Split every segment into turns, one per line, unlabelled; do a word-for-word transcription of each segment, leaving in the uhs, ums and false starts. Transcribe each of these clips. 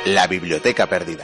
La Biblioteca Perdida.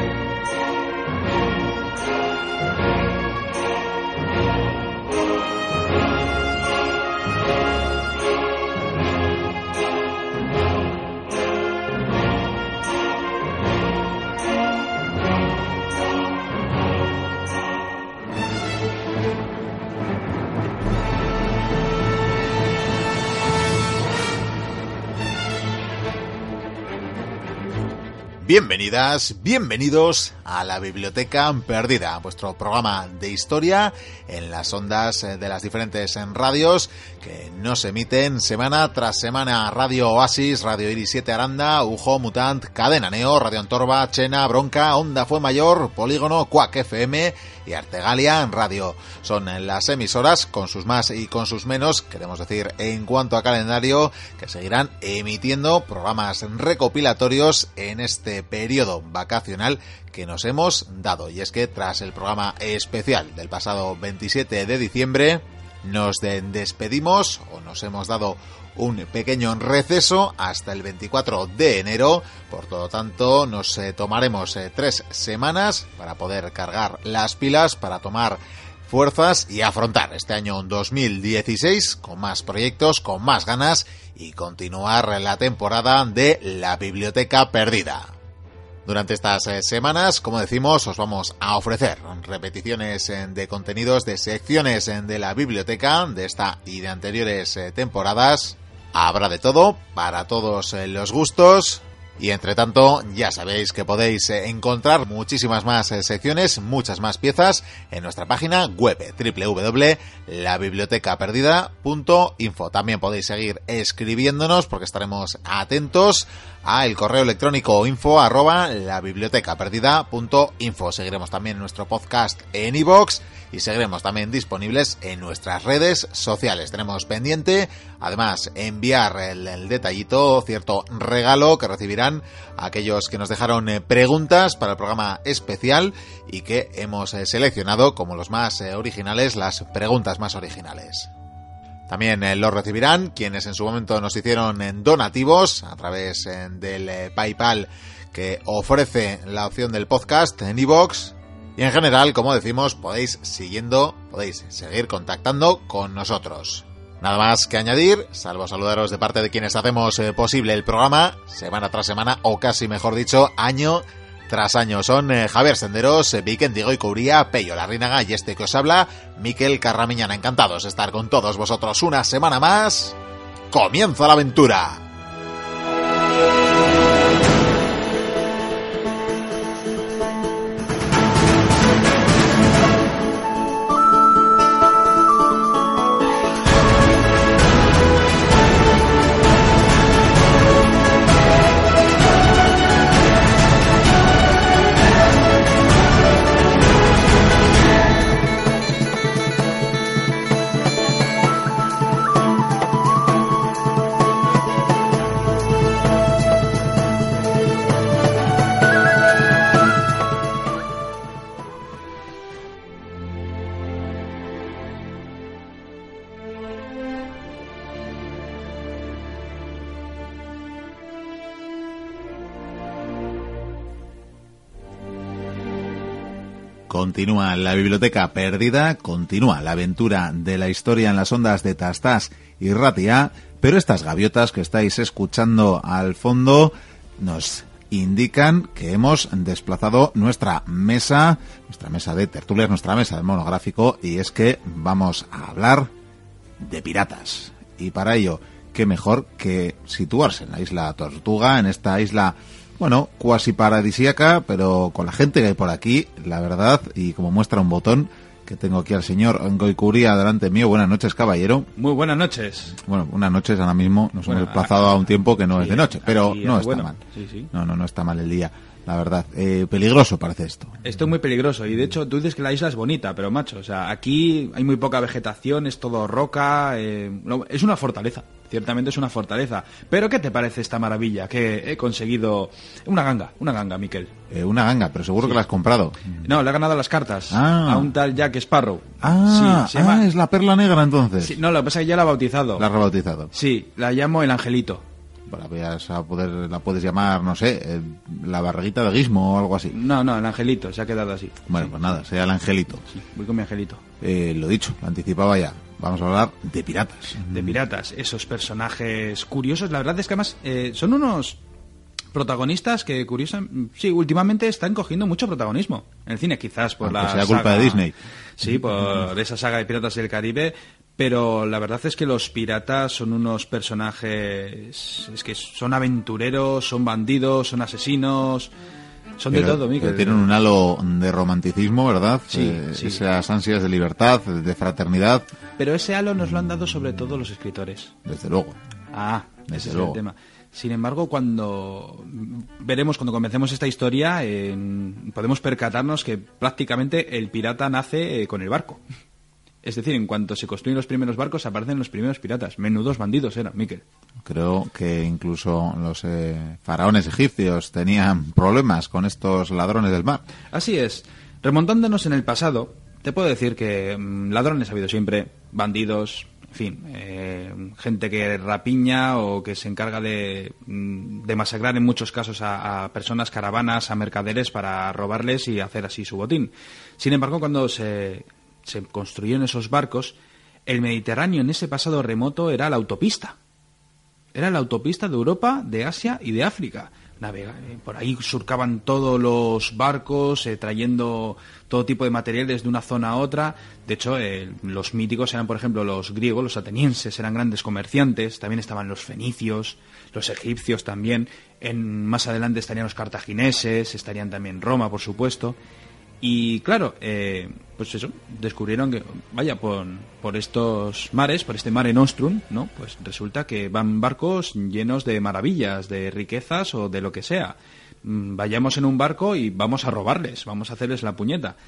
Bienvenidas, bienvenidos a La Biblioteca Perdida, vuestro programa de historia en las ondas de las diferentes radios que nos emiten semana tras semana. Radio Oasis, Radio Iris siete Aranda, Ujo, Mutant, Cadena Neo, Radio Antorba, Chena, Bronca, Onda Fuenmayor, Polígono, Quack F M y Artegalia Radio. Son las emisoras, con sus más y con sus menos, queremos decir en cuanto a calendario, que seguirán emitiendo programas recopilatorios en este periodo vacacional que nos hemos dado. Y es que tras el programa especial del pasado veintisiete de diciembre, nos de- despedimos o nos hemos dado un pequeño receso hasta el veinticuatro de enero. Por todo tanto, nos eh, tomaremos eh, tres semanas para poder cargar las pilas, para tomar fuerzas y afrontar este año dos mil dieciséis con más proyectos, con más ganas y continuar la temporada de La Biblioteca Perdida. Durante estas eh, semanas, como decimos, os vamos a ofrecer repeticiones eh, de contenidos de secciones eh, de la biblioteca de esta y de anteriores eh, temporadas. Habrá de todo, para todos eh, los gustos. Y entre tanto, ya sabéis que podéis eh, encontrar muchísimas más eh, secciones, muchas más piezas en nuestra página web doble u doble u doble u punto la biblioteca perdida punto info. También podéis seguir escribiéndonos porque estaremos atentos a el correo electrónico info arroba la biblioteca perdida punto info. Seguiremos también nuestro podcast en iVoox y seguiremos también disponibles en nuestras redes sociales. Tenemos pendiente, además, enviar el, el detallito, cierto regalo que recibirán aquellos que nos dejaron eh, preguntas para el programa especial y que hemos eh, seleccionado como los más eh, originales, las preguntas más originales. También eh, lo recibirán quienes en su momento nos hicieron en donativos a través eh, del eh, PayPal que ofrece la opción del podcast en iVoox. Y en general, como decimos, podéis siguiendo, podéis seguir contactando con nosotros. Nada más que añadir, salvo saludaros de parte de quienes hacemos eh, posible el programa, semana tras semana, o casi mejor dicho, año tras año. Son eh, Javier Senderos, eh, Viken Digoy Uría, Pello Larrínaga y este que os habla, Miquel Carramiñana. Encantados de estar con todos vosotros una semana más. ¡Comienza la aventura! Continúa la Biblioteca Perdida, continúa la aventura de la historia en las ondas de Tastás y Ratia, pero estas gaviotas que estáis escuchando al fondo nos indican que hemos desplazado nuestra mesa, nuestra mesa de tertulias, nuestra mesa de monográfico, y es que vamos a hablar de piratas. Y para ello, qué mejor que situarse en la isla Tortuga, en esta isla, bueno, cuasi paradisíaca, pero con la gente que hay por aquí, la verdad, y como muestra un botón, que tengo aquí al señor Goicuría delante mío. Buenas noches, caballero.
Muy buenas noches.
Bueno, buenas noches, ahora mismo nos
bueno,
hemos desplazado a, a un tiempo que no sí, es de noche, pero
aquí,
no está
bueno,
mal.
Sí, sí.
No, no, no está mal el día, la verdad. Eh, peligroso parece esto.
Esto es muy peligroso, y de hecho tú dices que la isla es bonita, pero macho, o sea, aquí hay muy poca vegetación, es todo roca, eh, es una fortaleza. Ciertamente es una fortaleza. Pero ¿qué te parece esta maravilla que he conseguido? Una ganga, una ganga, Miquel.
Eh, una ganga, pero seguro sí. que la has comprado.
No, le ha ganado las cartas
ah.
a un tal Jack Sparrow.
Ah,
sí, se llama...
ah, es la perla negra entonces.
Sí, no, lo que pasa es que ya la ha bautizado.
La ha rebautizado.
Sí, la llamo el Angelito.
La, a poder, la puedes llamar, no sé, eh, la barriguita de Gizmo o algo así.
No, no, el angelito, se ha quedado así.
Bueno, sí. Pues nada, sea el angelito.
Sí, voy con mi angelito.
Eh, lo dicho, lo anticipaba ya. Vamos a hablar de piratas.
De piratas, esos personajes curiosos. La verdad es que además eh, son unos protagonistas que, curiosa, sí, últimamente están cogiendo mucho protagonismo en el cine, quizás por
Aunque
la
sea
saga,
culpa de Disney.
Sí, por esa saga de Piratas del Caribe. Pero la verdad es que los piratas son unos personajes, es que son aventureros, son bandidos, son asesinos, son pero, de todo, Miquel.
Tienen un halo de romanticismo, ¿verdad?
Sí,
eh,
sí.
Esas ansias de libertad, de fraternidad.
Pero ese halo nos lo han dado sobre todo los escritores.
Desde luego.
Ah,
Desde
ese
luego.
es el tema. Sin embargo, cuando veremos, cuando comencemos esta historia, eh, podemos percatarnos que prácticamente el pirata nace eh, con el barco. Es decir, en cuanto se construyen los primeros barcos, aparecen los primeros piratas. Menudos bandidos eran, Miquel.
Creo que incluso los eh, faraones egipcios tenían problemas con estos ladrones del mar.
Así es. Remontándonos en el pasado, te puedo decir que mmm, ladrones ha habido siempre, bandidos, en fin, eh, gente que rapiña o que se encarga de, de masacrar en muchos casos a, a personas, caravanas, a mercaderes para robarles y hacer así su botín. Sin embargo, cuando se... se construyeron esos barcos, el Mediterráneo en ese pasado remoto era la autopista. Era la autopista de Europa, de Asia y de África. Navega, eh, por ahí surcaban todos los barcos, eh, trayendo todo tipo de materiales de una zona a otra. De hecho, eh, los míticos eran, por ejemplo, los griegos, los atenienses, eran grandes comerciantes. También estaban los fenicios, los egipcios también. En, más adelante estarían los cartagineses, estarían también Roma, por supuesto. Y claro, eh, pues eso, descubrieron que, vaya, por, por estos mares, por este Mare Nostrum, ¿no? Pues resulta que van barcos llenos de maravillas, de riquezas o de lo que sea. Vayamos en un barco y vamos a robarles, vamos a hacerles la puñeta.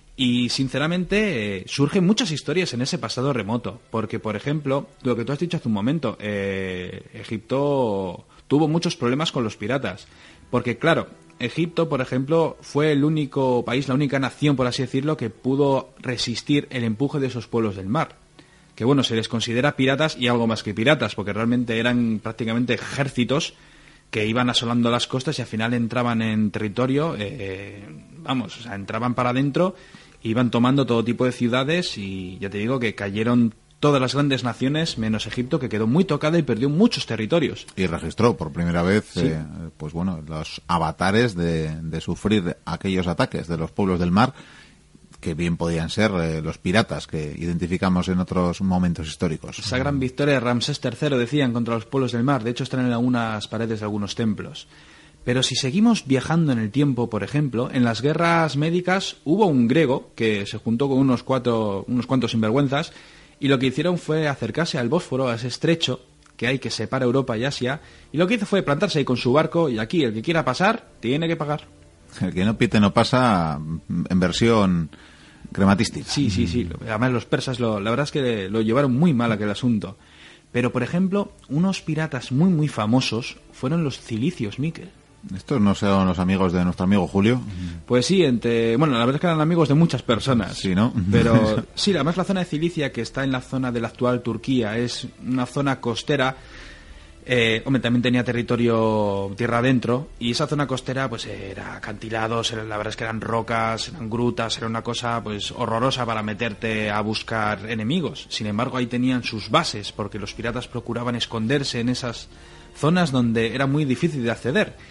Y sinceramente eh, surgen muchas historias en ese pasado remoto, porque por ejemplo, lo que tú has dicho hace un momento, eh, Egipto tuvo muchos problemas con los piratas, porque claro, Egipto, por ejemplo, fue el único país, la única nación, por así decirlo, que pudo resistir el empuje de esos pueblos del mar. Que bueno, se les considera piratas y algo más que piratas, porque realmente eran prácticamente ejércitos que iban asolando las costas y al final entraban en territorio, eh, vamos, o sea, entraban para adentro, iban tomando todo tipo de ciudades y ya te digo que cayeron todas las grandes naciones, menos Egipto, que quedó muy tocada y perdió muchos territorios.
Y registró por primera vez, ¿sí? eh, pues bueno, los avatares de, de sufrir aquellos ataques de los pueblos del mar, que bien podían ser eh, los piratas que identificamos en otros momentos históricos.
Esa gran victoria de Ramsés tercero, decían, contra los pueblos del mar. De hecho, están en algunas paredes de algunos templos. Pero si seguimos viajando en el tiempo, por ejemplo, en las guerras médicas hubo un griego que se juntó con unos, cuatro, unos cuantos sinvergüenzas y lo que hicieron fue acercarse al Bósforo, a ese estrecho que hay que separa Europa y Asia, y lo que hizo fue plantarse ahí con su barco y aquí el que quiera pasar tiene que pagar.
El que no pite no pasa, en versión crematística.
Sí, sí, sí. Además los persas, lo, la verdad es que lo llevaron muy mal aquel asunto. Pero, por ejemplo, unos piratas muy, muy famosos fueron los cilicios, Miquel.
¿Estos no son los amigos de nuestro amigo Julio?
Pues sí, entre... Bueno, la verdad es que eran amigos de muchas personas.
Sí, ¿no?
Pero sí, además la zona de Cilicia, que está en la zona de la actual Turquía, es una zona costera. Eh, hombre, también tenía territorio tierra adentro, y esa zona costera pues era acantilados, era, la verdad es que eran rocas, eran grutas, era una cosa pues horrorosa para meterte a buscar enemigos. Sin embargo, ahí tenían sus bases, porque los piratas procuraban esconderse en esas zonas donde era muy difícil de acceder.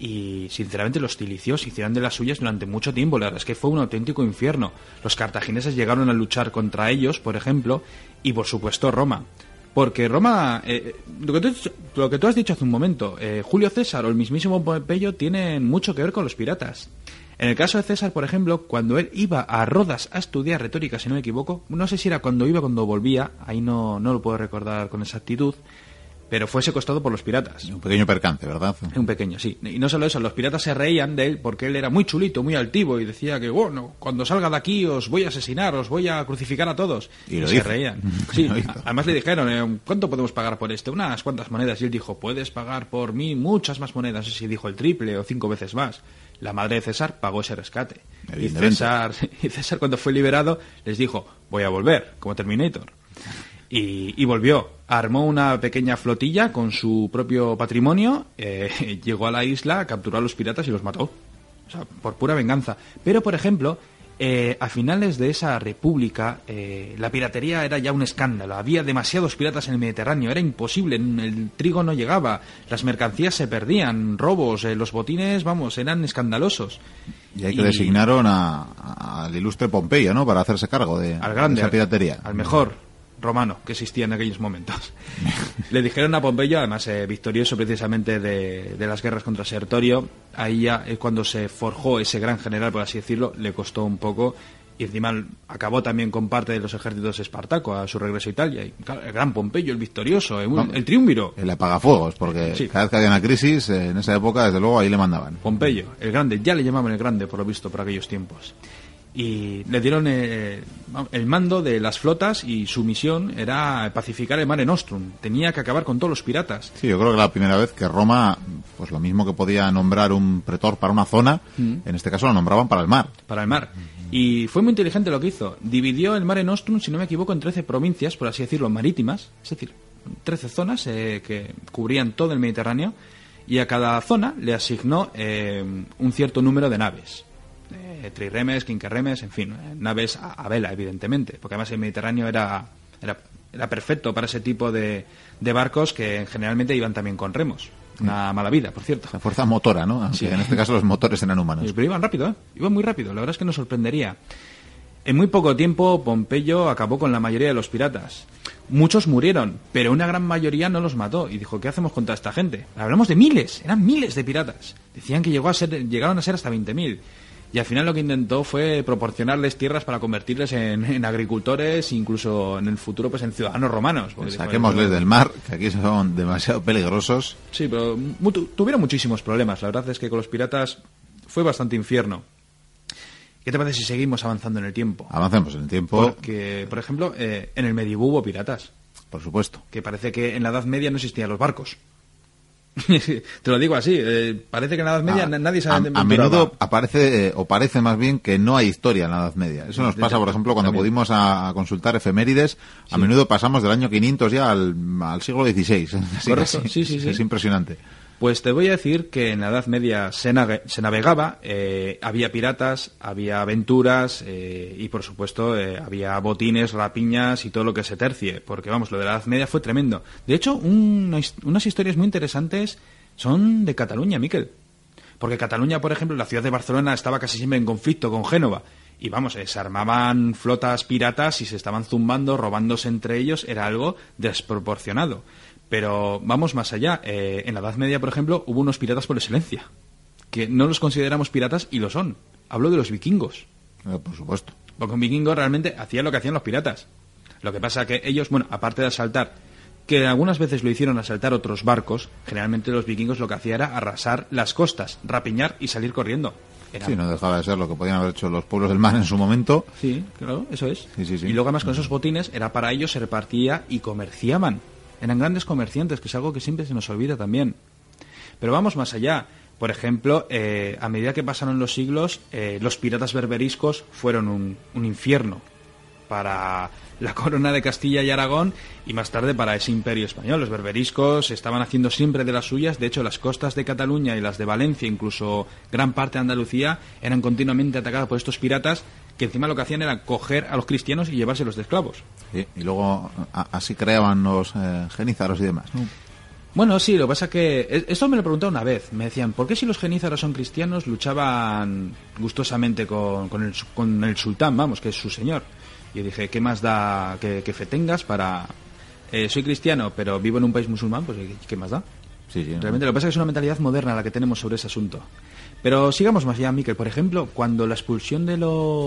Y sinceramente los cilicios hicieron de las suyas durante mucho tiempo. La verdad es que fue un auténtico infierno. Los cartagineses llegaron a luchar contra ellos, por ejemplo, y por supuesto Roma. Porque Roma, eh, lo, que tú, lo que tú has dicho hace un momento, eh, Julio César o el mismísimo Pompeyo tienen mucho que ver con los piratas. En el caso de César, por ejemplo, cuando él iba a Rodas a estudiar retórica, si no me equivoco, no sé si era cuando iba o cuando volvía, ahí no, no lo puedo recordar con exactitud, pero fue secuestrado por los piratas.
Un pequeño percance, ¿verdad?
Un pequeño, sí. Y no solo eso, los piratas se reían de él porque él era muy chulito, muy altivo y decía que, bueno, cuando salga de aquí os voy a asesinar, os voy a crucificar a todos.
Y,
y
lo
se
dice.
reían. Sí, además le dijeron, eh, ¿cuánto podemos pagar por este? Unas cuantas monedas. Y él dijo, puedes pagar por mí muchas más monedas. Y dijo el triple o cinco veces más. La madre de César pagó ese rescate. Y César, y César, cuando fue liberado, les dijo, voy a volver, como Terminator. Y, y volvió. Armó una pequeña flotilla con su propio patrimonio, eh, llegó a la isla, capturó a los piratas y los mató. O sea, por pura venganza. Pero, por ejemplo, eh, a finales de esa república, eh, la piratería era ya un escándalo. Había demasiados piratas en el Mediterráneo, era imposible, el trigo no llegaba, las mercancías se perdían, robos, eh, los botines, vamos, eran escandalosos.
Y ahí que y... designaron a, a, al ilustre Pompeyo, ¿no?, para hacerse cargo de,
al grande,
de esa piratería.
Al mejor romano que existía en aquellos momentos. Le dijeron a Pompeyo, además eh, victorioso precisamente de, de las guerras contra Sertorio, ahí ya es cuando se forjó ese gran general, por así decirlo, le costó un poco, y encima acabó también con parte de los ejércitos de Espartaco a su regreso a Italia. Y, claro, el gran Pompeyo, el victorioso, el, el triunviro.
El apagafuegos, porque sí, cada vez que había una crisis, eh, en esa época, desde luego, ahí le mandaban.
Pompeyo, el grande, ya le llamaban el grande, por lo visto, por aquellos tiempos. Y le dieron eh, el mando de las flotas y su misión era pacificar el Mare Nostrum. Tenía que acabar con todos los piratas.
Sí, yo creo que la primera vez que Roma, pues lo mismo que podía nombrar un pretor para una zona, mm. en este caso lo nombraban para el mar.
Para el mar. Y fue muy inteligente lo que hizo. Dividió el Mare Nostrum, si no me equivoco, en trece provincias, por así decirlo, marítimas. Es decir, trece zonas eh, que cubrían todo el Mediterráneo. Y a cada zona le asignó eh, un cierto número de naves. Eh, trirremes, quinquerremes, en fin, eh, naves a, a vela, evidentemente, porque además el Mediterráneo era, era, era perfecto para ese tipo de, de barcos que generalmente iban también con remos. Una mala vida, por cierto.
La fuerza motora, ¿no? Aunque sí. En este caso los motores eran humanos.
Pero iban rápido, ¿eh? Iban muy rápido, la verdad es que nos sorprendería. En muy poco tiempo, Pompeyo acabó con la mayoría de los piratas. Muchos murieron, pero una gran mayoría no los mató. Y dijo, ¿qué hacemos contra esta gente? Hablamos de miles, eran miles de piratas. Decían que llegó a ser, llegaron a ser hasta veinte mil. Y al final lo que intentó fue proporcionarles tierras para convertirles en, en agricultores, incluso en el futuro pues en ciudadanos romanos.
Saquémosles dijo, del mar, que aquí son demasiado peligrosos.
Sí, pero mu- tuvieron muchísimos problemas. La verdad es que con los piratas fue bastante infierno. ¿Qué te parece si seguimos avanzando en el tiempo?
Avancemos en el tiempo.
Porque, por ejemplo, eh, en el medievo hubo piratas.
Por supuesto.
Que parece que en la Edad Media no existían los barcos. Te lo digo así, eh, parece que en la Edad Media a, nadie sabe.
A, a menudo aparece, eh, o parece más bien que no hay historia en la Edad Media. Eso nos pasa, por ejemplo, cuando también pudimos a, a consultar efemérides, a sí. menudo pasamos del año quinientos ya al, al siglo dieciséis. Así
Correcto, sí, sí, sí.
Es impresionante.
Pues te voy a decir que en la Edad Media se, nave- se navegaba, eh, había piratas, había aventuras eh, y, por supuesto, eh, había botines, rapiñas y todo lo que se tercie, porque, vamos, lo de la Edad Media fue tremendo. De hecho, una, unas historias muy interesantes son de Cataluña, Miquel. Porque Cataluña, por ejemplo, la ciudad de Barcelona estaba casi siempre en conflicto con Génova. Y, vamos, eh, se armaban flotas piratas y se estaban zumbando, robándose entre ellos, era algo desproporcionado. Pero vamos más allá. Eh, en la Edad Media, por ejemplo, hubo unos piratas por excelencia, que no los consideramos piratas y lo son. Hablo de los vikingos.
Eh, por supuesto.
Porque un vikingo realmente hacía lo que hacían los piratas. Lo que pasa que ellos, bueno, aparte de asaltar, que algunas veces lo hicieron asaltar otros barcos, generalmente los vikingos lo que hacían era arrasar las costas, rapiñar y salir corriendo. Era...
Sí, no dejaba de ser lo que podían haber hecho los pueblos del mar en su momento.
Sí, claro, eso es.
Sí, sí, sí.
Y luego además con esos botines era para ellos, se repartía y comerciaban. Eran grandes comerciantes, que es algo que siempre se nos olvida también. Pero vamos más allá. Por ejemplo, eh, a medida que pasaron los siglos, eh, los piratas berberiscos fueron un, un infierno para la corona de Castilla y Aragón y más tarde para ese imperio español. Los berberiscos estaban haciendo siempre de las suyas. De hecho, las costas de Cataluña y las de Valencia, incluso gran parte de Andalucía, eran continuamente atacadas por estos piratas que encima lo que hacían era coger a los cristianos y llevárselos de esclavos.
Sí, y luego a, así creaban los eh, genízaros y demás, ¿no?
Bueno, sí, lo que pasa es que... Esto me lo pregunté una vez. Me decían, ¿por qué si los genízaros son cristianos luchaban gustosamente con, con, el, con el sultán, vamos, que es su señor? Y yo dije, ¿qué más da que, que fe tengas para... Eh, soy cristiano, pero vivo en un país musulmán, pues ¿qué más da?
Sí, sí,
realmente lo que pasa es que es una mentalidad moderna la que tenemos sobre ese asunto. Pero sigamos más allá, Miquel. Por ejemplo, cuando la expulsión de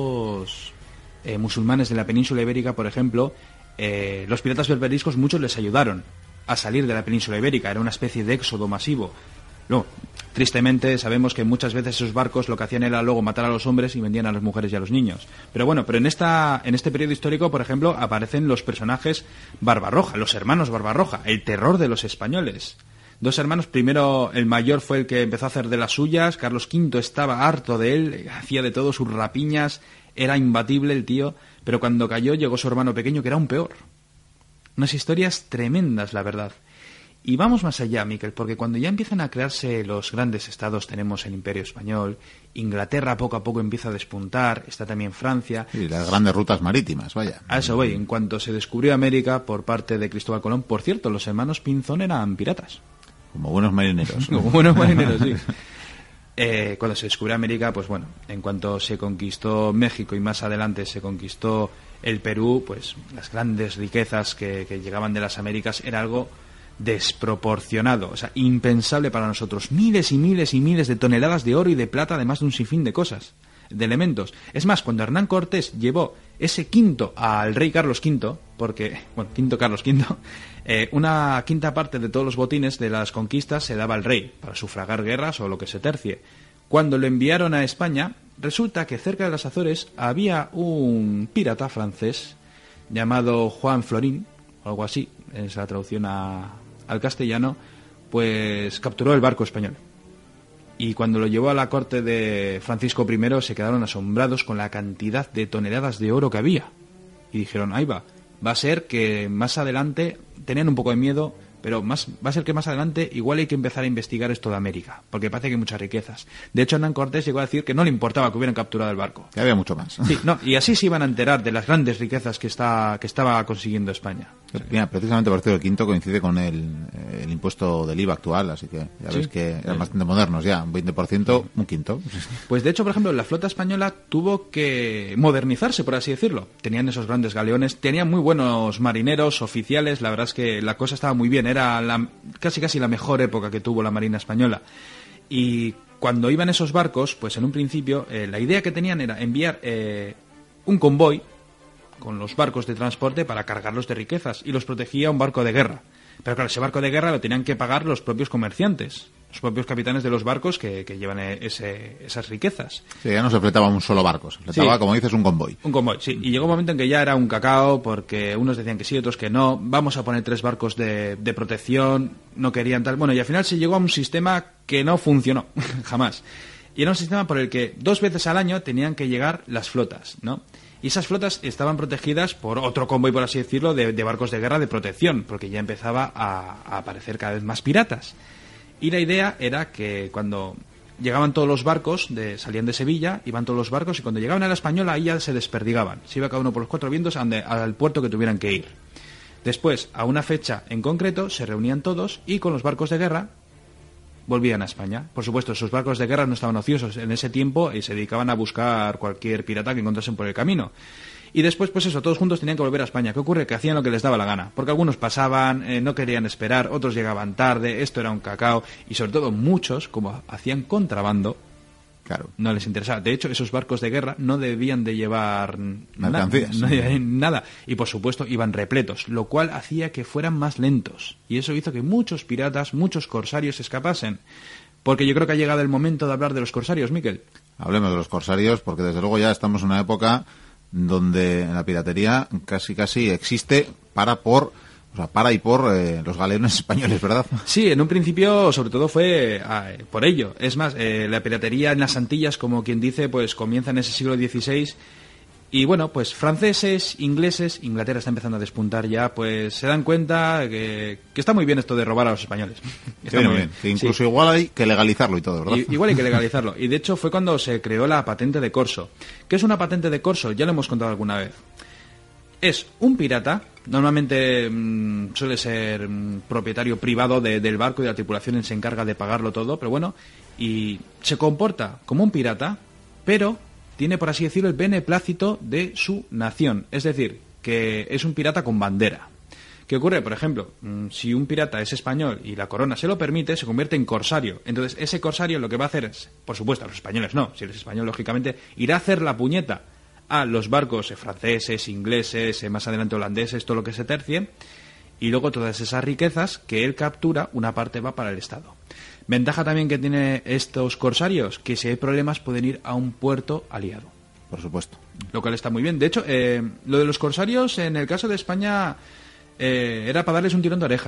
los eh, musulmanes de la península ibérica, por ejemplo, eh, los piratas berberiscos, muchos les ayudaron a salir de la península ibérica. Era una especie de éxodo masivo. No, tristemente sabemos que muchas veces esos barcos lo que hacían era luego matar a los hombres y vendían a las mujeres y a los niños. Pero bueno, pero en esta en este periodo histórico, por ejemplo, aparecen los personajes Barbarroja, los hermanos Barbarroja, el terror de los españoles. Dos hermanos, primero el mayor fue el que empezó a hacer de las suyas, Carlos quinto estaba harto de él, hacía de todo, sus rapiñas, era imbatible el tío, pero cuando cayó llegó su hermano pequeño que era un peor. Unas historias tremendas, la verdad. Y vamos más allá, Miquel, porque cuando ya empiezan a crearse los grandes estados, tenemos el Imperio Español, Inglaterra poco a poco empieza a despuntar, está también Francia.
Y las grandes rutas marítimas, vaya.
A eso voy, en cuanto se descubrió América por parte de Cristóbal Colón, por cierto, los hermanos Pinzón eran piratas.
Como buenos marineros.
Como buenos marineros, sí. Eh, cuando se descubrió América, pues bueno, en cuanto se conquistó México y más adelante se conquistó el Perú, pues las grandes riquezas que, que llegaban de las Américas era algo desproporcionado, o sea, impensable para nosotros. Miles y miles y miles de toneladas de oro y de plata, además de un sinfín de cosas, de elementos. Es más, cuando Hernán Cortés llevó ese quinto al rey Carlos quinto, porque, bueno, quinto Carlos quinto, eh, una quinta parte de todos los botines de las conquistas se daba al rey, para sufragar guerras o lo que se tercie. Cuando lo enviaron a España, resulta que cerca de las Azores había un pirata francés llamado Juan Florín, o algo así, es la traducción a, al castellano, pues capturó el barco español. Y cuando lo llevó a la corte de Francisco primero se quedaron asombrados con la cantidad de toneladas de oro que había. Y dijeron, ahí va, va a ser que más adelante, tenían un poco de miedo, pero más va a ser que más adelante igual hay que empezar a investigar esto de América, porque parece que hay muchas riquezas. De hecho, Hernán Cortés llegó a decir que no le importaba que hubieran capturado el barco.
Que había mucho más.
Sí, no, y así se iban a enterar de las grandes riquezas que está que estaba consiguiendo España.
Mira, precisamente por cierto el quinto coincide con el, el impuesto del I V A actual, así que ya
sí,
ves que eran
eh.
bastante modernos ya, un veinte por ciento, un quinto.
Pues de hecho, por ejemplo, la flota española tuvo que modernizarse, por así decirlo. Tenían esos grandes galeones, tenían muy buenos marineros, oficiales, la verdad es que la cosa estaba muy bien, era la, casi casi la mejor época que tuvo la Marina Española. Y cuando iban esos barcos, pues en un principio eh, la idea que tenían era enviar eh, un convoy con los barcos de transporte para cargarlos de riquezas, y los protegía un barco de guerra. Pero claro, ese barco de guerra lo tenían que pagar los propios comerciantes, los propios capitanes de los barcos que, que llevan ese, esas riquezas.
Sí, ya no se fletaba un solo barco, se fletaba, sí, como dices, un convoy.
Un convoy, sí. Y llegó un momento en que ya era un cacao, porque unos decían que sí, otros que no. Vamos a poner tres barcos de, de protección, no querían tal. Bueno, y al final se llegó a un sistema que no funcionó, jamás. Y era un sistema por el que dos veces al año tenían que llegar las flotas, ¿no? Y esas flotas estaban protegidas por otro convoy, por así decirlo, de, de barcos de guerra de protección, porque ya empezaba a, a aparecer cada vez más piratas. Y la idea era que cuando llegaban todos los barcos, de, salían de Sevilla, iban todos los barcos, y cuando llegaban a la Española, ahí ya se desperdigaban. Se iba cada uno por los cuatro vientos a donde, al puerto que tuvieran que ir. Después, a una fecha en concreto, se reunían todos y con los barcos de guerra volvían a España. Por supuesto, esos barcos de guerra no estaban ociosos en ese tiempo y se dedicaban a buscar cualquier pirata que encontrasen por el camino. Y después, pues eso, todos juntos tenían que volver a España. ¿Qué ocurre? Que hacían lo que les daba la gana. Porque algunos pasaban, eh, no querían esperar, otros llegaban tarde, esto era un cacao. Y sobre todo muchos, como hacían contrabando,
claro,
no les interesaba. De hecho, esos barcos de guerra no debían de llevar
mercancías,
na- no debían nada. Y por supuesto iban repletos, lo cual hacía que fueran más lentos. Y eso hizo que muchos piratas, muchos corsarios escapasen. Porque yo creo que ha llegado el momento de hablar de los corsarios, Miquel.
Hablemos de los corsarios, porque desde luego ya estamos en una época donde la piratería casi casi existe para por o sea, para y por eh, los galeones españoles, ¿verdad?
Sí, en un principio sobre todo fue eh, por ello. Es más, eh, la piratería en las Antillas, como quien dice, pues comienza en ese siglo dieciséis. Y bueno, pues franceses, ingleses, Inglaterra está empezando a despuntar ya, pues se dan cuenta que, que está muy bien esto de robar a los españoles. Está
sí,
muy
bien.
bien.
Que incluso
Sí.
igual hay que legalizarlo y todo, ¿verdad?
Y, igual hay que legalizarlo. Y de hecho fue cuando se creó la patente de corso. ¿Qué es una patente de corso? Ya lo hemos contado alguna vez. Es un pirata, normalmente mmm, suele ser mmm, propietario privado de, del barco y de la tripulación y se encarga de pagarlo todo, pero bueno, y se comporta como un pirata, pero tiene, por así decirlo, el beneplácito de su nación. Es decir, que es un pirata con bandera. ¿Qué ocurre? Por ejemplo, mmm, si un pirata es español y la corona se lo permite, se convierte en corsario. Entonces, ese corsario lo que va a hacer es, por supuesto, a los españoles no, si eres español, lógicamente, irá a hacer la puñeta a los barcos eh, franceses, ingleses, eh, más adelante holandeses, todo lo que se tercie, y luego todas esas riquezas que él captura, una parte va para el Estado. Ventaja también que tiene estos corsarios, que si hay problemas pueden ir a un puerto aliado.
Por supuesto.
Lo cual está muy bien. De hecho, eh, lo de los corsarios, en el caso de España, eh, era para darles un tirón de orejas.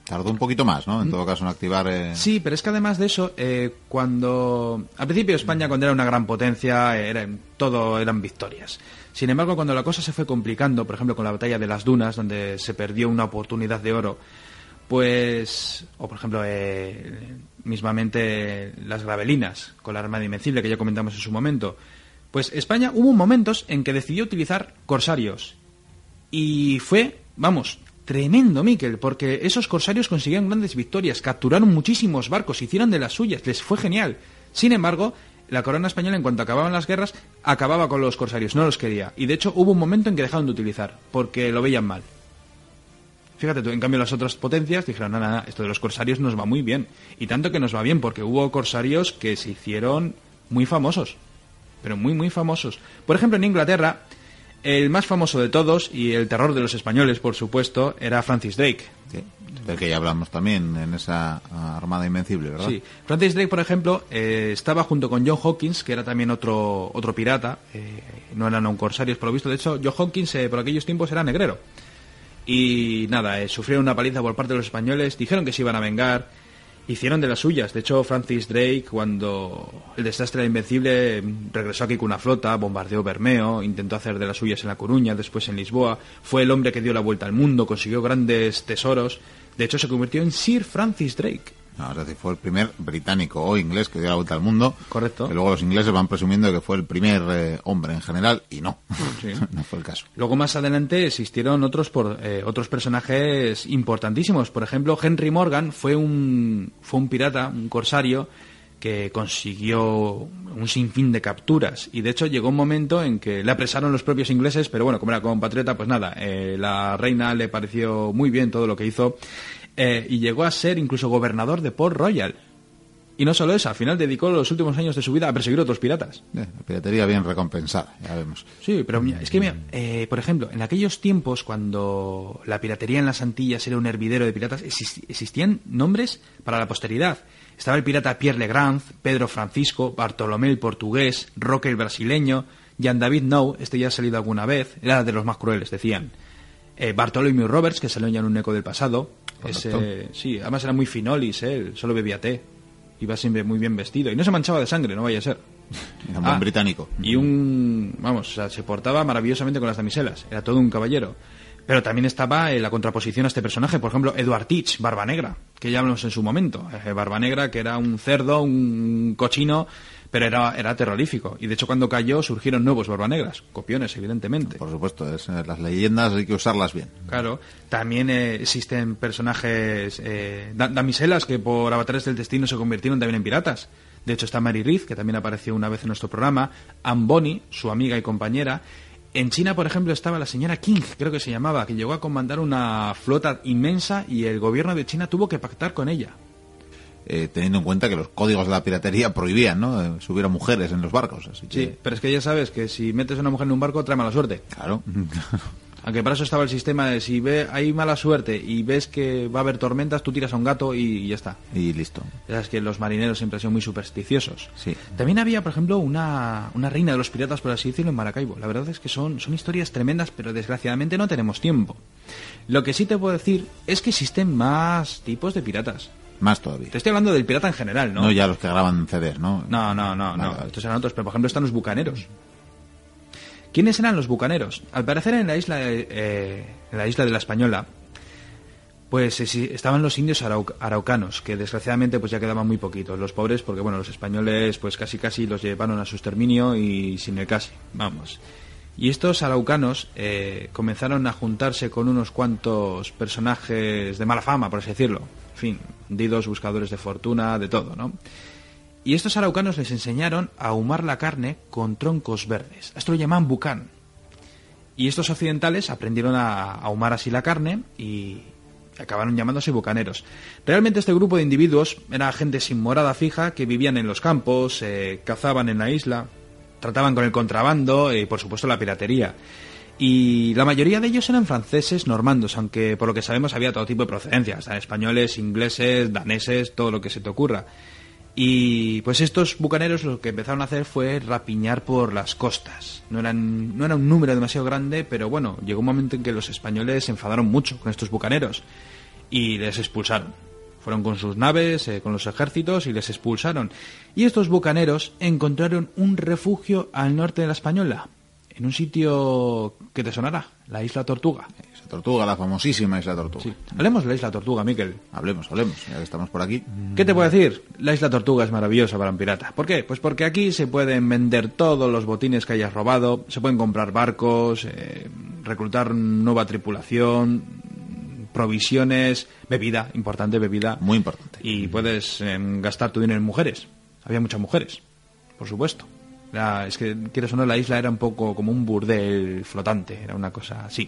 Tardó un poquito más, ¿no? En todo caso, en activar... Eh...
Sí, pero es que además de eso, eh, cuando... Al principio España, cuando era una gran potencia, era, todo eran victorias. Sin embargo, cuando la cosa se fue complicando, por ejemplo, con la batalla de las Dunas, donde se perdió una oportunidad de oro, pues... O, por ejemplo, eh, mismamente las Gravelinas, con la Armada Invencible, que ya comentamos en su momento. Pues España hubo momentos en que decidió utilizar corsarios. Y fue, vamos... Tremendo, Miquel, porque esos corsarios consiguieron grandes victorias, capturaron muchísimos barcos, hicieron de las suyas, les fue genial. Sin embargo, la corona española, en cuanto acababan las guerras, acababa con los corsarios, no los quería. Y de hecho hubo un momento en que dejaron de utilizar, porque lo veían mal. Fíjate tú, en cambio las otras potencias dijeron, nada, nada, esto de los corsarios nos va muy bien. Y tanto que nos va bien, porque hubo corsarios que se hicieron muy famosos, pero muy, muy famosos. Por ejemplo, en Inglaterra... El más famoso de todos, y el terror de los españoles, por supuesto, era Francis Drake.
Sí, del que ya hablamos también en esa Armada Invencible, ¿verdad?
Sí. Francis Drake, por ejemplo, eh, estaba junto con John Hawkins, que era también otro otro pirata. Eh, no eran aún corsarios, por lo visto. De hecho, John Hawkins, eh, por aquellos tiempos, era negrero. Y nada, eh, sufrieron una paliza por parte de los españoles. Dijeron que se iban a vengar. Hicieron de las suyas. De hecho, Francis Drake, cuando el desastre era Invencible, regresó aquí con una flota, bombardeó Bermeo, intentó hacer de las suyas en La Coruña, después en Lisboa. Fue el hombre que dio la vuelta al mundo, consiguió grandes tesoros. De hecho, se convirtió en Sir Francis Drake.
No, es decir, fue el primer británico o inglés que dio la vuelta al mundo.
Correcto.
Que luego los ingleses van presumiendo de que fue el primer eh, hombre en general, y no, sí. No fue el caso.
Luego más adelante existieron otros por, eh, otros personajes importantísimos. Por ejemplo, Henry Morgan fue un fue un pirata, un corsario que consiguió un sinfín de capturas, y de hecho llegó un momento en que le apresaron los propios ingleses, pero bueno, como era compatriota, pues nada, eh, la reina le pareció muy bien todo lo que hizo. Eh, y llegó a ser incluso gobernador de Port Royal. Y no solo eso, al final dedicó los últimos años de su vida a perseguir a otros piratas.
Eh, la piratería bien recompensada, ya vemos.
Sí, pero mira, es que, mira, eh, por ejemplo, en aquellos tiempos cuando la piratería en las Antillas era un hervidero de piratas, exist- existían nombres para la posteridad. Estaba el pirata Pierre Legrand, Pedro Francisco, Bartolomé el portugués, Roque el brasileño, Jean David Nou, este ya ha salido alguna vez, era de los más crueles, decían. Eh, Bartholomew Roberts, que salió ya en un eco del pasado. Ese, sí, además era muy finolis, ¿eh? Él solo bebía té. Iba siempre muy bien vestido y no se manchaba de sangre, no vaya a ser.
Era un buen ah, británico.
Y un... Vamos, o sea, se portaba maravillosamente con las damiselas. Era todo un caballero. Pero también estaba en la contraposición a este personaje. Por ejemplo, Edward Teach, Barba Negra, que ya hablamos en su momento. Eh, Barba Negra, que era un cerdo, un cochino, pero era, era terrorífico. Y de hecho, cuando cayó, surgieron nuevos Barba Negras. Copiones, evidentemente.
Por supuesto, es, las leyendas hay que usarlas bien.
Claro. También eh, existen personajes, eh, damiselas, que por avatares del destino se convirtieron también en piratas. De hecho, está Mary Read, que también apareció una vez en nuestro programa. Anne Bonny, su amiga y compañera. En China, por ejemplo, estaba la señora King, creo que se llamaba, que llegó a comandar una flota inmensa y el gobierno de China tuvo que pactar con ella.
Eh, teniendo en cuenta que los códigos de la piratería prohibían, ¿no?, eh, subir a mujeres en los barcos. Así que...
Sí, pero es que ya sabes que si metes a una mujer en un barco trae mala suerte.
Claro.
Aunque para eso estaba el sistema de si ve hay mala suerte y ves que va a haber tormentas, tú tiras a un gato y, y ya está.
Y listo.
Ya sabes que los marineros siempre han sido muy supersticiosos.
Sí.
También había, por ejemplo, una, una reina de los piratas, por así decirlo, en Maracaibo. La verdad es que son, son historias tremendas, pero desgraciadamente no tenemos tiempo. Lo que sí te puedo decir es que existen más tipos de piratas.
Más todavía.
Te estoy hablando del pirata en general, ¿no?
No ya los que graban C Ds, ¿no?
No, no, no, vale, no. Vale. Estos eran otros, pero por ejemplo están los bucaneros. ¿Quiénes eran los bucaneros? Al parecer en la isla de, eh, en la isla de la Española, pues eh, estaban los indios arau- araucanos, que desgraciadamente pues ya quedaban muy poquitos. Los pobres, porque bueno, los españoles pues casi casi los llevaron a su exterminio y sin el casi, vamos. Y estos araucanos eh, comenzaron a juntarse con unos cuantos personajes de mala fama, por así decirlo. En fin, bandidos, buscadores de fortuna, de todo, ¿no? Y estos araucanos les enseñaron a ahumar la carne con troncos verdes. Esto lo llamaban bucán. Y estos occidentales aprendieron a ahumar así la carne y acabaron llamándose bucaneros. Realmente este grupo de individuos era gente sin morada fija que vivían en los campos, eh, cazaban en la isla, trataban con el contrabando y por supuesto la piratería. Y la mayoría de ellos eran franceses normandos, aunque por lo que sabemos había todo tipo de procedencias, españoles, ingleses, daneses, todo lo que se te ocurra. Y pues estos bucaneros lo que empezaron a hacer fue rapiñar por las costas. No eran, no era un número demasiado grande, pero bueno, llegó un momento en que los españoles se enfadaron mucho con estos bucaneros. y les expulsaron. Fueron con sus naves, eh, con los ejércitos y les expulsaron. Y estos bucaneros encontraron un refugio al norte de la Española, en un sitio que te sonará, la Isla Tortuga.
Isla Tortuga, la famosísima Isla Tortuga.
Sí. Hablemos de la Isla Tortuga, Miquel.
Hablemos, hablemos, ya que estamos por aquí.
¿Qué te puedo decir? La Isla Tortuga es maravillosa para un pirata. ¿Por qué? Pues porque aquí se pueden vender todos los botines que hayas robado, se pueden comprar barcos, eh, reclutar nueva tripulación, provisiones, bebida, importante bebida.
Muy importante.
Y puedes eh, gastar tu dinero en mujeres. Había muchas mujeres, por supuesto. La, es que, quieres o no, la isla era un poco como un burdel flotante, era una cosa así.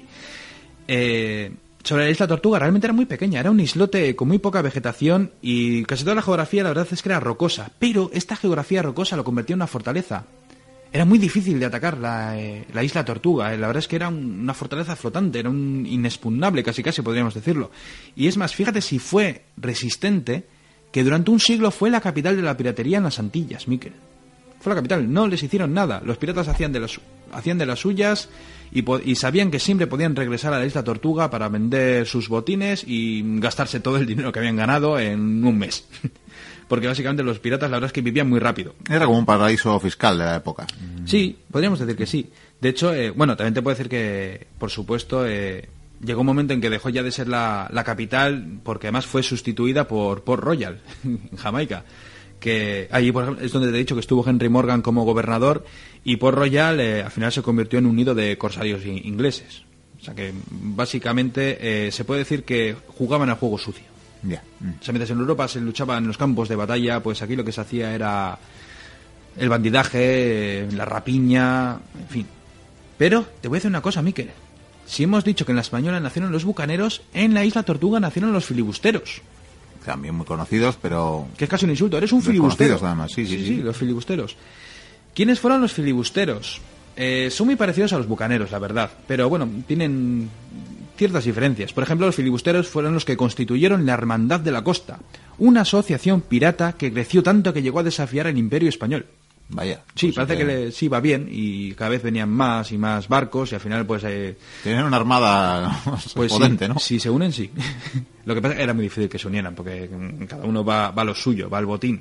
Eh, sobre la Isla Tortuga, realmente era muy pequeña, era un islote con muy poca vegetación y casi toda la geografía, la verdad es que era rocosa, pero esta geografía rocosa lo convertía en una fortaleza. Era muy difícil de atacar la, eh, la Isla Tortuga, eh, la verdad es que era un, una fortaleza flotante, era un inexpugnable, casi casi podríamos decirlo. Y es más, fíjate si fue resistente, que durante un siglo fue la capital de la piratería en las Antillas, Miquel. Fue la capital, no les hicieron nada. Los piratas hacían de las, hacían de las suyas y, y sabían que siempre podían regresar a la Isla Tortuga para vender sus botines y gastarse todo el dinero que habían ganado en un mes. Porque básicamente los piratas la verdad es que vivían muy rápido.
Era como un paraíso fiscal de la época.
Sí, podríamos decir que sí. De hecho, eh, bueno, también te puedo decir que, por supuesto, eh, llegó un momento en que dejó ya de ser la, la capital porque además fue sustituida por Port Royal, en Jamaica. Que allí, por ejemplo, es donde te he dicho que estuvo Henry Morgan como gobernador y Port Royal eh, al final se convirtió en un nido de corsarios ingleses. O sea que básicamente eh, se puede decir que jugaban al juego sucio.
Ya. Yeah. Mm.
O sea, mientras en Europa se luchaba en los campos de batalla, pues aquí lo que se hacía era el bandidaje, la rapiña, en fin. Pero te voy a decir una cosa, Miquel. Si hemos dicho que en la Española nacieron los bucaneros, en la Isla Tortuga nacieron los filibusteros.
También muy conocidos, pero...
Que es casi un insulto, eres un filibustero.
Nada más. Sí, sí, sí,
sí, sí, los filibusteros. ¿Quiénes fueron los filibusteros? Eh, son muy parecidos a los bucaneros, la verdad, pero bueno, tienen ciertas diferencias. Por ejemplo, los filibusteros fueron los que constituyeron la Hermandad de la Costa, una asociación pirata que creció tanto que llegó a desafiar al Imperio Español.
Vaya.
Sí,
pues
parece
que...
que le, sí va bien y cada vez venían más y más barcos y al final pues... Eh,
Tienen una armada
pues
potente,
sí,
¿no?
Si se unen, sí. Lo que pasa es que era muy difícil que se unieran porque cada uno va, va a lo suyo, va al botín.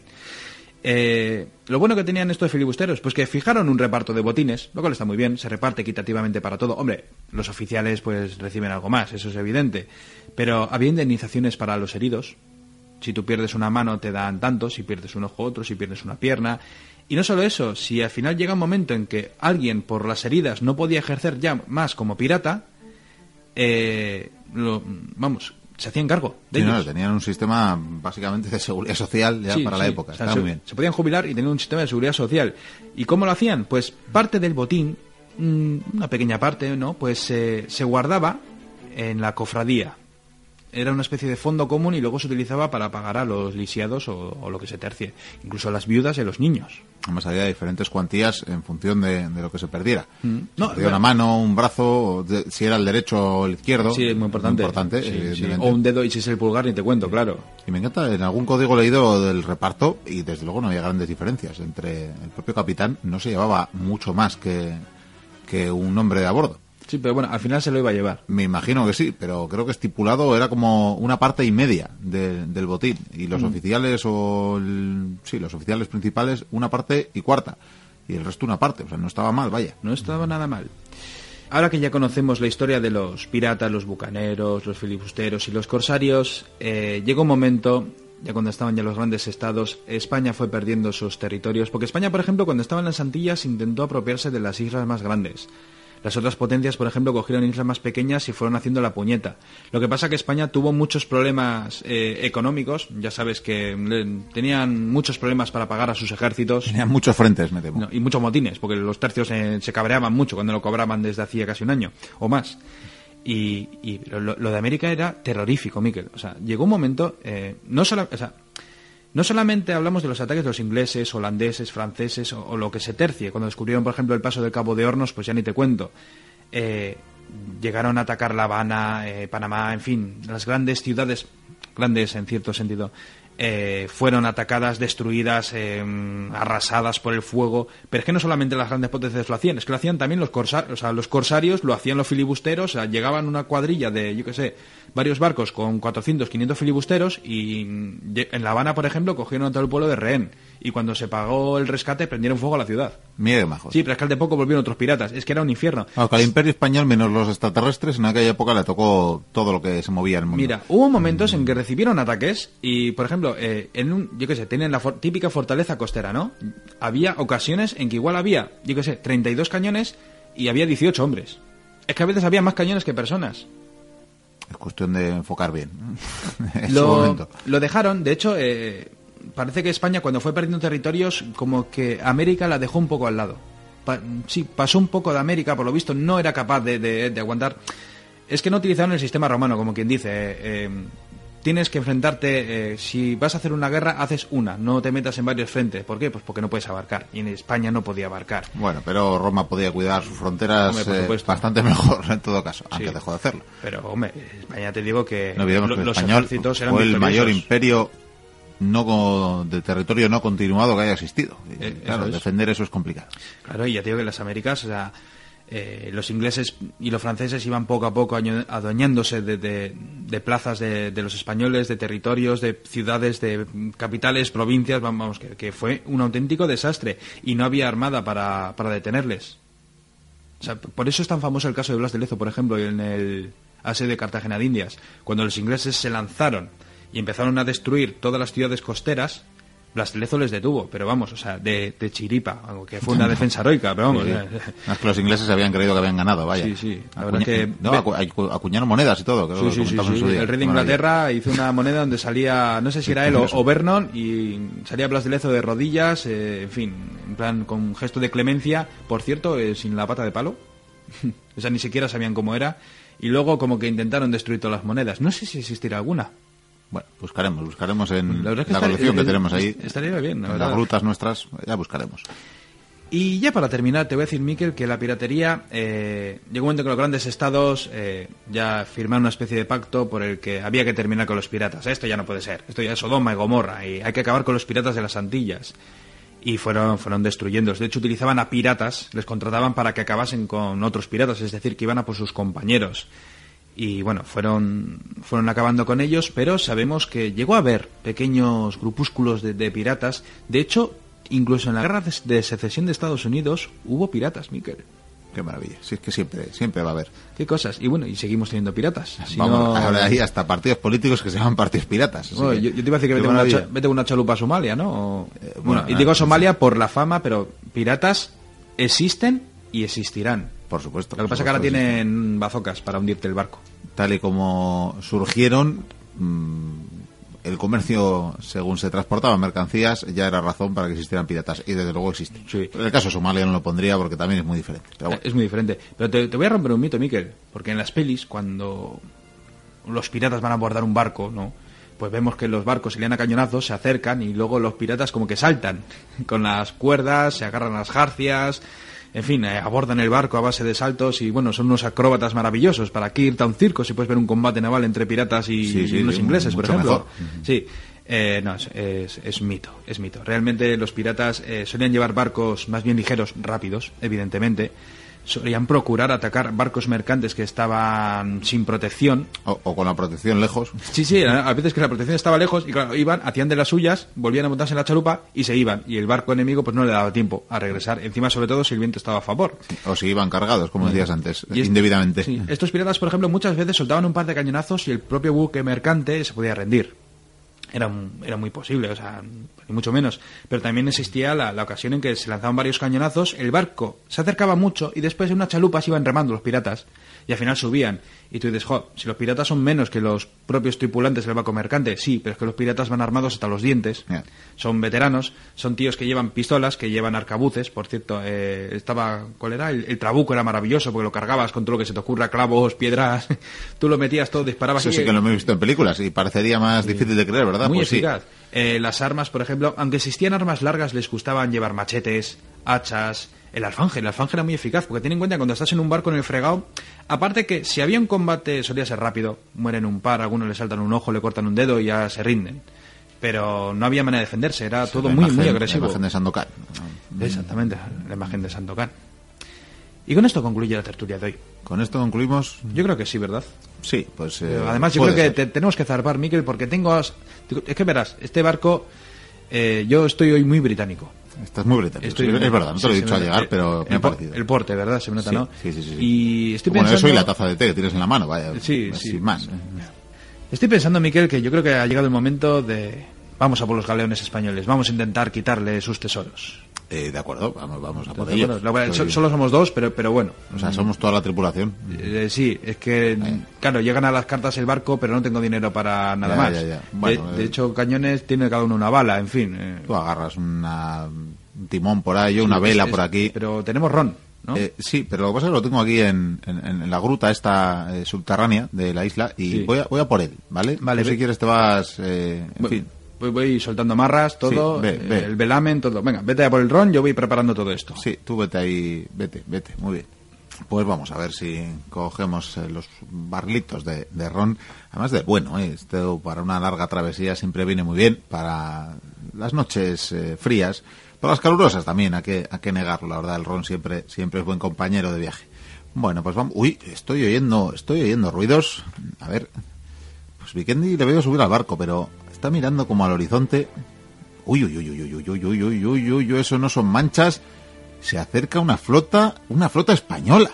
Eh, lo bueno que tenían estos filibusteros, pues que fijaron un reparto de botines, lo cual está muy bien, se reparte equitativamente para todo. Hombre, los oficiales pues reciben algo más, eso es evidente, pero había indemnizaciones para los heridos. Si tú pierdes una mano te dan tanto, si pierdes un ojo otro, si pierdes una pierna. Y no solo eso, si al final llega un momento en que alguien por las heridas no podía ejercer ya más como pirata, eh, lo, vamos, se hacían cargo de
sí,
ellos.
No, tenían un sistema básicamente de seguridad social ya
sí,
para
sí.
la época.
O sea,
Estaba
se,
muy bien.
Se podían jubilar y tenían un sistema de seguridad social. ¿Y cómo lo hacían? Pues parte del botín, una pequeña parte, ¿no? Pues eh, se guardaba en la cofradía. Era una especie de fondo común y luego se utilizaba para pagar a los lisiados o, o lo que se tercie, incluso a las viudas y a los niños.
Además había diferentes cuantías en función de, de lo que se perdiera.
Mm.
Si
No,
se perdía una mano, un brazo, de, si era el derecho o el izquierdo.
Sí, es muy importante.
Muy importante,
sí,
evidentemente.
Sí. O un dedo y si es el pulgar ni te cuento, claro.
Y me encanta, en algún código leído del reparto, y desde luego no había grandes diferencias entre el propio capitán, no se llevaba mucho más que, que un hombre de a bordo.
Sí, pero bueno, al final se lo iba a llevar.
Me imagino que sí, pero creo que estipulado era como una parte y media de, del botín. Y los mm. oficiales o... El, sí, los oficiales principales una parte y cuarta. Y el resto una parte. O sea, no estaba mal, vaya.
No estaba nada mal. Ahora que ya conocemos la historia de los piratas, los bucaneros, los filibusteros y los corsarios, eh, llegó un momento... Ya cuando estaban ya los grandes estados, España fue perdiendo sus territorios. Porque España, por ejemplo, cuando estaba en las Antillas, intentó apropiarse de las islas más grandes. Las otras potencias, por ejemplo, cogieron islas más pequeñas y fueron haciendo la puñeta. Lo que pasa es que España tuvo muchos problemas eh, económicos. Ya sabes que le, tenían muchos problemas para pagar a sus ejércitos.
Tenían muchos frentes, me temo.
No, y muchos motines, porque los tercios eh, se cabreaban mucho cuando lo cobraban desde hacía casi un año o más. Y, y lo, lo de América era terrorífico, Miquel. O sea, llegó un momento... Eh, no solo... O sea, No solamente hablamos de los ataques de los ingleses, holandeses, franceses o, o lo que se tercie. Cuando descubrieron, por ejemplo, el paso del Cabo de Hornos, pues ya ni te cuento. Eh, llegaron a atacar La Habana, eh, Panamá, en fin, las grandes ciudades, grandes en cierto sentido, eh, fueron atacadas, destruidas, eh, arrasadas por el fuego. Pero es que no solamente las grandes potencias lo hacían, es que lo hacían también los corsarios, o sea, los corsarios lo hacían los filibusteros, o sea, llegaban una cuadrilla de, yo qué sé, varios barcos con cuatrocientos, quinientos filibusteros y en La Habana, por ejemplo, cogieron a todo el pueblo de rehén. Y cuando se pagó el rescate, prendieron fuego a la ciudad.
Mira qué majos.
Sí, pero es que al de poco volvieron otros piratas. Es que era un infierno.
Aunque al Imperio Español, menos los extraterrestres, en aquella época le tocó todo lo que se movía en el mundo.
Mira, hubo momentos en que recibieron ataques y, por ejemplo, eh, en un, yo qué sé, tienen la for- típica fortaleza costera, ¿no? Había ocasiones en que igual había, yo qué sé, treinta y dos cañones y había dieciocho hombres. Es que a veces había más cañones que personas.
Es cuestión de enfocar bien. en
lo,
su momento.
Lo dejaron, de hecho, eh, parece que España cuando fue perdiendo territorios, como que América la dejó un poco al lado. Pa- sí, pasó un poco de América, por lo visto no era capaz de, de, de aguantar. Es que no utilizaron el sistema romano, como quien dice. Eh, eh, tienes que enfrentarte, eh, si vas a hacer una guerra, haces una, no te metas en varios frentes. ¿Por qué? Pues porque no puedes abarcar, y en España no podía abarcar.
Bueno, pero Roma podía cuidar sus fronteras
Hombre, por
eh,
supuesto.
bastante mejor en todo caso, aunque
Sí.
dejó de hacerlo.
Pero, hombre, España te digo que,
No olvidemos
lo-
que el
los
español
ejércitos eran
fue el mayor
victoriosos.
imperio no co- de territorio no continuado que haya existido. Y,
Eh,
claro,
eso es.
defender eso es complicado.
Claro, y ya te digo que las Américas, o sea, eh, los ingleses y los franceses iban poco a poco año- adueñándose de, de, de plazas de, de los españoles, de territorios, de ciudades, de capitales, provincias, vamos, que, que fue un auténtico desastre y no había armada para, para detenerles. O sea, por eso es tan famoso el caso de Blas de Lezo, por ejemplo, en el asedio de Cartagena de Indias. Cuando los ingleses se lanzaron y empezaron a destruir todas las ciudades costeras, Blas de Lezo les detuvo, pero vamos, o sea, de, de chiripa, algo que fue una defensa heroica, pero vamos.
Sí,
eh,
sí. No, es que los ingleses habían creído que habían ganado, vaya.
Sí, sí, la
Acuña-
verdad que-
no, acu- acu- acuñaron monedas y todo, que
Sí,
lo
sí, sí,
comentamos en
sí.
su día.
El rey de
Maravilla.
Inglaterra hizo una moneda donde salía, no sé si era él o, o Vernon, y salía Blas de Lezo de rodillas, eh, en fin, en plan con un gesto de clemencia, por cierto, eh, sin la pata de palo. O sea, ni siquiera sabían cómo era. Y luego como que intentaron destruir todas las monedas. No sé si existirá alguna.
Bueno, buscaremos, buscaremos en
La verdad es que
la
estaría-
colección que
eh,
tenemos ahí.
estaría bien, la
en
verdad.
las rutas nuestras, ya buscaremos.
Y ya para terminar, te voy a decir, Miquel, que la piratería, eh, llegó un momento que los grandes estados eh, ya firmaron una especie de pacto por el que había que terminar con los piratas. Esto ya no puede ser, esto ya es Sodoma y Gomorra, y hay que acabar con los piratas de las Antillas. Y fueron, fueron destruyéndolos. De hecho, utilizaban a piratas, les contrataban para que acabasen con otros piratas, es decir, que iban a por sus compañeros. Y bueno, fueron, fueron acabando con ellos, pero sabemos que llegó a haber pequeños grupúsculos de, de piratas. De hecho, incluso en la guerra de, de secesión de Estados Unidos hubo piratas, Miquel.
Qué maravilla. Si es que siempre, siempre va a haber.
Qué cosas. Y bueno, y seguimos teniendo piratas. Si
Vamos,
no-
ahora hay hasta partidos políticos que se llaman partidos piratas. así
Bueno,
que,
yo, yo te iba a decir que
qué
vete con, una
maravilla.
cha- vete con una chalupa a Somalia, ¿no? O-
Eh,
bueno,
bueno,
y
ah,
digo
sí,
Somalia por la fama, pero piratas existen y existirán.
Por supuesto.
Lo que
por
pasa es que ahora
supuesto, sí.
tienen bazocas para hundirte el barco.
Tal y como surgieron, mmm, el comercio, según se transportaban mercancías, ya era razón para que existieran piratas. Y desde luego existen.
Sí.
En el caso de Somalia no lo pondría porque también es muy diferente. Pero bueno.
Es muy diferente. Pero te, te voy a romper un mito, Miquel. Porque en las pelis, cuando los piratas van a abordar un barco, ¿no? Pues vemos que los barcos se lían a cañonazos, se acercan y luego los piratas como que saltan con las cuerdas, se agarran a las jarcias, en fin, eh, abordan el barco a base de saltos y bueno, son unos acróbatas maravillosos. Para aquí irte a un circo si puedes ver un combate naval entre piratas y,
Sí, sí,
y unos
sí,
ingleses, por
mucho
ejemplo.
mejor.
Sí. Eh, no, es, es, es mito, es mito. Realmente los piratas eh, solían llevar barcos más bien ligeros, rápidos, evidentemente. Solían procurar atacar barcos mercantes que estaban sin protección.
O, o con la protección lejos.
Sí, sí, a a veces que la protección estaba lejos y claro, iban, hacían de las suyas, volvían a montarse en la chalupa y se iban. Y el barco enemigo pues no le daba tiempo a regresar. Encima, sobre todo, si el viento estaba a favor.
O si iban cargados, como decías antes,
Y es-
indebidamente.
Sí, estos piratas, por ejemplo, muchas veces soltaban un par de cañonazos y el propio buque mercante se podía rendir. Era, un- era muy posible, o sea, ni mucho menos. Pero también existía la, la ocasión en que se lanzaban varios cañonazos, el barco se acercaba mucho y después en una chalupa se iban remando los piratas y al final subían. Y tú dices, jo, si los piratas son menos que los propios tripulantes del barco mercante, sí, pero es que los piratas van armados hasta los dientes,
Yeah.
son veteranos, son tíos que llevan pistolas, que llevan arcabuces, por cierto, eh, estaba, ¿cuál era? El, el trabuco era maravilloso porque lo cargabas con todo lo que se te ocurra, clavos, piedras, tú lo metías todo, disparabas
Sí,
y-
sí que lo hemos visto en películas y parecería más difícil de creer, ¿verdad?
muy
Pues sí.
eficaz. Eh, las armas, por ejemplo, aunque existían armas largas, les gustaban llevar machetes, hachas, el alfanje. El alfanje era muy eficaz, porque ten en cuenta que cuando estás en un barco en el fregado, aparte que si había un combate solía ser rápido, mueren un par, algunos le saltan un ojo, le cortan un dedo y ya se rinden. pero no había manera de defenderse, era
Sí,
todo
la
muy,
imagen,
muy agresivo.
La imagen de Sandokan.
Exactamente, la imagen de Sandokan. Y con esto concluye la tertulia de hoy.
Con esto concluimos.
Yo creo que sí, ¿verdad?
Sí, pues. Eh,
Además, yo creo que te, tenemos que zarpar, Miquel, porque tengo. As... Es que verás, este barco. Eh, yo estoy hoy muy británico.
Estás muy británico.
Estoy
es
muy...
verdad, no te lo he
sí,
dicho al llegar,
el,
pero me
el,
ha parecido.
El porte, ¿verdad? Se me nota,
sí,
¿no?
Sí, sí, sí.
Y estoy
bueno,
pensando.
eso y la taza de té que tienes en la mano, vaya.
Sí, sí.
Sin más.
Estoy pensando, Miquel, que yo creo que ha llegado el momento de. Vamos a por los galeones españoles, vamos a intentar quitarle sus tesoros.
Eh, de acuerdo, vamos, vamos a por
Entonces,
ello.
bueno,
Estoy...
Solo somos dos, pero, pero bueno.
O sea, somos toda la tripulación.
Eh, sí, es que, eh. claro, llegan a las cartas el barco, pero no tengo dinero para nada
ya,
más.
Ya, ya. Bueno,
de,
eh...
de hecho, cañones tiene cada uno una bala, en fin. Eh.
Tú agarras una... un timón por ahí, yo una sí, vela es, por aquí.
Pero tenemos ron, ¿no?
Eh, sí, pero lo que pasa es que lo tengo aquí en, en, en la gruta esta eh, subterránea de la isla y sí. voy, a, voy a por él, ¿vale?
Vale.
Tú, si quieres te vas, eh, en
bueno,
fin...
Voy, voy soltando marras, todo,
sí, ve, ve.
el velamen, todo. Venga, vete a por el ron, yo voy preparando todo esto.
Sí, tú vete ahí, vete, vete, muy bien. Pues vamos a ver si cogemos eh, los barlitos de, de ron, además de bueno, eh, esto para una larga travesía siempre viene muy bien, para las noches eh, frías, para las calurosas también, hay que, hay que negarlo, la verdad, el ron siempre, siempre es buen compañero de viaje. Bueno, pues vamos, uy, estoy oyendo, estoy oyendo ruidos, a ver, pues Vikendi le veo subir al barco, pero... está mirando como al horizonte. Uy, uy, uy, uy, uy, uy, uy, uy, uy, uy, uy, uy, eso no son manchas. Se acerca una flota, una flota española.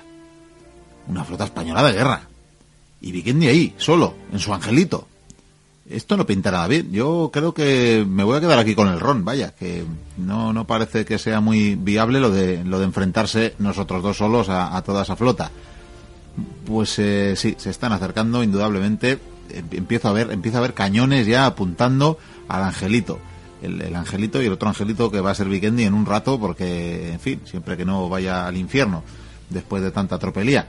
Una flota española de guerra. Y Vikendi ahí, solo, en su angelito. Esto no pinta nada bien. Yo creo que me voy a quedar aquí con el ron, vaya, que no, no parece que sea muy viable lo de, lo de enfrentarse nosotros dos solos a, a toda esa flota. Pues eh, sí, se están acercando indudablemente. Empiezo a ver, empiezo a ver cañones ya apuntando al angelito. El, el angelito y el otro angelito que va a ser Vikendi en un rato, porque, en fin, siempre que no vaya al infierno después de tanta tropelía.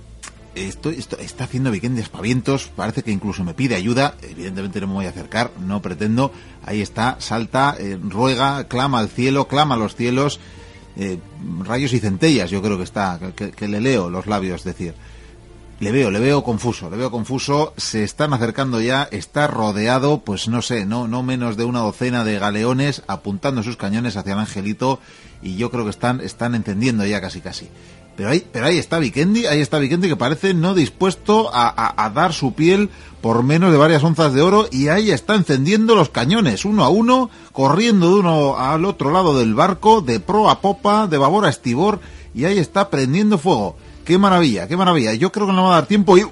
Esto, esto está haciendo Vikendi aspavientos, parece que incluso me pide ayuda. Evidentemente no me voy a acercar, no pretendo. Ahí está, salta, eh, ruega, clama al cielo, clama a los cielos, eh, rayos y centellas, yo creo que está, que, que le leo los labios decir. Le veo, le veo confuso, le veo confuso, se están acercando ya, está rodeado, pues no sé, no, no menos de una docena de galeones apuntando sus cañones hacia el angelito y yo creo que están, están encendiendo ya casi casi. Pero ahí, pero ahí está Vikendi, ahí está Vikendi que parece no dispuesto a, a, a dar su piel por menos de varias onzas de oro y ahí está encendiendo los cañones, uno a uno, corriendo de uno al otro lado del barco, de pro a popa, de babor a estribor y ahí está prendiendo fuego. ¡Qué maravilla, qué maravilla! Yo creo que no va a dar tiempo y...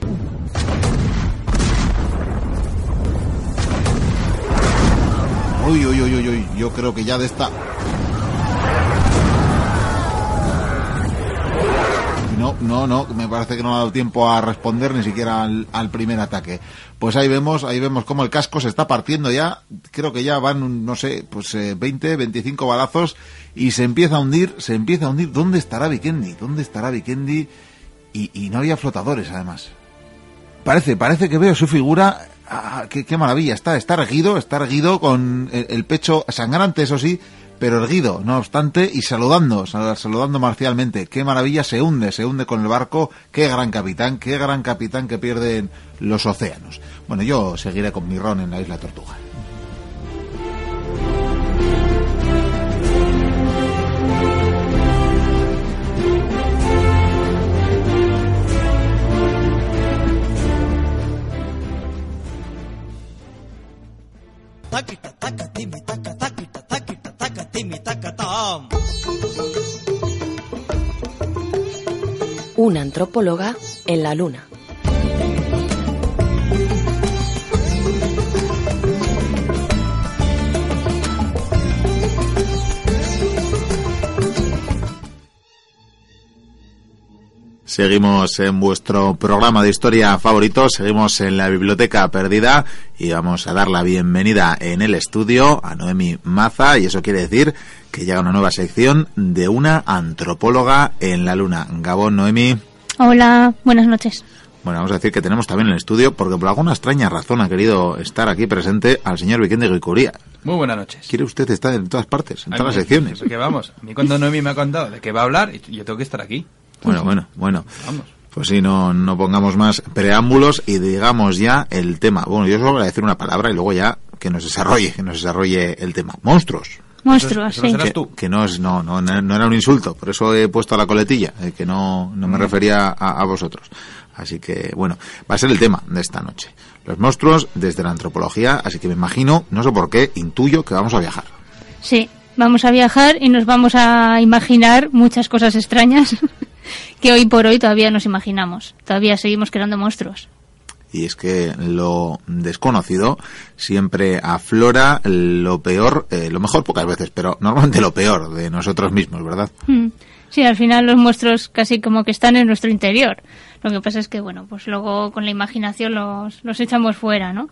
Uy, uy, uy, uy, uy, yo creo que ya de esta... No, no, no, me parece que no ha dado tiempo a responder ni siquiera al, al primer ataque. Pues ahí vemos, ahí vemos cómo el casco se está partiendo ya, creo que ya van, no sé, pues eh, veinte, veinticinco balazos y se empieza a hundir, se empieza a hundir. ¿Dónde estará Vikendi? ¿Dónde estará Vikendi? Y, y no había flotadores, además. Parece, parece que veo su figura. Ah, qué, qué maravilla, está, está erguido, está erguido con el, el pecho sangrante, eso sí, pero erguido, no obstante, y saludando, saludando marcialmente. Qué maravilla, se hunde, se hunde con el barco. Qué gran capitán, qué gran capitán que pierden los océanos. Bueno, yo seguiré con mi ron en la Isla Tortuga.
Una antropóloga en la luna.
Seguimos en vuestro programa de historia favorito, seguimos en la Biblioteca Perdida y vamos a dar la bienvenida en el estudio a Noemi Maza, y eso quiere decir que llega una nueva sección de una antropóloga en la luna. Gabón, Noemi.
Hola, buenas noches.
Bueno, vamos a decir que tenemos también en el estudio, porque por alguna extraña razón ha querido estar aquí presente, al señor Vikendi Goicuría.
Muy buenas noches.
¿Quiere usted estar en todas partes, en
a
todas
mí,
las secciones?
Porque vamos, a mí cuando Noemi me ha contado de qué va a hablar, yo tengo que estar aquí.
Bueno, bueno, bueno.
Vamos.
Pues sí, no, no pongamos más preámbulos y digamos ya el tema. Bueno, yo solo voy a decir una palabra y luego ya que nos desarrolle, que nos desarrolle el tema. Monstruos.
Monstruos,
eso, eso
sí.
Que, que no es no, no no era un insulto, por eso he puesto la coletilla, eh, que no no me refería a, a vosotros. Así que bueno, va a ser el tema de esta noche. Los monstruos desde la antropología, así que me imagino, no sé por qué, intuyo que vamos a viajar.
Sí, vamos a viajar y nos vamos a imaginar muchas cosas extrañas que hoy por hoy todavía nos imaginamos. Todavía seguimos creando monstruos.
Y es que lo desconocido siempre aflora lo peor, eh, lo mejor pocas veces, pero normalmente lo peor de nosotros mismos, ¿verdad?
Mm. Sí, al final los monstruos casi como que están en nuestro interior. Lo que pasa es que, bueno, pues luego con la imaginación los, los echamos fuera, ¿no?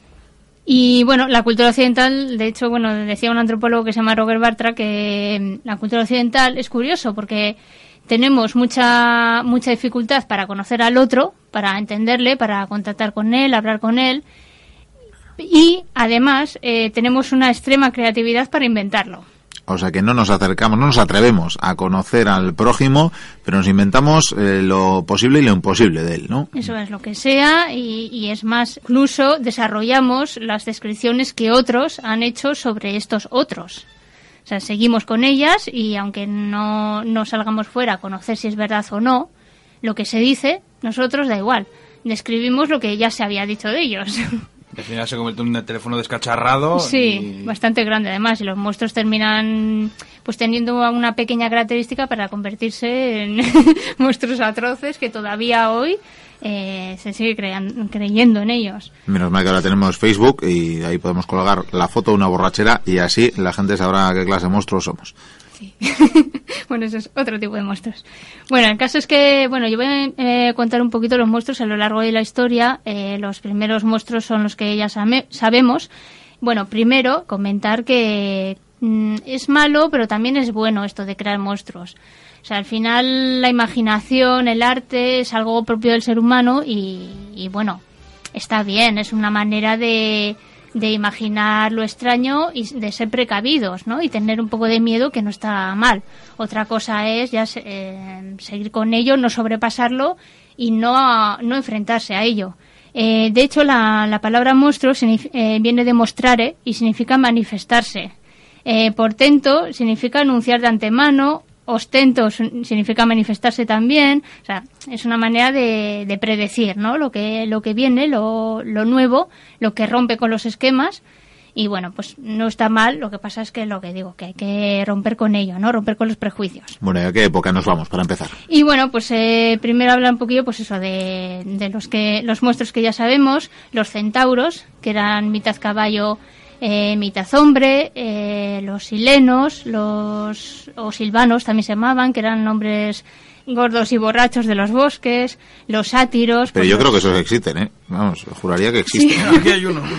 Y bueno, la cultura occidental, de hecho, bueno, decía un antropólogo que se llama Roger Bartra que la cultura occidental es curioso porque tenemos mucha mucha dificultad para conocer al otro, para entenderle, para contactar con él, hablar con él, y además eh, tenemos una extrema creatividad para inventarlo.
O sea que no nos acercamos, no nos atrevemos a conocer al prójimo, pero nos inventamos eh, lo posible y lo imposible de él, ¿no?
Eso es lo que sea, y, y es más, incluso desarrollamos las descripciones que otros han hecho sobre estos otros. O sea, seguimos con ellas y aunque no, no salgamos fuera a conocer si es verdad o no, lo que se dice, nosotros da igual. Describimos lo que ya se había dicho de ellos.
Al final se convierte en un teléfono descacharrado.
Sí,
y...
bastante grande además. Y los monstruos terminan pues teniendo una pequeña característica para convertirse en monstruos atroces que todavía hoy eh, se sigue crean, creyendo en ellos.
Menos mal que ahora tenemos Facebook y ahí podemos colgar la foto de una borrachera y así la gente sabrá qué clase de monstruos somos.
Sí. Bueno, eso es otro tipo de monstruos. Bueno, el caso es que, bueno, yo voy a eh, contar un poquito los monstruos a lo largo de la historia. Eh, los primeros monstruos son los que ya sabe, sabemos. Bueno, primero comentar que mm, es malo, pero también es bueno esto de crear monstruos. O sea, al final la imaginación, el arte es algo propio del ser humano y, y bueno, está bien, es una manera de... de imaginar lo extraño y de ser precavidos, ¿no? Y tener un poco de miedo, que no está mal. Otra cosa es ya eh, seguir con ello, no sobrepasarlo y no, no enfrentarse a ello. Eh, de hecho, la, la palabra monstruo eh, viene de mostrare y significa manifestarse. Eh, portento significa anunciar de antemano. Ostento significa manifestarse también. O sea, es una manera de, de predecir, ¿no? Lo que lo que viene, lo, lo nuevo, lo que rompe con los esquemas. Y bueno, pues no está mal. Lo que pasa es que lo que digo, que hay que romper con ello, ¿no? Romper con los prejuicios.
Bueno, ¿y a qué época nos vamos para empezar?
Y bueno, pues eh, primero habla un poquillo, pues eso, de, de los que los monstruos que ya sabemos, los centauros, que eran mitad caballo, Eh, mitad hombre, eh, los silenos, los o silvanos también se llamaban, que eran hombres gordos y borrachos de los bosques, los sátiros.
Pero
pues
yo
los...
creo que esos existen, ¿eh? Vamos, juraría que existen.
Sí.
Aquí hay uno.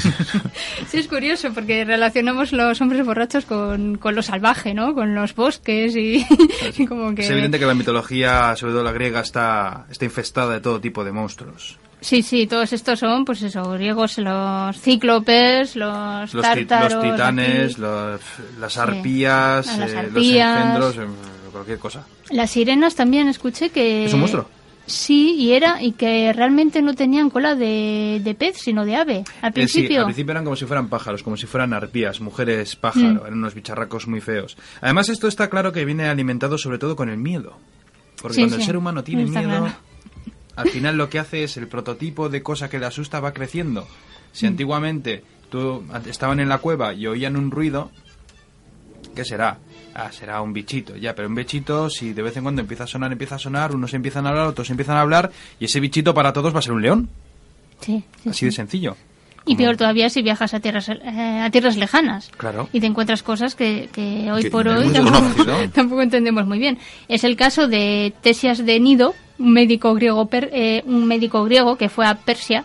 Sí, es curioso porque relacionamos los hombres borrachos con, con lo salvaje, ¿no? Con los bosques y, y como que...
Es evidente que la mitología, sobre todo la griega, está, está infestada de todo tipo de monstruos.
Sí, sí, todos estos son, pues eso, griegos, los cíclopes, los,
Los,
tártaros...
los titanes,
aquí.
los, las arpías,
Sí, las
eh,
arpías.
los engendros, eh, cualquier cosa.
Las sirenas también escuché que...
¿Es un monstruo?
Sí, y era y que realmente no tenían cola de, de pez, sino de ave, al
Eh,
principio.
sí, al principio eran como si fueran pájaros, como si fueran arpías, mujeres pájaro,
Mm.
eran unos bicharracos muy feos. Además, esto está claro que viene alimentado sobre todo con el miedo. Porque
Sí,
cuando
sí,
el ser humano tiene
está
miedo,
claro.
al final lo que hace es el prototipo de cosa que le asusta va creciendo. Si
Mm.
antiguamente tú estaban en la cueva y oían un ruido, ¿qué será? Ah, será un bichito, ya, pero un bichito, si de vez en cuando empieza a sonar, empieza a sonar, unos empiezan a hablar, otros empiezan a hablar, y ese bichito para todos va a ser un león.
Sí, sí,
Así
sí.
de sencillo.
Y
Como-
peor todavía si viajas a tierras eh, a tierras lejanas.
Claro.
Y te encuentras cosas que, que hoy
Que
por
no
hoy
hemos
tampoco,
conocido.
tampoco entendemos muy bien. Es el caso de Tesias de Nido, un médico griego per- eh, un médico griego que fue a Persia.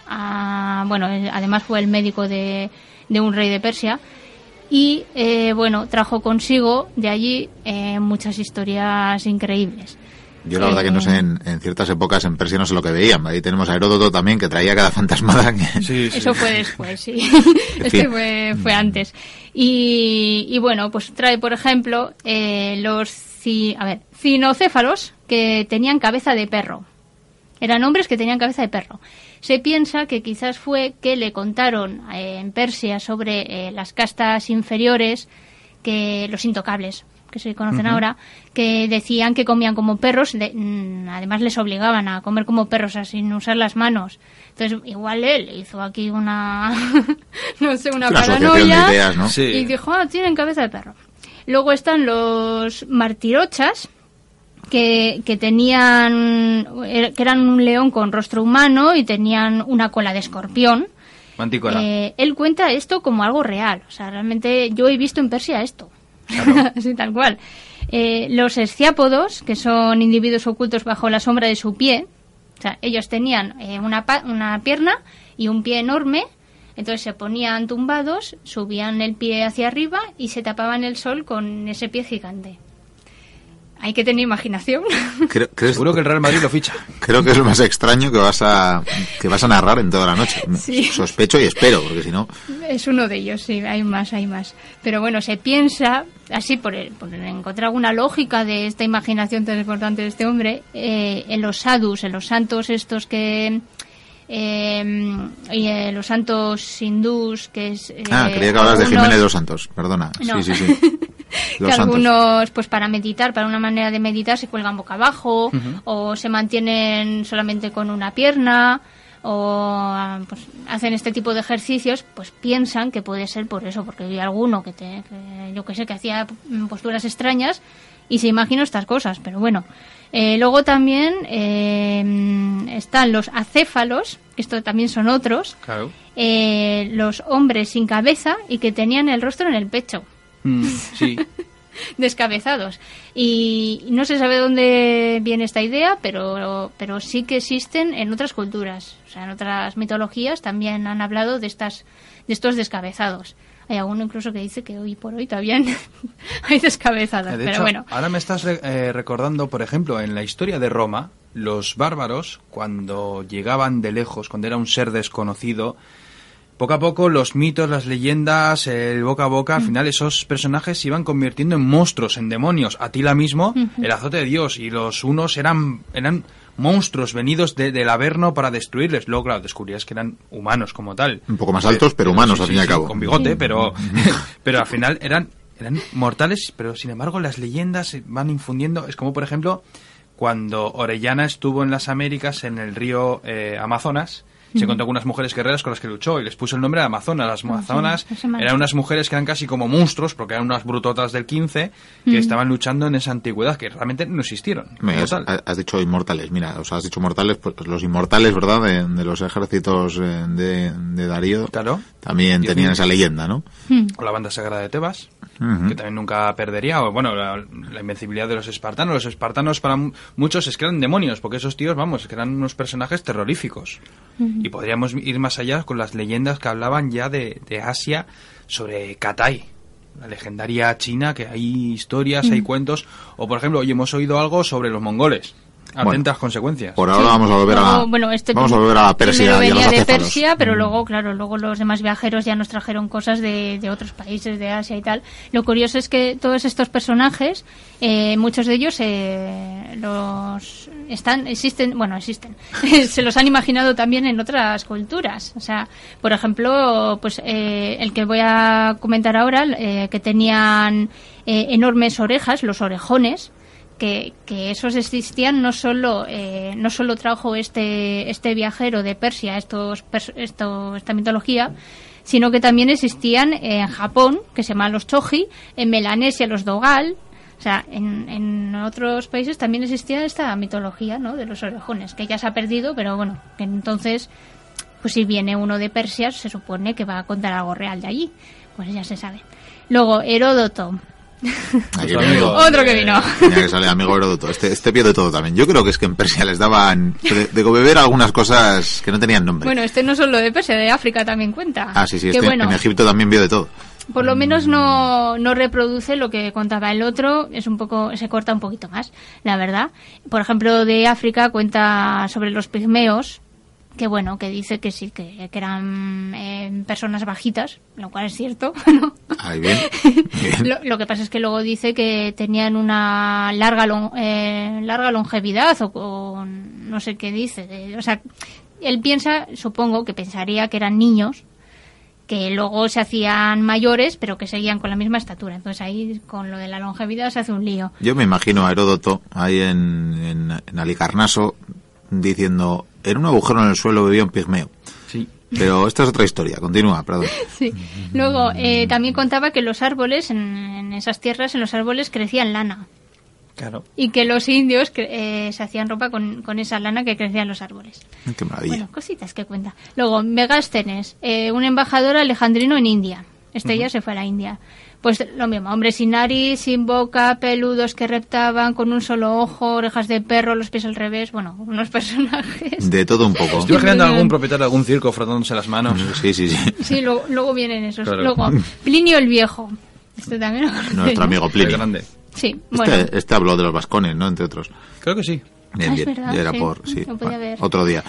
A, bueno, eh, además fue el médico de, de un rey de Persia. Y eh, bueno, trajo consigo de allí eh, muchas historias increíbles.
Yo la verdad que no sé, en, en ciertas épocas en Persia no sé lo que veían. Ahí tenemos a Heródoto también, que traía cada fantasmada que...
Sí, sí.
Eso fue después, sí.
En
Este
fin.
fue, fue antes. Y, y bueno, pues trae, por ejemplo, eh, los ci- a ver, cinocéfalos que tenían cabeza de perro. Eran hombres que tenían cabeza de perro. Se piensa que quizás fue que le contaron eh, en Persia sobre eh, las castas inferiores, que los intocables, que se conocen uh-huh. ahora, que decían que comían como perros, de, mmm, además les obligaban a comer como perros, así, sin usar las manos. Entonces, igual él hizo aquí una, no sé, una, una paranoia, de ideas, ¿no? Sí. Y dijo, ah, tienen cabeza de perro. Luego están los martirochas, que, que tenían, que eran un león con rostro humano y tenían una cola de escorpión.
Mantícora.
Eh, él cuenta esto como algo real, o sea, realmente yo he visto en Persia esto. Claro. Así tal cual. Eh, los esciápodos, que son individuos ocultos bajo la sombra de su pie, o sea, ellos tenían eh, una, pa- una pierna y un pie enorme, entonces se ponían tumbados, subían el pie hacia arriba y se tapaban el sol con ese pie gigante. Hay que tener imaginación.
Creo, creo Seguro que el Real Madrid lo ficha.
Creo que es lo más extraño que vas a que vas a narrar en toda la noche. Sí. Sospecho y espero, porque si no...
Es uno de ellos, sí, hay más, hay más. Pero bueno, se piensa, así por, el, por encontrar alguna lógica de esta imaginación tan importante de este hombre, eh, en los sadhus, en los santos estos que... Eh, y eh, los santos hindús, que es... Eh,
ah, creía que hablas algunos... de Jiménez de los Santos, perdona.
No.
Sí, sí, sí.
que algunos, pues para meditar, para una manera de meditar, se cuelgan boca abajo, uh-huh. o se mantienen solamente con una pierna, o pues, hacen este tipo de ejercicios, pues piensan que puede ser por eso, porque vi alguno que, te, que yo que sé, que hacía posturas extrañas y se imaginó estas cosas, pero bueno. Eh, luego también eh, están los acéfalos, que esto también son otros,
claro.
eh, los hombres sin cabeza y que tenían el rostro en el pecho.
Mm, sí.
Descabezados. Y no se sabe dónde viene esta idea, pero, pero sí que existen en otras culturas. O sea, en otras mitologías también han hablado de estas, de estos descabezados. Hay alguno incluso que dice que hoy por hoy todavía hay descabezados,
de
pero
hecho,
bueno.
Ahora me estás re- eh, recordando, por ejemplo, en la historia de Roma, los bárbaros, cuando llegaban de lejos, cuando era un ser desconocido, poco a poco los mitos, las leyendas, el boca a boca, al final esos personajes se iban convirtiendo en monstruos, en demonios. Atila mismo, uh-huh. el azote de Dios, y los unos eran eran monstruos venidos de, del Averno para destruirles. Luego, claro, descubrías que eran humanos como tal.
Un poco más altos, pero, pero humanos, sí, al fin y al cabo.
Con bigote, sí. pero, pero al final eran, eran mortales, pero sin embargo las leyendas se van infundiendo. Es como, por ejemplo, cuando Orellana estuvo en las Américas, en el río eh, Amazonas, se encontró con unas mujeres guerreras con las que luchó y les puso el nombre de Amazonas. Las Amazonas sí, eran unas mujeres que eran casi como monstruos, porque eran unas brutotas del quince, que mm. estaban luchando en esa antigüedad, que realmente no existieron.
Me, has, has dicho inmortales, mira, o sea, has dicho mortales, pues los inmortales, ¿verdad?, de, de los ejércitos de, de Darío,
claro.
también Dios tenían mío. Esa leyenda, ¿no?
O la banda sagrada de Tebas, uh-huh. que también nunca perdería, o bueno, la, la invencibilidad de los espartanos. Los espartanos para muchos es que eran demonios, porque esos tíos, vamos, que eran unos personajes terroríficos. Uh-huh. Y podríamos ir más allá con las leyendas que hablaban ya de, de Asia sobre Katai, la legendaria china, que hay historias, uh-huh. hay cuentos, o por ejemplo, hoy hemos oído algo sobre los mongoles. Atentas bueno, consecuencias.
Por ahora sí. vamos a volver a
no, bueno, este
vamos a volver a la Persia y a los
de
acéfalos.
Persia, pero mm. luego, claro, luego los demás viajeros ya nos trajeron cosas de, de otros países de Asia y tal. Lo curioso es que todos estos personajes, eh, muchos de ellos eh, los están existen, bueno, existen. Se los han imaginado también en otras culturas. O sea, por ejemplo, pues eh, el que voy a comentar ahora, eh, que tenían eh, enormes orejas, los orejones. Que, que esos existían no solo eh, no solo trajo este este viajero de Persia estos esto esta mitología, sino que también existían en Japón, que se llaman los choji, en Melanesia los dogal. O sea, en, en otros países también existía esta mitología, ¿no?, de los orejones, que ya se ha perdido, pero bueno, que entonces, pues si viene uno de Persia, se supone que va a contar algo real de allí, pues ya se sabe. Luego, Heródoto.
Amigo,
otro que vino.
Tenía que salir amigo Heródoto. Este, este pie de todo también. Yo creo que es que en Persia les daban de, de beber algunas cosas que no tenían nombre.
Bueno, este no solo de Persia, de África también cuenta.
Ah, sí, sí, este, bueno, en Egipto también vio de todo.
Por lo menos no, no reproduce lo que contaba el otro, es un poco, se corta un poquito más, la verdad. Por ejemplo, de África cuenta sobre los pigmeos, que bueno, que dice que sí, que, que eran eh, personas bajitas, lo cual es cierto, ¿no?
Ahí bien, bien.
Lo, lo que pasa es que luego dice que tenían una larga lon, eh, larga longevidad o con no sé qué dice. Eh, o sea, él piensa, supongo que pensaría que eran niños que luego se hacían mayores, pero que seguían con la misma estatura. Entonces ahí, con lo de la longevidad, se hace un lío.
Yo me imagino a Heródoto ahí en, en, en Halicarnaso diciendo, en un agujero en el suelo vivía un pigmeo.
Sí.
Pero esta es otra historia, continúa, perdón.
Sí. Luego, eh, también contaba que los árboles, en, en esas tierras, en los árboles crecían lana.
Claro.
Y que los indios eh, se hacían ropa con, con esa lana que crecía en los árboles.
Qué maravilla.
Bueno, cositas que cuenta. Luego, Megástenes, eh, un embajador alejandrino en India. Este uh-huh. ya se fue a la India. Pues lo mismo, hombres sin nariz, sin boca, peludos que reptaban, con un solo ojo, orejas de perro, los pies al revés. Bueno, unos personajes.
De todo un poco.
Estoy imaginando a algún propietario de algún circo frotándose las manos.
Sí, sí, sí.
Sí, luego, luego vienen esos.
Claro.
Luego, Plinio el Viejo. Este también lo conoce,
Nuestro
¿no?
amigo Plinio.
El grande.
Sí,
Este,
bueno.
este habló de los vascones, ¿no? Entre otros.
Creo que sí.
Bien,
Ah, es
bien.
verdad,
Era
sí.
por... Sí.
Lo podía
Bueno,
ver.
otro día.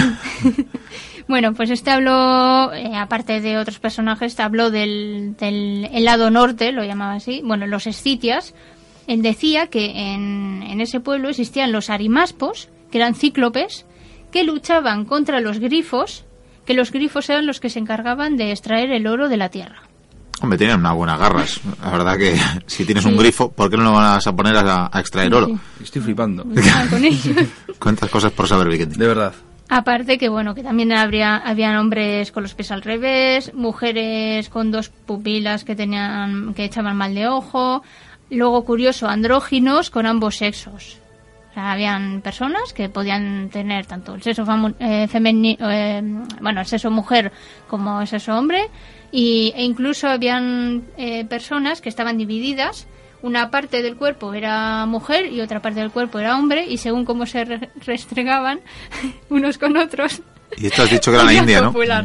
Bueno, pues este habló, eh, aparte de otros personajes, habló del, del el lado norte, lo llamaba así, bueno, los escitias. Él decía que en, en ese pueblo existían los arimaspos, que eran cíclopes, que luchaban contra los grifos, que los grifos eran los que se encargaban de extraer el oro de la tierra.
Hombre, tienen unas buenas garras. La verdad que si tienes
Sí.
un grifo, ¿por qué no lo vas a poner a, a extraer oro?
Sí.
Estoy flipando.
Luchaban con ellos.
Cuántas cosas por saber, Vikendi.
De verdad.
Aparte que bueno, que también habría habían hombres con los pies al revés, mujeres con dos pupilas que tenían que echaban mal de ojo, luego curioso, andróginos con ambos sexos. O sea, habían personas que podían tener tanto el sexo famu- eh, femenino, eh, bueno, el sexo mujer como el sexo hombre, y, e incluso habían eh, personas que estaban divididas. Una parte del cuerpo era mujer y otra parte del cuerpo era hombre, y según cómo se re- restregaban unos con otros.
Y esto has dicho que era la India, ¿no?
Popular.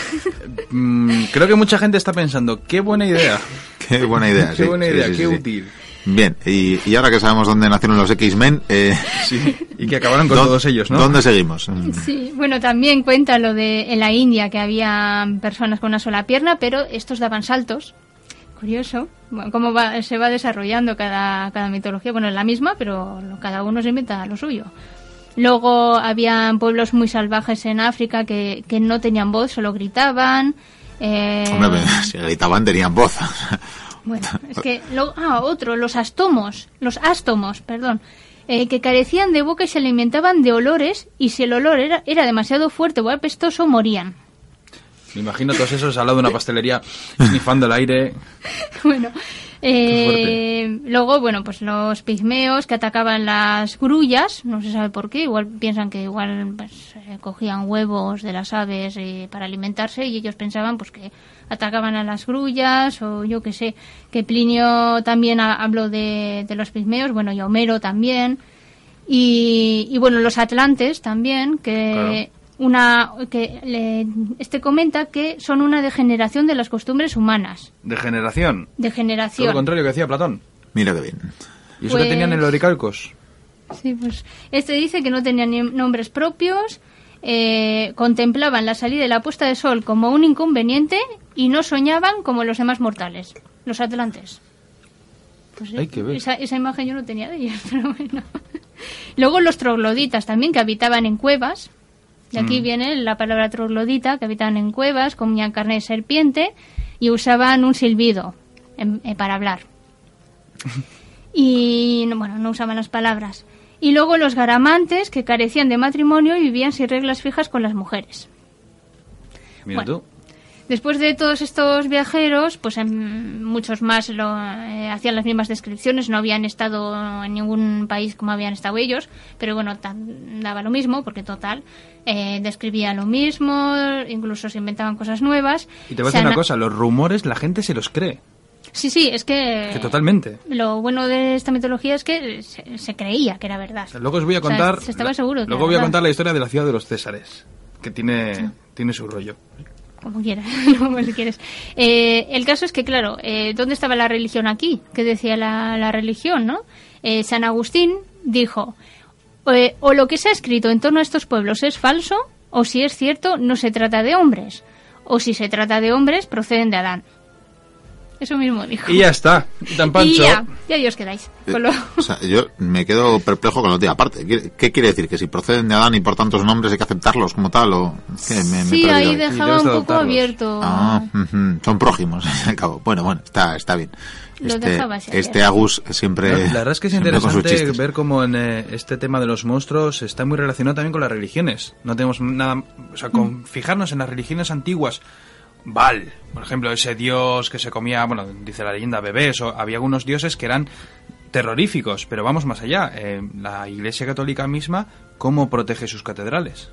Mm, creo que mucha gente está pensando, qué buena idea.
Qué buena idea.
Qué
sí,
buena
sí,
idea,
sí,
qué
sí, sí.
útil.
Bien, y, y ahora que sabemos dónde nacieron los X-Men, eh,
Sí. Y que acabaron con
¿dó-
todos ellos, ¿no?
¿Dónde seguimos?
Sí, bueno, también cuenta lo de en la India que había personas con una sola pierna, pero estos daban saltos. Curioso, bueno, cómo va, se va desarrollando cada, cada mitología. Bueno, es la misma, pero lo- cada uno se inventa lo suyo. Luego habían pueblos muy salvajes en África que, que no tenían voz, solo gritaban. Eh,
Hombre, si gritaban tenían voz.
Bueno, es que... Lo, ah, otro, los astomos, los astomos, perdón, eh, que carecían de boca y se alimentaban de olores, y si el olor era, era demasiado fuerte o apestoso, morían.
Me imagino todos esos al lado de una pastelería, snifando el aire.
Bueno, eh, luego, bueno, pues los pigmeos que atacaban las grullas, no se sabe por qué, igual piensan que igual pues, eh, cogían huevos de las aves eh, para alimentarse, y ellos pensaban pues que atacaban a las grullas, o yo qué sé, que Plinio también ha- habló de, de los pigmeos, bueno, y Homero también, y, y bueno, los atlantes también, que...
Claro.
Una que le, este comenta que son una degeneración de las costumbres humanas.
Degeneración. Todo
Degeneración.
lo contrario que decía Platón.
Mira qué bien.
¿Y eso
Pues-
que tenían el oricalcos?
Sí, pues este dice que no tenían ni nombres propios, eh, contemplaban la salida y la puesta de sol como un inconveniente y no soñaban como los demás mortales, los atlantes. Pues, eh,
Hay que ver.
Esa, esa imagen yo no tenía de ellos, pero bueno. Luego los trogloditas también, que habitaban en cuevas. De aquí
Mm.
viene la palabra troglodita, que habitaban en cuevas, comían carne de serpiente y usaban un silbido en- eh, para hablar. Y no- bueno, no usaban las palabras. Y luego los garamantes, que carecían de matrimonio y vivían sin reglas fijas con las mujeres.
Mira
Bueno.
tú.
Después de todos estos viajeros, pues em, muchos más lo, eh, hacían las mismas descripciones, no habían estado en ningún país como habían estado ellos, pero bueno, tan- daba lo mismo, porque total, eh, describían lo mismo, incluso se inventaban cosas nuevas.
Y te voy a
Se
decir una
ana-
cosa, los rumores la gente se los cree.
Sí, sí, es que...
Que totalmente.
Lo bueno de esta mitología es que se, se creía que era verdad.
Luego os voy a
O sea,
contar...
se estaba
la-
seguro que
Luego
era
voy a
verdad.
contar la historia de la ciudad de los Césares, que tiene, tiene su rollo.
Como quieras, como si quieres. Eh, el caso es que, claro, eh, ¿dónde estaba la religión aquí? ¿Qué decía la, la religión, no? Eh, San Agustín dijo, eh, o lo que se ha escrito en torno a estos pueblos es falso, o si es cierto, no se trata de hombres, o si se trata de hombres, proceden de Adán. Eso mismo dijo.
Y ya está, tan pancho.
Y ya, ya ahí os quedáis. Con lo...
O sea, yo me quedo perplejo con la última parte. ¿Qué, ¿Qué quiere decir? ¿Que si proceden de Adán y por tantos nombres hay que aceptarlos como tal? O ¿qué? Me, me
sí,
he
ahí
ahí.
dejaba un poco abierto.
Ah, uh-huh. Son prójimos, al cabo. Bueno, bueno, está, está bien.
Lo
Este,
dejaba así
este Agus siempre...
La, la verdad es que es interesante ver cómo en eh, este tema de los monstruos está muy relacionado también con las religiones. No tenemos nada... O sea, con mm. fijarnos en las religiones antiguas... Baal, por ejemplo, ese dios que se comía, bueno, dice la leyenda, bebés, o había algunos dioses que eran terroríficos, pero vamos más allá. Eh, la Iglesia Católica misma, ¿cómo protege sus catedrales?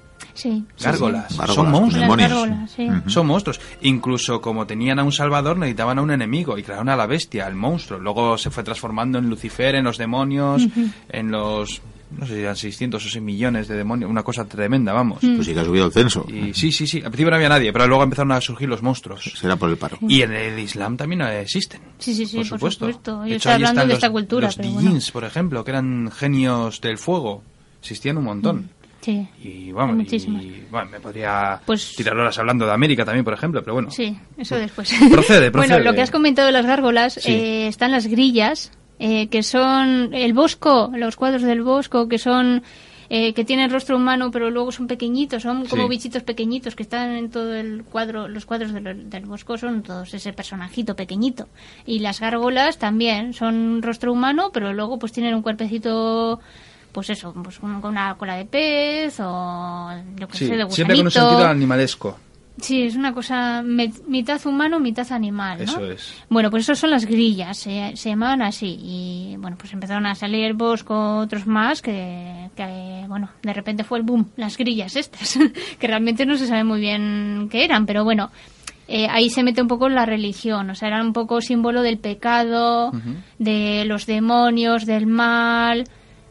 Sí.
Gárgolas,
sí, sí.
son monstruos.
Gárgolas, sí.
uh-huh. Son monstruos. Incluso como tenían a un salvador, necesitaban a un enemigo y crearon a la bestia, al monstruo. Luego se fue transformando en Lucifer, en los demonios, uh-huh. en los... no sé si eran seiscientos o seis millones de demonios, una cosa tremenda, vamos.
Pues sí que ha subido el censo.
Y, sí, sí, sí, al principio no había nadie, pero luego empezaron a surgir los monstruos.
Será por el paro.
Y en el Islam también existen.
Sí, sí, sí,
por supuesto.
Por supuesto. Yo
de hecho,
estoy hablando de
los,
esta cultura.
Los
pero
Djinns,
bueno.
por ejemplo, que eran genios del fuego. Existían un montón.
Sí.
Y vamos,
muchísimos.
y, bueno, me podría
pues,
tirar horas hablando de América también, por ejemplo, pero bueno.
Sí, eso después.
Procede, procede.
Bueno, lo que has comentado de las gárgolas,
sí.
eh, están las grillas, eh, que son el bosco, los cuadros del bosco, que son... Eh, que tienen rostro humano pero luego son pequeñitos, son como sí. bichitos pequeñitos que están en todo el cuadro, los cuadros de lo, del bosco son todos ese personajito pequeñito. Y las gárgolas también son rostro humano pero luego pues tienen un cuerpecito, pues eso, pues con una cola de pez o yo que
sí,
sé, de gusanito.
Siempre con un sentido animalesco.
Sí, es una cosa mitad humano, mitad animal, ¿no?
Eso es.
Bueno, pues eso son las grillas, se, se llamaban así. Y bueno, pues empezaron a salir Bosco, otros más, que, que bueno, de repente fue el boom, las grillas estas, que realmente no se sabe muy bien qué eran, pero bueno, eh, ahí se mete un poco la religión, o sea, eran un poco símbolo del pecado, uh-huh. de los demonios, del mal...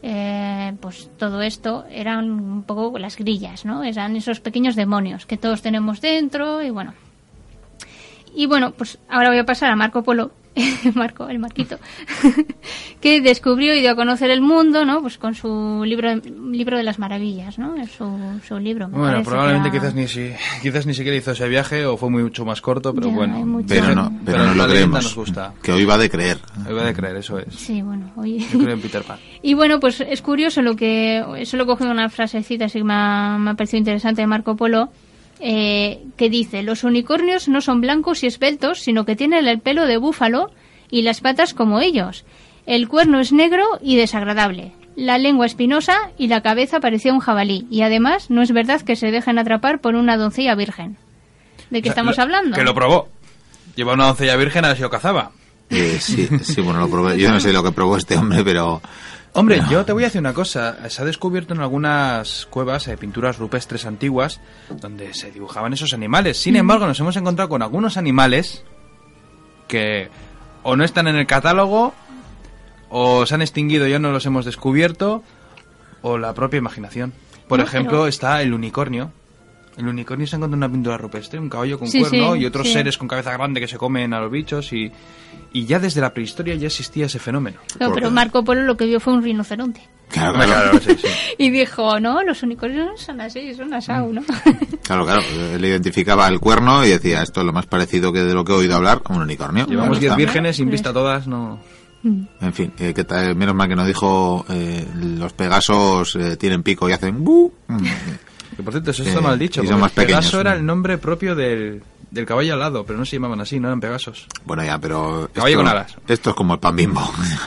Eh, pues todo esto eran un poco las grillas, ¿no? Eran esos pequeños demonios que todos tenemos dentro y bueno. Y bueno, pues ahora voy a pasar a Marco Polo, Marco, el Marquito, que descubrió y dio a conocer el mundo, ¿no? Pues con su libro libro de las maravillas, ¿no? Es su, su libro. Me
bueno, probablemente
era...
quizás ni si, quizás ni siquiera hizo ese viaje o fue mucho más corto, pero
ya,
bueno.
Mucho...
Pero no, pero, pero no lo creemos.
Nos gusta.
Que hoy va de creer.
Hoy va de creer, eso es.
Sí, bueno, hoy...
Yo creo en Peter Pan.
Y bueno, pues es curioso lo que... Solo he cogido una frasecita, así que me ha, me ha parecido interesante de Marco Polo, eh, que dice: los unicornios no son blancos y esbeltos, sino que tienen el pelo de búfalo y las patas como ellos. El cuerno es negro y desagradable, la lengua espinosa y la cabeza parecía un jabalí. Y además no es verdad que se dejen atrapar por una doncella virgen. ¿De qué o sea, estamos
lo,
hablando?
Que lo probó. Lleva una doncella virgen a ver si lo cazaba.
Eh, sí, sí, bueno, lo probé. Yo no sé lo que probó este hombre, pero...
Hombre,
no.
yo te voy a decir una cosa. Se ha descubierto en algunas cuevas eh, pinturas rupestres antiguas donde se dibujaban esos animales. Sin embargo, nos hemos encontrado con algunos animales que o no están en el catálogo, o se han extinguido y ya no los hemos descubierto, o la propia imaginación. Por no, ejemplo, pero... está el unicornio. El unicornio se encuentra en una pintura rupestre, un caballo con sí, cuerno sí, y otros sí. seres con cabeza grande que se comen a los bichos y, y ya desde la prehistoria ya existía ese fenómeno.
No, pero Marco Polo lo que vio fue un rinoceronte.
Claro, claro, claro sí, sí.
Y dijo, no, los unicornios son así, son asau, ¿no?
Claro, claro, él identificaba el cuerno y decía, esto es lo más parecido que de lo que he oído hablar, un unicornio.
Llevamos diez vírgenes, sin vista todas, no...
En fin, eh, que tal, menos mal que nos dijo eh, los pegasos eh, tienen pico y hacen bu.
Que por cierto, eso está eh, mal dicho.
Y son más pequeños.
Pegaso era el nombre propio del, del caballo alado, pero no se llamaban así, no eran Pegasos.
Bueno, ya, pero...
Caballo
esto,
con alas.
Esto es como el pan Bimbo.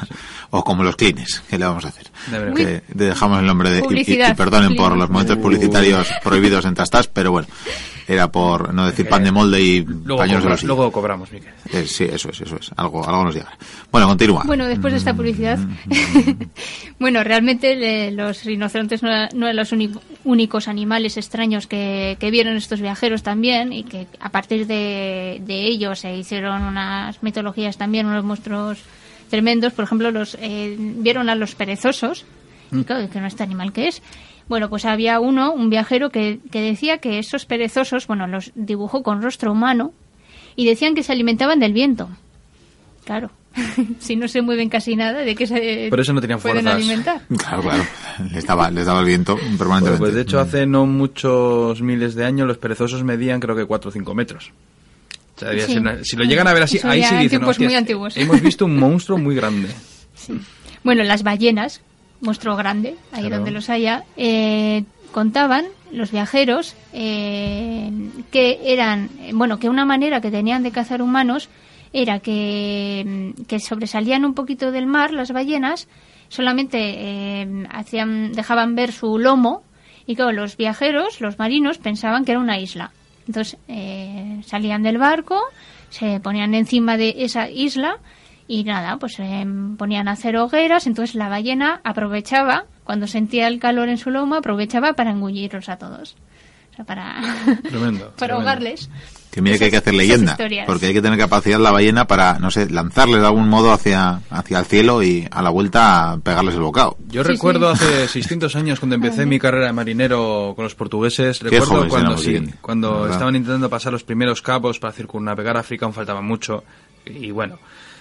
O como los Kleenex, ¿qué le vamos a hacer? De que dejamos el nombre de... Y, y, y perdonen por los momentos publicitarios prohibidos en Tastas, pero bueno, era por no decir pan de molde y
luego
pañuelos
cobra,
de los
Luego cobramos, Miquel.
Eh, sí, eso es, eso es. Algo, algo nos llegará. Bueno, continúa.
Bueno, después de esta publicidad... bueno, realmente le, los rinocerontes no, no eran los único, únicos animales extraños que, que vieron estos viajeros también, y que a partir de, de ellos se hicieron unas mitologías también, unos monstruos tremendos. Por ejemplo, los eh, vieron a los perezosos, mm. que, que no este animal que es. Bueno, pues había uno, un viajero, que, que decía que esos perezosos, bueno, los dibujó con rostro humano y decían que se alimentaban del viento. Claro, si no se mueven casi nada, ¿de qué se
Por eso no tenían
pueden
fuerzas.
alimentar?
Claro, claro, les daba, les daba el viento permanentemente.
Bueno, pues de hecho hace no muchos miles de años los perezosos medían creo que cuatro o cinco metros. O sea,
Sí.
si, si lo llegan a ver así,
Eso
ahí
ya
sí
en
dicen,
tiempos
"Hostias,
muy antiguos".
hemos visto un monstruo muy grande.
Sí. Bueno, las ballenas, monstruo grande, ahí
Claro.
donde los haya, eh, contaban los viajeros eh, que eran, bueno, que una manera que tenían de cazar humanos era que, que sobresalían un poquito del mar las ballenas, solamente eh, hacían, dejaban ver su lomo y claro, los viajeros, los marinos, pensaban que era una isla. Entonces eh, salían del barco, se ponían encima de esa isla y nada, pues eh, ponían a hacer hogueras, entonces la ballena aprovechaba, cuando sentía el calor en su lomo, aprovechaba para engullirlos a todos. O sea, para,
Tremendo.
para
tremendo.
ahogarles.
Que mire que hay que hacer
Esas-
leyenda,
esas historias.
porque hay que tener capacidad la ballena para, no sé, lanzarles de algún modo hacia, hacia el cielo y a la vuelta pegarles el bocado.
Yo
Sí,
recuerdo
sí.
hace seiscientos años cuando empecé mi carrera de marinero con los portugueses, recuerdo
jóvenes
cuando
éramos,
sí,
Guillem,
cuando
¿verdad?
estaban intentando pasar los primeros cabos para circunnavegar África, aún faltaba mucho y bueno,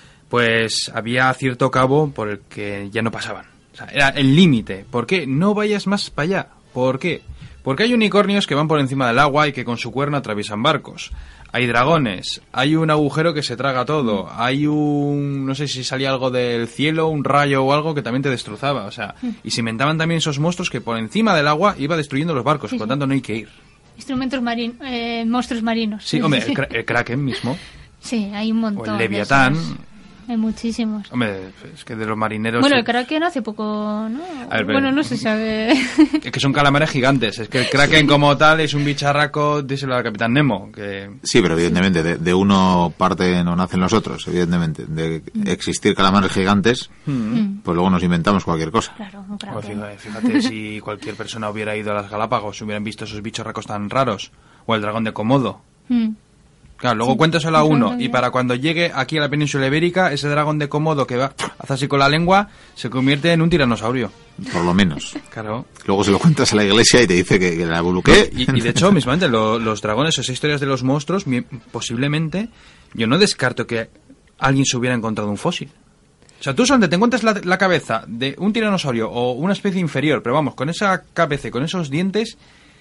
pues había cierto cabo por el que ya no pasaban. O sea, era el límite. ¿Por qué? No vayas más para allá. ¿Por qué? Porque hay unicornios que van por encima del agua y que con su cuerno atraviesan barcos. Hay dragones, hay un agujero que se traga todo, hay un... no sé si salía algo del cielo, un rayo o algo que también te destrozaba, o sea, y se inventaban también esos monstruos que por encima del agua iba destruyendo los barcos,
Sí,
por
sí.
lo tanto no hay que ir.
Instrumentos marinos, eh, monstruos marinos.
Sí, hombre, el, cra- el Kraken mismo,
Sí, hay un
o
montón.
el
de
Leviatán,
esos. Hay muchísimos.
hombre, es que de los marineros...
Bueno,
sí,
el Kraken hace poco, ¿no?
A ver,
bueno,
pero-
no se sabe.
es que son calamares gigantes, es que el Kraken como tal es un bicharraco, díselo al Capitán Nemo, que...
Sí, pero evidentemente de, de uno parte no nacen los otros, evidentemente. De existir calamares gigantes, pues luego nos inventamos cualquier cosa.
Claro, un
O
Kraken.
fíjate, fíjate si cualquier persona hubiera ido a las Galápagos, hubieran visto esos bicharracos tan raros, o el dragón de Komodo.
Mm.
Claro, luego
Sí,
cuéntaselo a
eso
uno,
no
y
había.
para cuando llegue aquí a la península ibérica, ese dragón de Komodo que va, hace así con la lengua, se convierte en un tiranosaurio.
Por lo menos.
Claro.
Luego se lo cuentas a la iglesia y te dice que, que la evoluqué.
Y, y de hecho, mismamente, lo- los dragones, esas historias de los monstruos, mi- posiblemente, yo no descarto que alguien se hubiera encontrado un fósil. O sea, tú solamente te encuentras la, la cabeza de un tiranosaurio o una especie inferior, pero vamos, con esa cabeza y con esos dientes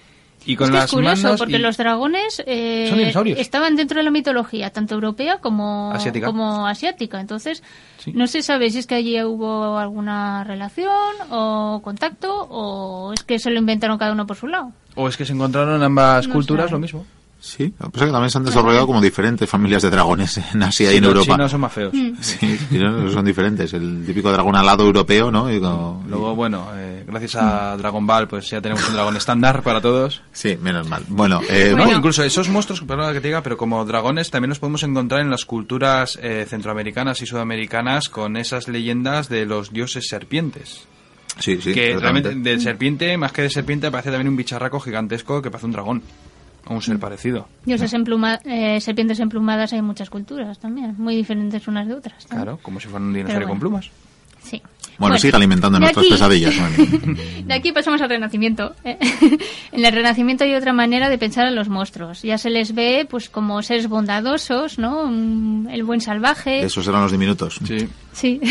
y con
es que
las
es curioso,
manos...
porque
y-
los dragones eh,
Son dinosaurios.
estaban dentro de la mitología, tanto europea como
Asiática.
como asiática. Entonces,
Sí.
no se sabe si es que allí hubo alguna relación o contacto o es que se lo inventaron cada uno por su lado.
O es que se encontraron en ambas
No
culturas
sabe.
lo mismo.
Sí, lo que pasa es que también se han desarrollado como diferentes familias de dragones en Asia y en
los
Europa.
chinos son más feos.
Sí, sí, no, son diferentes. El típico dragón alado europeo, ¿no? Y como-
Luego, bueno, eh, gracias a Dragon Ball, pues ya tenemos un dragón estándar para todos.
Sí, menos mal. Bueno, eh,
No,
Bueno.
incluso esos monstruos, perdona que te diga, pero como dragones también los podemos encontrar en las culturas eh, centroamericanas y sudamericanas con esas leyendas de los dioses serpientes.
sí, sí.
que
totalmente.
realmente de serpiente, más que de serpiente, parece también un bicharraco gigantesco que parece un dragón. O un ser
Mm.
parecido.
Dioses empluma- eh, serpientes emplumadas hay en muchas culturas también, muy diferentes unas de otras. ¿no?
Claro, como si fuera un dinosaurio
Pero
con
bueno.
plumas.
Sí.
Bueno, sigue alimentando
de
nuestras
aquí-
pesadillas. Bueno.
De aquí pasamos al Renacimiento. ¿eh? En el Renacimiento hay otra manera de pensar en los monstruos. Ya se les ve pues como seres bondadosos, ¿no? Un- El buen salvaje.
Esos eran los diminutos.
Sí.
Sí.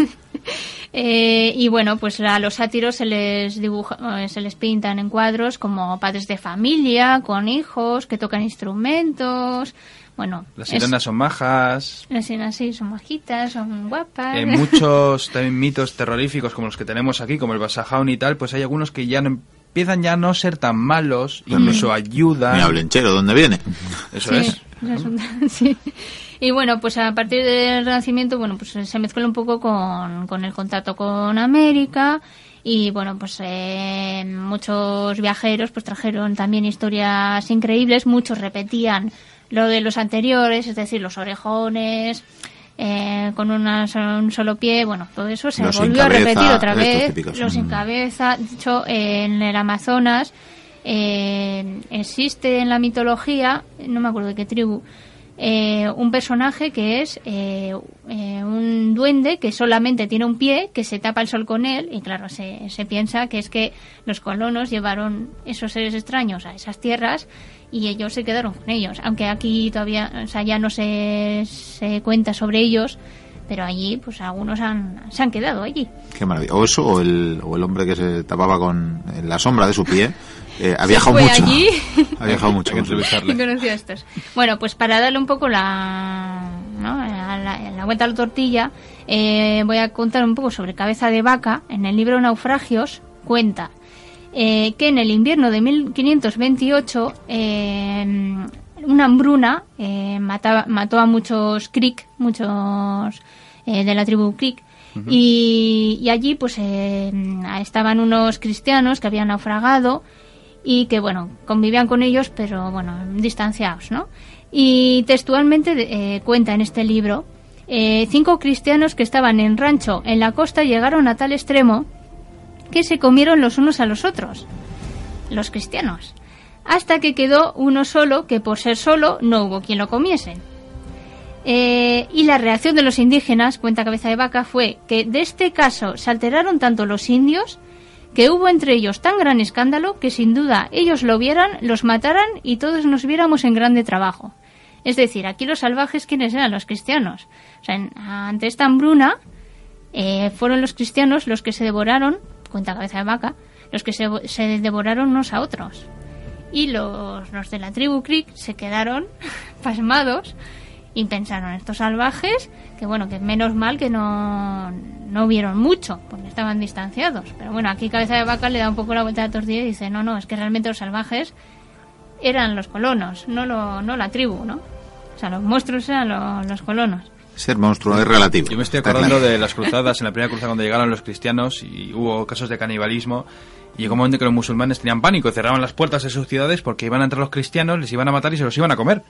Eh, y bueno, pues a los sátiros se les dibuja, eh, se les pintan en cuadros como padres de familia, con hijos, que tocan instrumentos. Bueno,
Las
es-
sirenas son majas.
las sirenas sí, son majitas, son guapas.
En muchos también mitos terroríficos como los que tenemos aquí, como el Basajaun y tal, pues hay algunos que ya no empiezan ya a no ser tan malos, incluso ayudan.
Mira, Blenchero, ¿dónde viene?
Eso
Sí,
es.
eso es un- sí. Y bueno, pues a partir del Renacimiento, bueno, pues se mezcla un poco con, con el contacto con América y bueno, pues eh, muchos viajeros pues trajeron también historias increíbles, muchos repetían lo de los anteriores, es decir, los orejones, eh, con una, un solo pie, bueno, todo eso se
Los sin
volvió a
cabeza,
repetir otra
estos
vez,
típicos.
los sin
Mm.
cabeza, de hecho en el Amazonas eh, existe en la mitología, no me acuerdo de qué tribu, eh, un personaje que es eh, eh, un duende que solamente tiene un pie, que se tapa el sol con él, y claro, se, se piensa que es que los colonos llevaron esos seres extraños a esas tierras y ellos se quedaron con ellos, aunque aquí todavía, o sea, ya no se, se cuenta sobre ellos, pero allí pues algunos han, se han quedado allí.
Qué maravilla. O eso, o el, o el hombre que se tapaba con la sombra de su pie Eh, ha viajado
fue
mucho.
allí
Ha viajado mucho.
Hay que entrevistarle.
y conoció a estos. Bueno, pues para darle un poco la, ¿no? a la, a la vuelta a la tortilla, eh, voy a contar un poco sobre Cabeza de Vaca. En el libro Naufragios cuenta eh, que en el invierno de mil quinientos veintiocho eh, una hambruna eh, mataba, mató a muchos Creek, muchos eh, de la tribu Creek. Uh-huh. y, y allí pues eh, estaban unos cristianos que habían naufragado y que, bueno, convivían con ellos, pero, bueno, distanciados, ¿no? Y textualmente eh, cuenta en este libro, eh, cinco cristianos que estaban en rancho en la costa llegaron a tal extremo que se comieron los unos a los otros, los cristianos, hasta que quedó uno solo, que por ser solo no hubo quien lo comiese. Eh, y la reacción de los indígenas, cuenta Cabeza de Vaca, fue que de este caso se alteraron tanto los indios que hubo entre ellos tan gran escándalo que sin duda ellos lo vieran, los mataran y todos nos viéramos en grande trabajo. Es decir, aquí los salvajes, ¿quiénes eran? Los cristianos. O sea, en, ante esta hambruna eh, fueron los cristianos los que se devoraron, cuenta Cabeza de Vaca, los que se, se devoraron unos a otros. Y los, los de la tribu Creek se quedaron pasmados y pensaron, estos salvajes, que bueno, que menos mal que no, no vieron mucho, porque estaban distanciados. Pero bueno, aquí Cabeza de Vaca le da un poco la vuelta a la tortilla y dice, no, no, es que realmente los salvajes eran los colonos, no, lo, no la tribu, ¿no? O sea, los monstruos eran lo, los colonos.
Ser monstruo es relativo.
Yo me estoy acordando de las cruzadas, en la primera cruzada cuando llegaron los cristianos y hubo casos de canibalismo. Y llegó un momento que los musulmanes tenían pánico y cerraban las puertas de sus ciudades porque iban a entrar los cristianos, les iban a matar y se los iban a comer.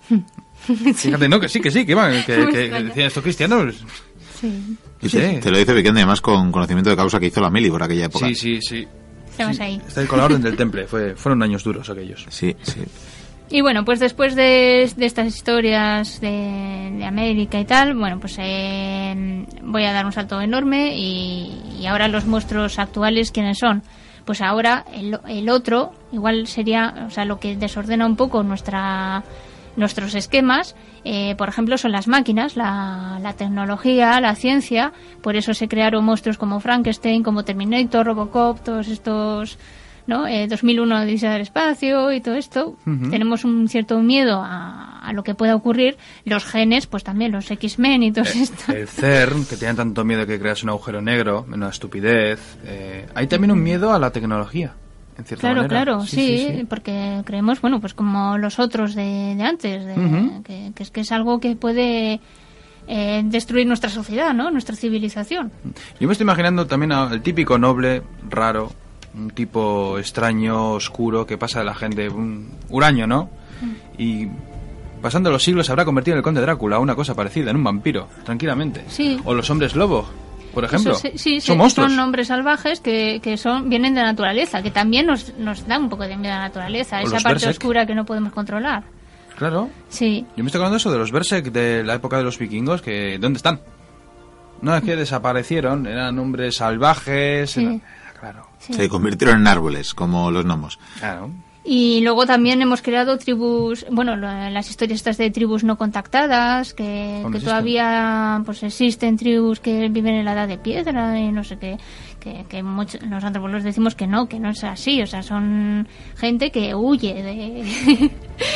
Fíjate, no, que sí, que sí, que iban, que, que, que decían estos cristianos.
Sí.
Sí, sí. Te lo dice Vicente, además con conocimiento de causa que hizo la mili por aquella época.
Sí, sí, sí.
Estamos
sí,
ahí.
Está ahí con la orden del temple, fue, fueron años duros aquellos.
Sí, sí.
Y bueno, pues después de, de estas historias de, de América y tal, bueno, pues eh, voy a dar un salto enorme y, y ahora los monstruos actuales, ¿quiénes son? Pues ahora el, el otro, igual sería, o sea, lo que desordena un poco nuestra nuestros esquemas, eh, por ejemplo, son las máquinas, la, la tecnología, la ciencia. Por eso se crearon monstruos como Frankenstein, como Terminator, Robocop, todos estos, ¿no? Eh, dos mil uno Odisea del espacio y todo esto. Uh-huh. Tenemos un cierto miedo a, a lo que pueda ocurrir. Los genes, pues también los X-Men y todo
eh,
esto.
El CERN, que tenían tanto miedo que creas un agujero negro, una estupidez. Eh, hay también un miedo a la tecnología.
Claro,
manera.
claro,
sí,
sí,
sí, sí,
porque creemos, bueno, pues como los otros de, de antes, de, uh-huh. que, que es que es algo que puede eh, destruir nuestra sociedad, ¿no? Nuestra civilización.
Yo me estoy imaginando también al típico noble raro, un tipo extraño, oscuro, que pasa de la gente, un huraño, ¿no? Uh-huh. Y pasando los siglos se habrá convertido en el conde Drácula, una cosa parecida, en un vampiro, tranquilamente.
Sí.
O los hombres lobo. Por ejemplo,
Eso, sí, sí,
son
sí,
monstruos.
Son hombres salvajes que, que son vienen de la naturaleza, que también nos, nos da un poco de miedo a la naturaleza,
o
esa
los
parte
Berserk.
oscura que no podemos controlar.
Claro.
Sí.
Yo me estoy acordando de eso de los Berserk de la época de los vikingos, que ¿dónde están? No, es que desaparecieron, eran hombres salvajes.
Sí.
Eran, claro.
Sí. Se convirtieron en árboles, como los gnomos.
Claro.
Y luego también hemos creado tribus, bueno, las historias estas de tribus no contactadas, que, que todavía pues existen tribus que viven en la edad de piedra y no sé qué, que, que muchos, los antropólogos decimos que no, que no es así, o sea, son gente que huye de,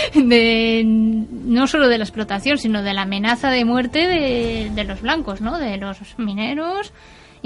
de no solo de la explotación, sino de la amenaza de muerte de, de los blancos, ¿no? De los mineros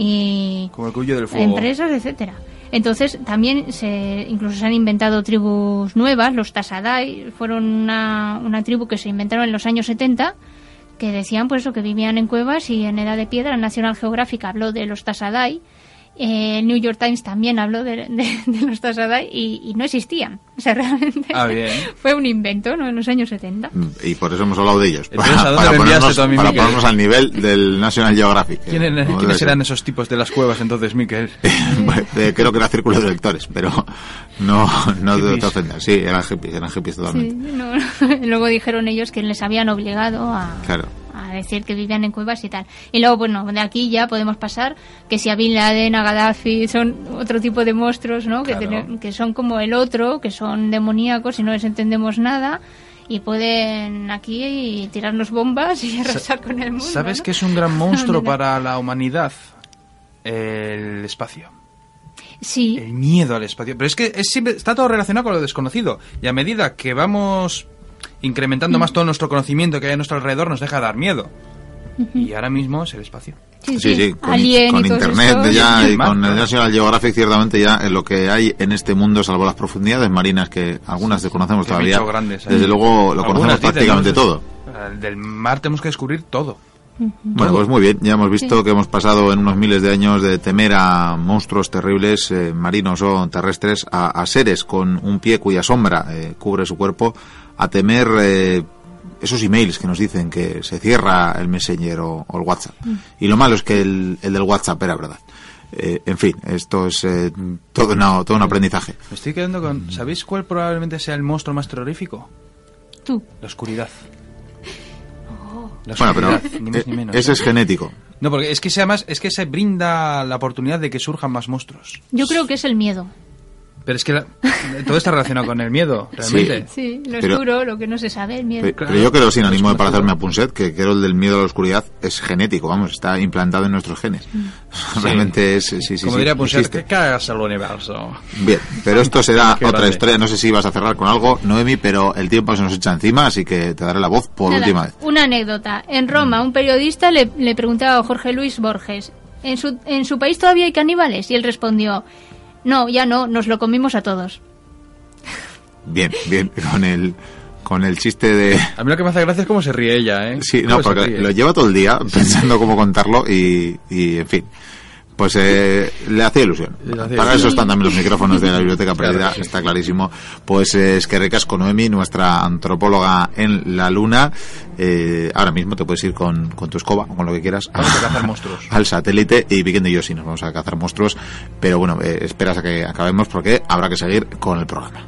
y
como el cuello del fuego.
Empresas, etcétera. Entonces también se incluso se han inventado tribus nuevas, los Tasadai fueron una, una tribu que se inventaron en los años setenta, que decían pues eso, que vivían en cuevas y en edad de piedra. National Geographic habló de los Tasadai, eh, el New York Times también habló de, de, de los Tasadai y, y no existían. O sea, realmente
ah, bien.
fue un invento, ¿no? En los años setenta.
Y por eso hemos hablado de ellos.
Entonces,
para,
¿a dónde
para, ponernos,
tú a mí,
para
Miquel?
ponernos al nivel del National Geographic.
¿Quién era, ¿Quiénes eran esos tipos de las cuevas entonces, Miquel?
Creo que era círculo de lectores, pero no, no te ofendas. Sí, eran hippies, eran hippies totalmente.
Sí, no, no. Luego dijeron ellos que les habían obligado a...
Claro.
a decir que vivían en cuevas y tal. Y luego, bueno, de aquí ya podemos pasar que si a Bin Laden, a Gaddafi, son otro tipo de monstruos, ¿no?
Claro.
Que, ten, que son como el otro, que son demoníacos y no les entendemos nada y pueden aquí tirarnos bombas y arrasar con el mundo.
¿Sabes
¿no?
qué es un gran monstruo para la humanidad? El espacio.
Sí.
El miedo al espacio. Pero es que es siempre, está todo relacionado con lo desconocido. Y a medida que vamos incrementando mm. más todo nuestro conocimiento que hay a nuestro alrededor, nos deja dar miedo. Uh-huh. Y ahora mismo es el espacio.
Sí, sí, sí. Con, con internet estos. ya y con el National Geographic ciertamente ya en lo que hay en este mundo, salvo las profundidades marinas que algunas desconocemos
sí,
todavía,
grandes, ¿eh?
desde luego lo conocemos dicen, prácticamente ¿no? todo.
Del mar tenemos que descubrir todo.
Uh-huh. Bueno, pues muy bien, ya hemos visto sí. que hemos pasado en unos miles de años de temer a monstruos terribles, eh, marinos o terrestres, a, a seres con un pie cuya sombra eh, cubre su cuerpo, a temer... Eh, esos emails que nos dicen que se cierra el Messenger o, o el WhatsApp. Mm. Y lo malo es que el, el del WhatsApp era verdad. Eh, en fin, esto es eh, todo, una, todo un aprendizaje.
Me estoy quedando con... ¿Sabéis cuál probablemente sea el monstruo más terrorífico?
Tú.
La oscuridad.
Oh.
La
oscuridad, bueno, pero
ni más, ni menos,
ese
¿no?
es genético.
No, porque es que sea más, es que se brinda la oportunidad de que surjan más monstruos.
Yo creo que es el miedo.
Pero es que la, todo está relacionado con el miedo, realmente.
Sí, sí lo pero, oscuro, lo que no se sabe, el miedo.
Pero, pero yo creo, sin ánimo de parecerme a Punset, que creo el del miedo a la oscuridad es genético, vamos, está implantado en nuestros genes. Sí. Realmente es, sí, sí,
Como
sí,
diría Punset, que cagas el universo.
Bien, pero esto será otra
grande.
historia, no sé si vas a cerrar con algo, Noemi, pero el tiempo se nos echa encima, así que te daré la voz por
Nada,
última vez.
Una anécdota. En Roma, un periodista le, le preguntaba a Jorge Luis Borges, ¿en su, ¿en su país todavía hay caníbales? Y él respondió, no, ya no, nos lo comimos a todos.
Bien, bien, con el con el chiste de...
A mí lo que me hace gracia es cómo se ríe ella, ¿eh?
Sí, no, porque lo lleva todo el día pensando cómo contarlo y, y en fin, pues eh, le hacía ilusión. Le hacía Para ilusión. Eso están también los micrófonos de la Biblioteca Perdida, claro, sí. Está clarísimo. Pues eh, es que recasco Noemi, nuestra antropóloga en la luna. Eh, ahora mismo te puedes ir con, con tu escoba o con lo que quieras
vamos a, a cazar monstruos
al satélite y Vicente y yo sí nos vamos a cazar monstruos, pero bueno, eh, esperas a que acabemos porque habrá que seguir con el programa.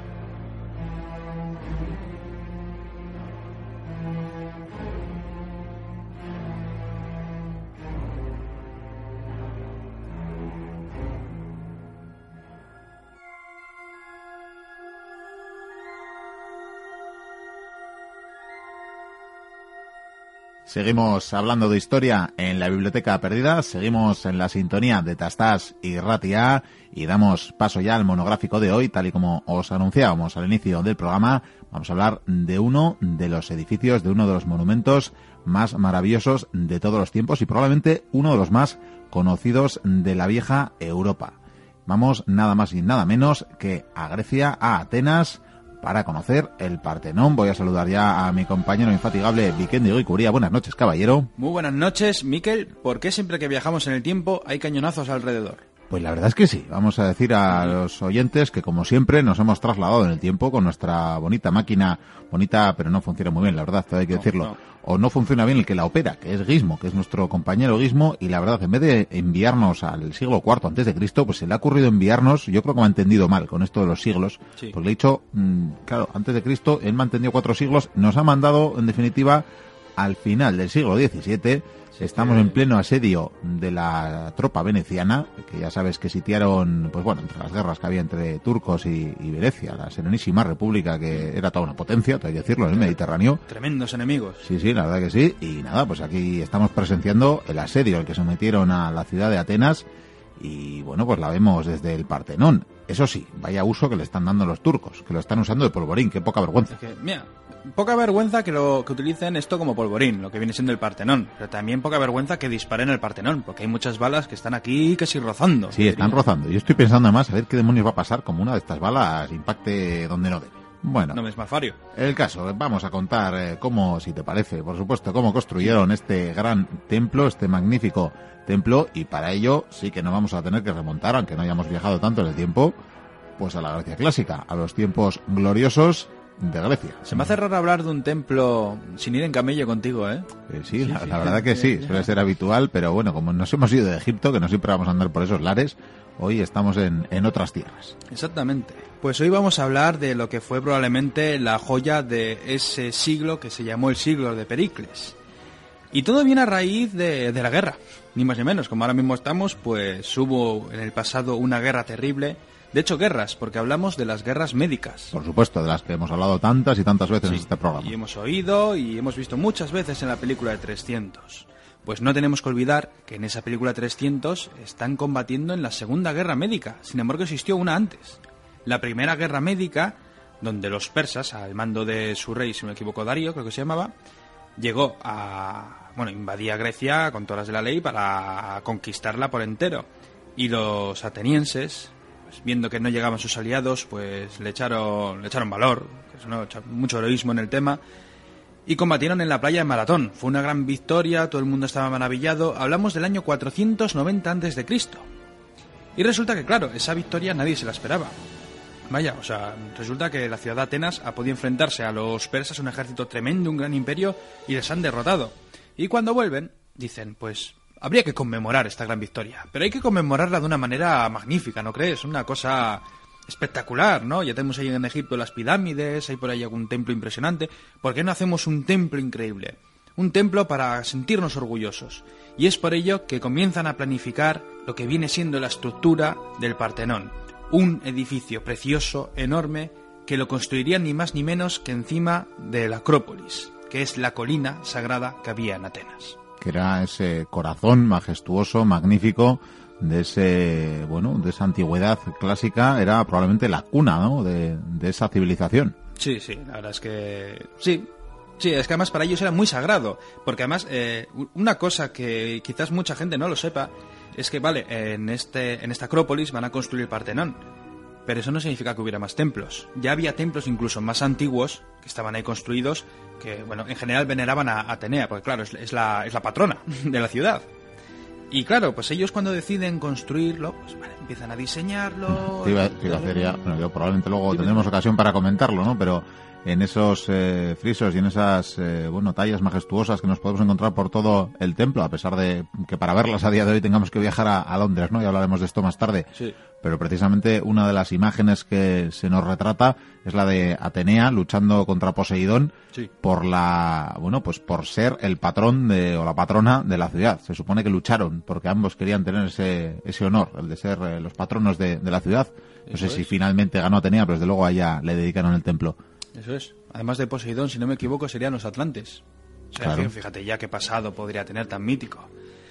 Seguimos hablando de historia en la Biblioteca Perdida, seguimos en la sintonía de Tastás y Ratia y damos paso ya al monográfico de hoy, tal y como os anunciábamos al inicio del programa. Vamos a hablar de uno de los edificios, de uno de los monumentos más maravillosos de todos los tiempos y probablemente uno de los más conocidos de la vieja Europa. Vamos nada más y nada menos que a Grecia, a Atenas, para conocer el Partenón. Voy a saludar ya a mi compañero infatigable Vicente Guicuría. Buenas noches, caballero.
Muy buenas noches, Miquel. ¿Por qué siempre que viajamos en el tiempo hay cañonazos alrededor?
Pues la verdad es que sí. Vamos a decir a los oyentes que, como siempre, nos hemos trasladado en el tiempo con nuestra bonita máquina, bonita pero no funciona muy bien, la verdad, todo hay que no, decirlo. No. O no funciona bien el que la opera, que es Gizmo, que es nuestro compañero Gizmo, y la verdad, en vez de enviarnos al siglo cuarto antes de Cristo, pues se le ha ocurrido enviarnos, yo creo que me ha entendido mal con esto de los siglos, sí. Porque le he dicho, mmm, claro, antes de Cristo, él me ha entendido cuatro siglos, nos ha mandado, en definitiva, al final del siglo diecisiete. Estamos en pleno asedio de la tropa veneciana, que ya sabes que sitiaron, pues bueno, entre las guerras que había entre turcos y, y Venecia, la Serenísima República, que era toda una potencia, hay que decirlo, en el Mediterráneo.
Tremendos enemigos.
Sí, sí, la verdad que sí. Y nada, pues aquí estamos presenciando el asedio al que sometieron a la ciudad de Atenas y bueno, pues la vemos desde el Partenón. Eso sí, vaya uso que le están dando los turcos, que lo están usando de polvorín, qué poca vergüenza.
Es que, mira, poca vergüenza que lo que utilicen esto como polvorín, lo que viene siendo el Partenón, pero también poca vergüenza que disparen el Partenón, porque hay muchas balas que están aquí casi rozando.
Sí, están rozando. Yo estoy pensando además a ver qué demonios va a pasar como una de estas balas impacte donde no debe. Bueno,
no me es malfario.
El caso, vamos a contar eh, cómo, si te parece, por supuesto, cómo construyeron este gran templo, este magnífico templo, y para ello sí que no vamos a tener que remontar, aunque no hayamos viajado tanto en el tiempo, pues a la Grecia clásica, a los tiempos gloriosos de Grecia.
Se me hace raro hablar de un templo sin ir en camello contigo, ¿eh?
eh sí, sí, la, sí, la verdad que sí, suele ser habitual, pero bueno, como nos hemos ido de Egipto, que no siempre vamos a andar por esos lares, hoy estamos en, en otras tierras.
Exactamente. Pues hoy vamos a hablar de lo que fue probablemente la joya de ese siglo que se llamó el siglo de Pericles. Y todo viene a raíz de, de la guerra, ni más ni menos. Como ahora mismo estamos, pues hubo en el pasado una guerra terrible. De hecho, guerras, porque hablamos de las guerras médicas.
Por supuesto, de las que hemos hablado tantas y tantas veces sí, en este programa.
Y hemos oído y hemos visto muchas veces en la película de trescientos. Pues no tenemos que olvidar que en esa película trescientos están combatiendo en la Segunda Guerra Médica. Sin embargo, existió una antes. La Primera Guerra Médica, donde los persas, al mando de su rey, si no me equivoco, Darío, creo que se llamaba, llegó a... bueno, invadía Grecia con todas las de la ley para conquistarla por entero. Y los atenienses, pues, viendo que no llegaban sus aliados, pues le echaron, le echaron valor, ¿no? Mucho heroísmo en el tema, y combatieron en la playa de Maratón. Fue una gran victoria, todo el mundo estaba maravillado. Hablamos del año cuatrocientos noventa antes de Cristo. Y resulta que, claro, esa victoria nadie se la esperaba. Vaya, o sea, resulta que la ciudad de Atenas ha podido enfrentarse a los persas, un ejército tremendo, un gran imperio, y les han derrotado. Y cuando vuelven, dicen, pues habría que conmemorar esta gran victoria. Pero hay que conmemorarla de una manera magnífica, ¿no crees? Una cosa espectacular, ¿no? Ya tenemos ahí en Egipto las pirámides, hay por ahí algún templo impresionante. ¿Por qué no hacemos un templo increíble? Un templo para sentirnos orgullosos. Y es por ello que comienzan a planificar lo que viene siendo la estructura del Partenón. Un edificio precioso, enorme, que lo construirían ni más ni menos que encima de la Acrópolis, que es la colina sagrada que había en Atenas.
Que era ese corazón majestuoso, magnífico, de ese, bueno, de esa antigüedad clásica, era probablemente la cuna, ¿no?, de, de esa civilización.
Sí, sí, la verdad es que sí, sí, es que además para ellos era muy sagrado, porque además eh, una cosa que quizás mucha gente no lo sepa es que, vale, en este, en esta Acrópolis van a construir el Partenón, pero eso no significa que hubiera más templos. Ya había templos incluso más antiguos que estaban ahí construidos, que, bueno, en general veneraban a Atenea, porque claro, es, es, la, es la patrona de la ciudad. Y claro, pues ellos cuando deciden construirlo, pues vale, empiezan a diseñarlo...
Te iba, te iba a hacer ya, bueno, yo probablemente luego tendremos ocasión para comentarlo, ¿no? Pero en esos eh, frisos y en esas, eh, bueno, tallas majestuosas que nos podemos encontrar por todo el templo, a pesar de que para verlas a día de hoy tengamos que viajar a, a Londres, ¿no? Y hablaremos de esto más tarde.
Sí.
Pero precisamente una de las imágenes que se nos retrata es la de Atenea luchando contra Poseidón,
sí,
por la, bueno, pues por ser el patrón de, o la patrona de la ciudad. Se supone que lucharon porque ambos querían tener ese, ese honor, el de ser eh, los patronos de, de la ciudad. No sé si finalmente ganó Atenea, pero desde luego a ella le dedicaron el templo.
Eso es. Además de Poseidón, si no me equivoco, serían los atlantes. O sea, claro, fíjate ya qué pasado podría tener tan mítico.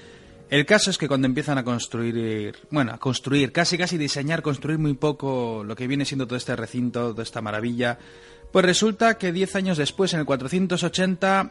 El caso es que cuando empiezan a construir, bueno, a construir, casi casi diseñar, construir muy poco lo que viene siendo todo este recinto, toda esta maravilla, pues resulta que diez años después, en el cuatrocientos ochenta,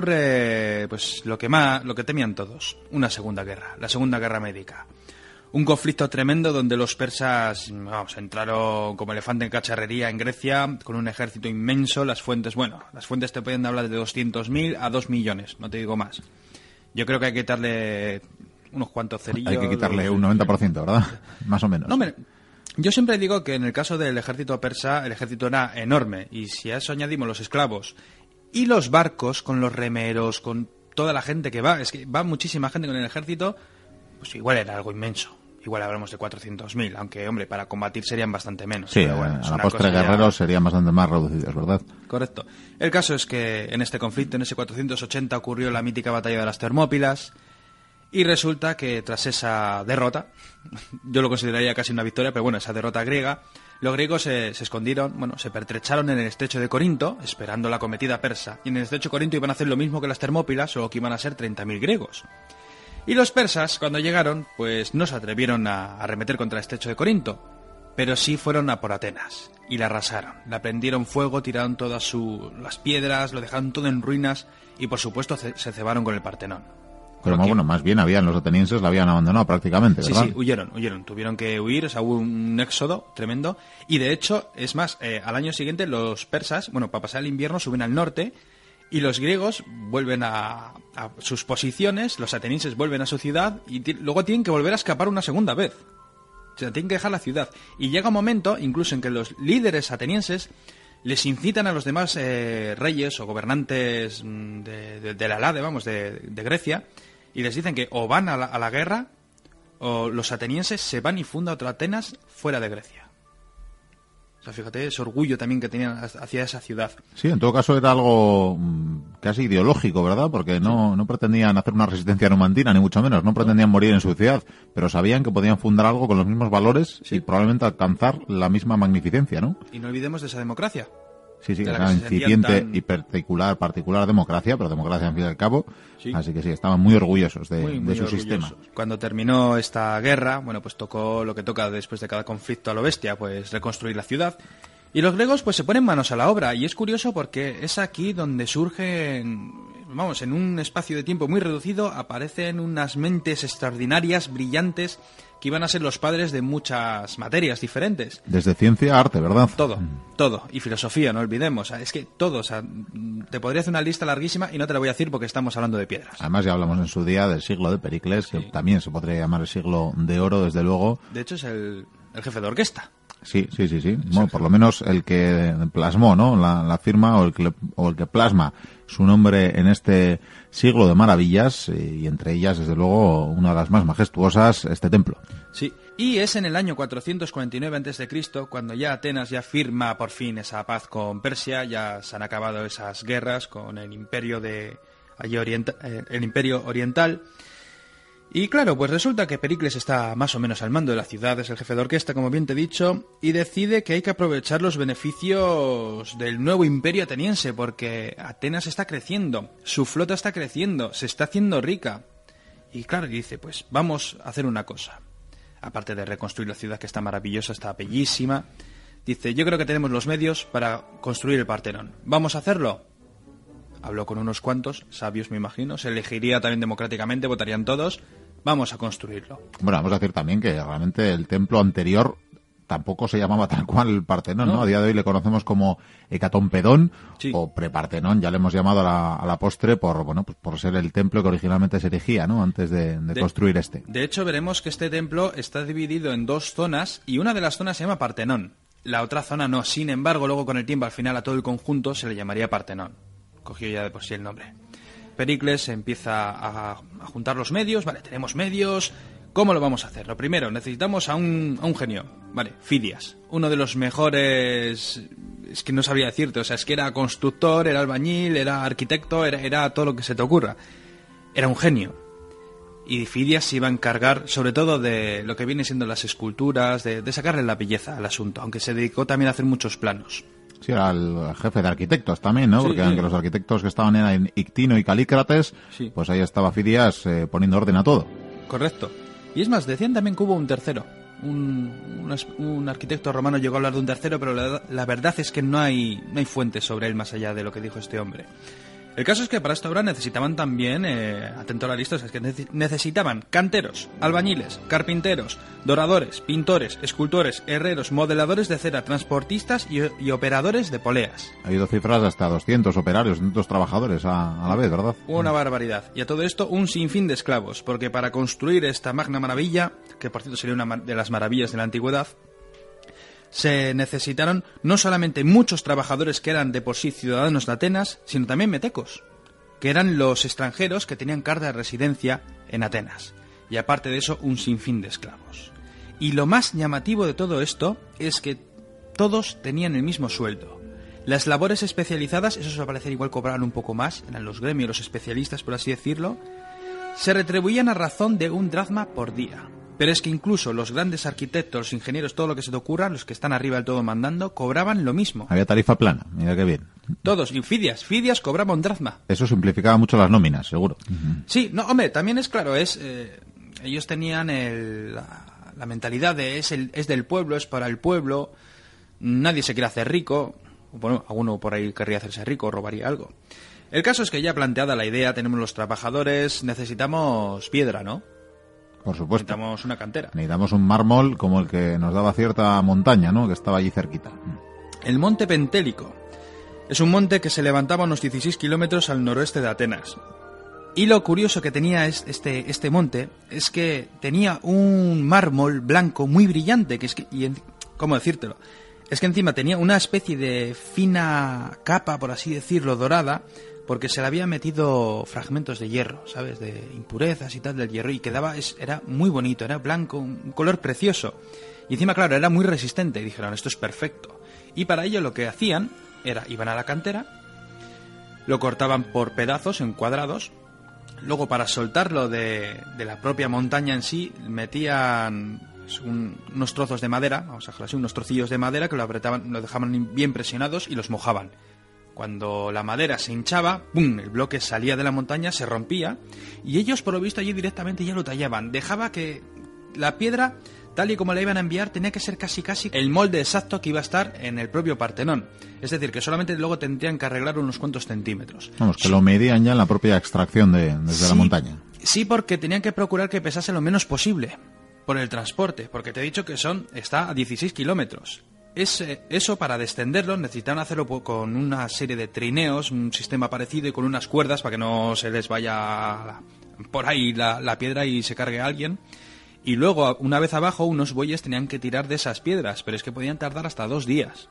ocurre pues lo que más, lo que temían todos, una segunda guerra, la Segunda Guerra Médica. Un conflicto tremendo donde los persas, vamos, entraron como elefante en cacharrería en Grecia, con un ejército inmenso, las fuentes, bueno, las fuentes te pueden hablar de doscientos mil a dos millones, no te digo más. Yo creo que hay que quitarle unos cuantos cerillos.
Hay que quitarle un noventa por ciento, ¿verdad? Más o menos.
No, hombre, yo siempre digo que en el caso del ejército persa, el ejército era enorme. Y si a eso añadimos los esclavos y los barcos con los remeros, con toda la gente que va, es que va muchísima gente con el ejército, pues igual era algo inmenso. Igual hablamos de cuatrocientos mil, aunque, hombre, para combatir serían bastante menos.
Sí, pero bueno, a la postre guerreros ya... serían bastante más reducidos, ¿verdad?
Correcto. El caso es que en este conflicto, en ese cuatrocientos ochenta, ocurrió la mítica batalla de las Termópilas, y resulta que tras esa derrota, yo lo consideraría casi una victoria, pero bueno, esa derrota griega, los griegos se, se escondieron, bueno, se pertrecharon en el estrecho de Corinto, esperando la acometida persa, y en el estrecho de Corinto iban a hacer lo mismo que las Termópilas, solo que iban a ser treinta mil griegos. Y los persas, cuando llegaron, pues no se atrevieron a arremeter contra el estrecho de Corinto, pero sí fueron a por Atenas, y la arrasaron. La prendieron fuego, tiraron todas su, las piedras, lo dejaron todo en ruinas, y por supuesto se, se cebaron con el Partenón.
Pero más, bueno, más bien habían, los atenienses la habían abandonado prácticamente, ¿verdad?
Sí, sí, huyeron, huyeron, tuvieron que huir, o sea, hubo un éxodo tremendo, y de hecho, es más, eh, al año siguiente los persas, bueno, para pasar el invierno suben al norte, y los griegos vuelven a, a sus posiciones, los atenienses vuelven a su ciudad y t- luego tienen que volver a escapar una segunda vez. O sea, tienen que dejar la ciudad. Y llega un momento, incluso en que los líderes atenienses les incitan a los demás eh, reyes o gobernantes de, de, de la Lade, vamos, de, de Grecia, y les dicen que o van a la, a la guerra o los atenienses se van y fundan otra Atenas fuera de Grecia. O sea, fíjate, ese orgullo también que tenían hacia esa ciudad.
Sí, en todo caso era algo casi ideológico, ¿verdad? Porque no, no pretendían hacer una resistencia numantina, ni mucho menos. No pretendían morir en su ciudad, pero sabían que podían fundar algo con los mismos valores, sí, y probablemente alcanzar la misma magnificencia, ¿no?
Y no olvidemos de esa democracia.
Sí, sí,
de la
era
que se
incipiente
sentían tan-
y particular, particular democracia, pero democracia al fin y al cabo.
Sí.
Así que sí, estaban muy orgullosos de,
Muy,
de
muy
su
orgullosos.
sistema.
Cuando terminó esta guerra, bueno, pues tocó lo que toca después de cada conflicto a lo bestia, pues reconstruir la ciudad. Y los griegos pues se ponen manos a la obra, y es curioso porque es aquí donde surgen, vamos, en un espacio de tiempo muy reducido, aparecen unas mentes extraordinarias, brillantes, que iban a ser los padres de muchas materias diferentes.
Desde ciencia a arte, ¿verdad?
Todo, todo. Y filosofía, no olvidemos. O sea, es que todo. O sea, te podría hacer una lista larguísima y no te la voy a decir porque estamos hablando de piedras.
Además ya hablamos en su día del siglo de Pericles,
Sí.
que también se podría llamar el siglo de oro, desde luego.
De hecho, es el, el jefe de orquesta.
Sí, sí, sí, sí. Bueno, por lo menos el que plasmó, ¿no? La, la firma o el, que, o el que plasma su nombre en este siglo de maravillas, y entre ellas, desde luego, una de las más majestuosas, este templo.
Sí. Y es en el año cuatrocientos cuarenta y nueve antes de Cristo cuando ya Atenas ya firma por fin esa paz con Persia, ya se han acabado esas guerras con el imperio de allí orienta, eh, el imperio oriental. Y claro, pues resulta que Pericles está más o menos al mando de la ciudad, es el jefe de orquesta, como bien te he dicho, y decide que hay que aprovechar los beneficios del nuevo imperio ateniense, porque Atenas está creciendo, su flota está creciendo, se está haciendo rica. Y claro, dice, pues vamos a hacer una cosa. Aparte de reconstruir la ciudad, que está maravillosa, está bellísima, dice, yo creo que tenemos los medios para construir el Partenón. ¿Vamos a hacerlo? Habló con unos cuantos, sabios me imagino, se elegiría también democráticamente, votarían todos. Vamos a construirlo.
Bueno, vamos a decir también que realmente el templo anterior tampoco se llamaba tal cual el Partenón, ¿no?
No.
A día de hoy le conocemos como Hecatompedón,
Sí.
o Prepartenón, ya le hemos llamado a la, a la postre por, bueno, pues por ser el templo que originalmente se erigía, ¿no? Antes de, de
De-
construir este.
De hecho, veremos que este templo está dividido en dos zonas y una de las zonas se llama Partenón. La otra zona no. Sin embargo, luego con el tiempo, al final, a todo el conjunto se le llamaría Partenón. Cogió ya de por sí el nombre. Pericles empieza a, a juntar los medios. Vale, tenemos medios. ¿Cómo lo vamos a hacer? Lo primero, necesitamos a un, a un genio. Vale, Fidias. Uno de los mejores... Es que no sabría decirte. O sea, es que era constructor, era albañil, era arquitecto, era, era todo lo que se te ocurra. Era un genio. Y Fidias se iba a encargar sobre todo de lo que viene siendo las esculturas, de, de sacarle la belleza al asunto, aunque se dedicó también a hacer muchos planos.
Sí, era el jefe de arquitectos también, ¿no?
Sí,
Porque
sí.
aunque los arquitectos que estaban eran Ictino y Calícrates,
Sí.
pues ahí estaba Fidias eh, poniendo orden a todo.
Correcto. Y es más, decían también que hubo un tercero. Un, un, as- un arquitecto romano llegó a hablar de un tercero, pero la, la verdad es que no hay, no hay fuentes sobre él más allá de lo que dijo este hombre. El caso es que para esta obra necesitaban también, eh, atento a la lista, es que nece- necesitaban canteros, albañiles, carpinteros, doradores, pintores, escultores, herreros, modeladores de cera, transportistas y, y operadores de poleas.
Ha habido cifras de hasta doscientos operarios, doscientos trabajadores a, a la vez, ¿verdad?
Una barbaridad. Y a todo esto un sinfín de esclavos, porque para construir esta magna maravilla, que por cierto sería una ma- de las maravillas de la antigüedad, se necesitaron no solamente muchos trabajadores que eran de por sí ciudadanos de Atenas, sino también metecos, que eran los extranjeros que tenían carta de residencia en Atenas. Y aparte de eso, un sinfín de esclavos. Y lo más llamativo de todo esto es que todos tenían el mismo sueldo. Las labores especializadas, eso al parecer igual cobraban un poco más, eran los gremios, los especialistas, por así decirlo, se retribuían a razón de un dracma por día. Pero es que incluso los grandes arquitectos, los ingenieros, todo lo que se te ocurra, los que están arriba del todo mandando, cobraban lo mismo.
Había tarifa plana, mira qué bien.
Todos, y Fidias, Fidias cobraba un dracma.
Eso simplificaba mucho las nóminas, seguro.
Sí, no, hombre, también es claro, es eh, ellos tenían el, la, la mentalidad de es, el, es del pueblo, es para el pueblo, nadie se quiere hacer rico, bueno, alguno por ahí querría hacerse rico, robaría algo. El caso es que ya planteada la idea, tenemos los trabajadores, necesitamos piedra, ¿no?
Por supuesto.
Necesitamos una cantera.
Necesitamos un mármol como el que nos daba cierta montaña, ¿no? Que estaba allí cerquita.
El monte Pentélico es un monte que se levantaba unos dieciséis kilómetros al noroeste de Atenas. Y lo curioso que tenía es este, este monte es que tenía un mármol blanco muy brillante, que es que, y en- ¿cómo decírtelo? Es que encima tenía una especie de fina capa, por así decirlo, dorada, porque se le había metido fragmentos de hierro, ¿sabes? De impurezas y tal del hierro, y quedaba, es, era muy bonito, era blanco, un color precioso. Y encima, claro, era muy resistente, y dijeron, esto es perfecto. Y para ello lo que hacían era, iban a la cantera, lo cortaban por pedazos, en cuadrados, luego para soltarlo de, de la propia montaña en sí, metían un, unos trozos de madera, vamos a dejarlo así, unos trocillos de madera que lo apretaban, lo dejaban bien presionados y los mojaban. Cuando la madera se hinchaba, ¡pum!, el bloque salía de la montaña, se rompía, y ellos, por lo visto, allí directamente ya lo tallaban. Dejaba que la piedra, tal y como la iban a enviar, tenía que ser casi casi el molde exacto que iba a estar en el propio Partenón. Es decir, que solamente luego tendrían que arreglar unos cuantos centímetros.
Vamos, que lo medían ya en la propia extracción de, desde
sí,
la montaña.
Sí, porque tenían que procurar que pesase lo menos posible por el transporte, porque te he dicho que son está a dieciséis kilómetros. Es, eh, eso, para descenderlo, necesitaban hacerlo con una serie de trineos, un sistema parecido, y con unas cuerdas para que no se les vaya por ahí la, la piedra y se cargue a alguien. Y luego, una vez abajo, unos bueyes tenían que tirar de esas piedras, pero es que podían tardar hasta dos días.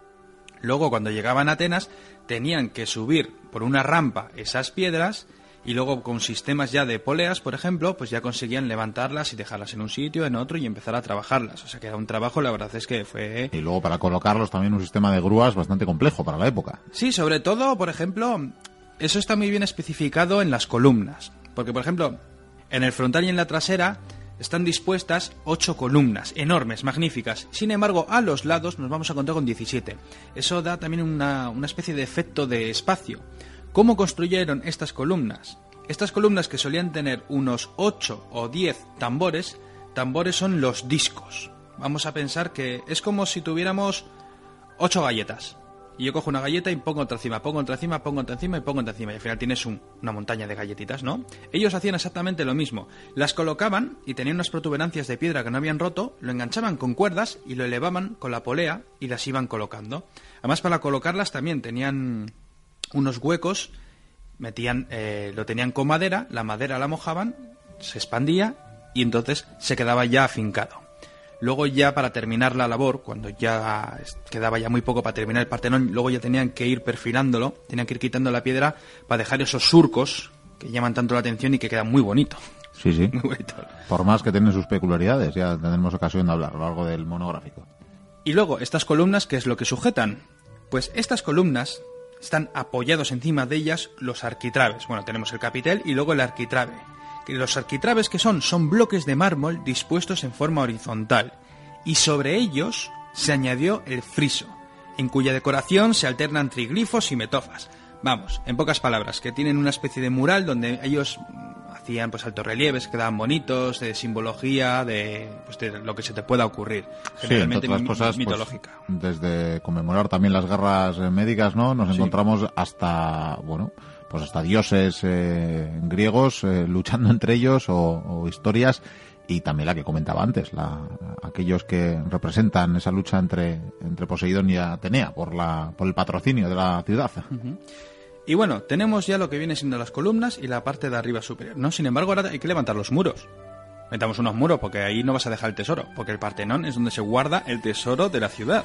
Luego, cuando llegaban a Atenas, tenían que subir por una rampa esas piedras, y luego con sistemas ya de poleas, por ejemplo, pues ya conseguían levantarlas y dejarlas en un sitio, en otro, y empezar a trabajarlas. O sea que era un trabajo, la verdad es que fue...
Y luego para colocarlos también un sistema de grúas bastante complejo para la época.
Sí, sobre todo, por ejemplo, eso está muy bien especificado en las columnas. Porque, por ejemplo, en el frontal y en la trasera están dispuestas ocho columnas, enormes, magníficas. Sin embargo, a los lados nos vamos a encontrar con diecisiete. Eso da también una, una especie de efecto de espacio. ¿Cómo construyeron estas columnas? Estas columnas, que solían tener unos ocho o diez tambores, tambores son los discos. Vamos a pensar que es como si tuviéramos ocho galletas. Y yo cojo una galleta y pongo otra encima, pongo otra encima, pongo otra encima y pongo otra encima. Y al final tienes un, una montaña de galletitas, ¿no? Ellos hacían exactamente lo mismo. Las colocaban y tenían unas protuberancias de piedra que no habían roto, lo enganchaban con cuerdas y lo elevaban con la polea y las iban colocando. Además, para colocarlas también tenían unos huecos, metían, eh, lo tenían con madera, la madera la mojaban, se expandía y entonces se quedaba ya afincado. Luego ya, para terminar la labor, cuando ya quedaba ya muy poco para terminar el Partenón, luego ya tenían que ir perfilándolo, tenían que ir quitando la piedra para dejar esos surcos que llaman tanto la atención y que quedan muy bonito.
Sí, sí.
Muy bonito.
Por más que tienen sus peculiaridades, ya tendremos ocasión de hablar a lo largo del monográfico.
Y luego, estas columnas, ¿qué es lo que sujetan? Pues estas columnas están apoyados encima de ellas los arquitrabes. Bueno, tenemos el capitel y luego el arquitrabe. Los arquitrabes, que son? Son bloques de mármol dispuestos en forma horizontal, y sobre ellos se añadió el friso, en cuya decoración se alternan triglifos y metofas. Vamos, en pocas palabras, que tienen una especie de mural donde ellos hacían pues altorrelieves que quedaban bonitos, de simbología, de, pues, de lo que se te pueda ocurrir, generalmente
sí, entre otras cosas,
mitológica.
Pues, desde conmemorar también las guerras médicas, ¿no? Nos
sí. encontramos
hasta, bueno, pues hasta dioses eh, griegos eh, luchando entre ellos, o, o historias, y también la que comentaba antes, la, aquellos que representan esa lucha entre, entre Poseidón y Atenea por la por el patrocinio de la ciudad.
Uh-huh. Y bueno, tenemos ya lo que viene siendo las columnas y la parte de arriba superior, ¿no? Sin embargo, ahora hay que levantar los muros. Metamos unos muros porque ahí no vas a dejar el tesoro, porque el Partenón es donde se guarda el tesoro de la ciudad.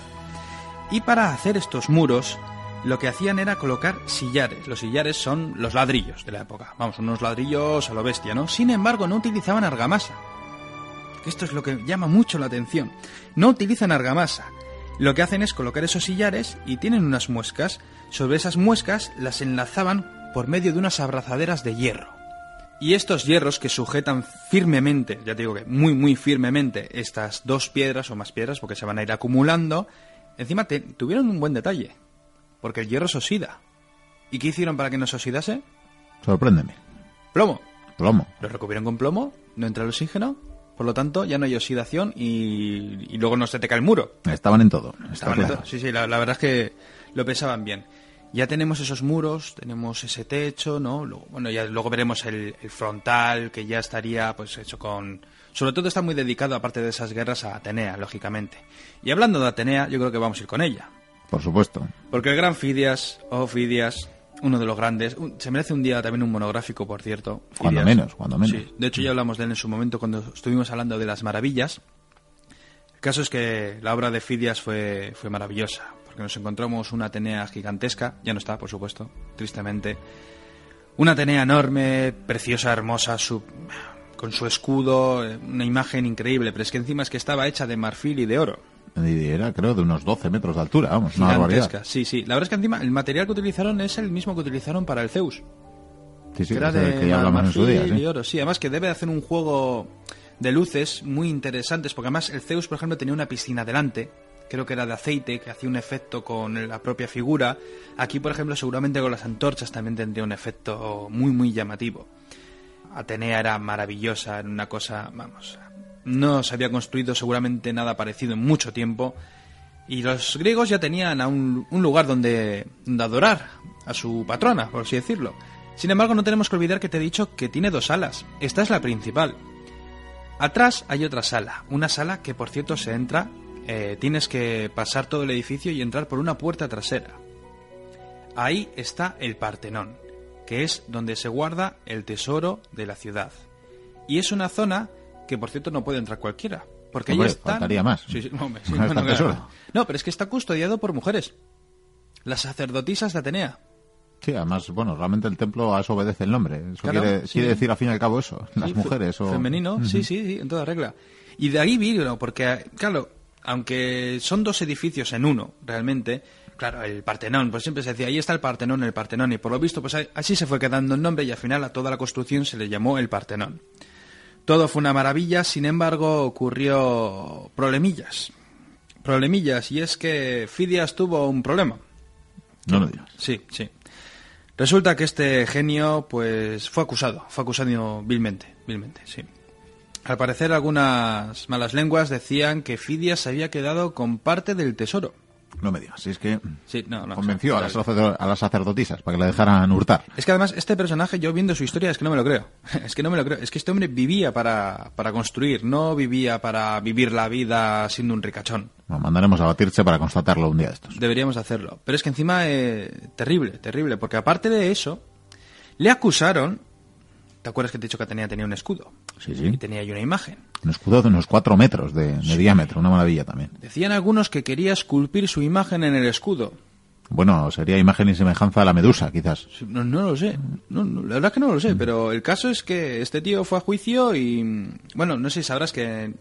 Y para hacer estos muros, lo que hacían era colocar sillares. Los sillares son los ladrillos de la época. Vamos, unos ladrillos a lo bestia, ¿no? Sin embargo, no utilizaban argamasa. Esto es lo que llama mucho la atención. No utilizan argamasa. Lo que hacen es colocar esos sillares y tienen unas muescas. Sobre esas muescas las enlazaban por medio de unas abrazaderas de hierro. Y estos hierros que sujetan firmemente, ya te digo que muy muy firmemente, estas dos piedras o más piedras, porque se van a ir acumulando, encima te, tuvieron un buen detalle, porque el hierro se oxida. ¿Y qué hicieron para que no se oxidase?
Sorpréndeme.
Plomo.
Plomo.
Lo recubrieron con plomo, no entra el oxígeno, por lo tanto ya no hay oxidación y, y luego no se te cae el muro.
Estaban en todo.
Estaban
claro.
en todo. Sí, sí, la, la verdad es que lo pensaban bien. Ya tenemos esos muros, tenemos ese techo, ¿no? Luego, bueno, ya luego veremos el, el frontal, que ya estaría pues hecho con... Sobre todo está muy dedicado, aparte de esas guerras, a Atenea, lógicamente. Y hablando de Atenea, yo creo que vamos a ir con ella.
Por supuesto.
Porque el gran Fidias, oh Fidias, uno de los grandes, un, se merece un día también un monográfico, por cierto. Fidias.
Cuando menos, cuando menos.
Sí, de hecho ya hablamos de él en su momento cuando estuvimos hablando de las maravillas. El caso es que la obra de Fidias fue, fue maravillosa, porque nos encontramos una Atenea gigantesca, ya no está, por supuesto, tristemente. Una Atenea enorme, preciosa, hermosa, su, con su escudo, una imagen increíble, pero es que encima es que estaba hecha de marfil y de oro.
Y era, creo, de unos doce metros de altura, vamos, una barbaridad.
Sí, sí. La verdad es que encima el material que utilizaron es el mismo que utilizaron para el Zeus.
Sí, sí,
que era
de
de
que ya hablamos en su día,
y
¿sí?
oro. Sí, además que debe hacer un juego de luces muy interesantes, porque además el Zeus, por ejemplo, tenía una piscina delante, creo que era de aceite, que hacía un efecto con la propia figura. Aquí, por ejemplo, seguramente con las antorchas también tendría un efecto muy, muy llamativo. Atenea era maravillosa, era una cosa, vamos, no se había construido seguramente nada parecido en mucho tiempo, y los griegos ya tenían a un, un lugar donde, donde adorar a su patrona, por así decirlo. Sin embargo, no tenemos que olvidar que te he dicho que tiene dos salas. Esta es la principal. Atrás hay otra sala, una sala que, por cierto, se entra, eh, tienes que pasar todo el edificio y entrar por una puerta trasera. Ahí está el Partenón, que es donde se guarda el tesoro de la ciudad. Y es una zona que, por cierto, no puede entrar cualquiera. Porque
Hombre,
ahí están...
faltaría más.
Sí, sí, hombre, sí,
No
no,
está
no,
el tesoro.
claro. No, pero es que está custodiado por mujeres. Las sacerdotisas de Atenea.
Sí, además, bueno, realmente el templo a eso obedece el nombre. Eso
Claro,
quiere,
sí.
quiere decir al fin y al cabo eso, las
Sí,
mujeres.
fe-
o
Femenino,
Ujú.
sí, sí, sí, en toda regla. Y de ahí vino, porque, claro, aunque son dos edificios en uno, realmente, claro, el Partenón, pues siempre se decía, ahí está el Partenón, el Partenón, y por lo visto, pues así se fue quedando el nombre y al final a toda la construcción se le llamó el Partenón. Todo fue una maravilla, sin embargo, ocurrió problemillas. Problemillas, y es que Fidias tuvo un problema.
No lo digas.
Sí, sí. Resulta que este genio, pues, fue acusado, fue acusado vilmente, vilmente, sí. Al parecer, algunas malas lenguas decían que Fidias se había quedado con parte del tesoro.
No me digas, si es que
Sí, no, no.
convenció
o
a
sea,
las, sacerdo- a las sacerdotisas para que la dejaran hurtar.
Es que además, este personaje, yo viendo su historia, es que no me lo creo. Es que no me lo creo. Es que este hombre vivía para, para construir, no vivía para vivir la vida siendo un ricachón.
Bueno, mandaremos a batirse para constatarlo un día de estos.
Deberíamos hacerlo. Pero es que encima, eh, terrible, terrible, porque aparte de eso, le acusaron... ¿Te acuerdas que te he dicho que Atenea tenía un escudo?
Sí, sí.
Y tenía ahí una imagen.
Un escudo de unos cuatro metros de, de diámetro, una maravilla también.
Decían algunos que quería esculpir su imagen en el escudo.
Bueno, sería imagen y semejanza a la medusa, quizás.
No, no lo sé. No, no, la verdad es que no lo sé. Pero el caso es que este tío fue a juicio y... Bueno, no sé si sabrás que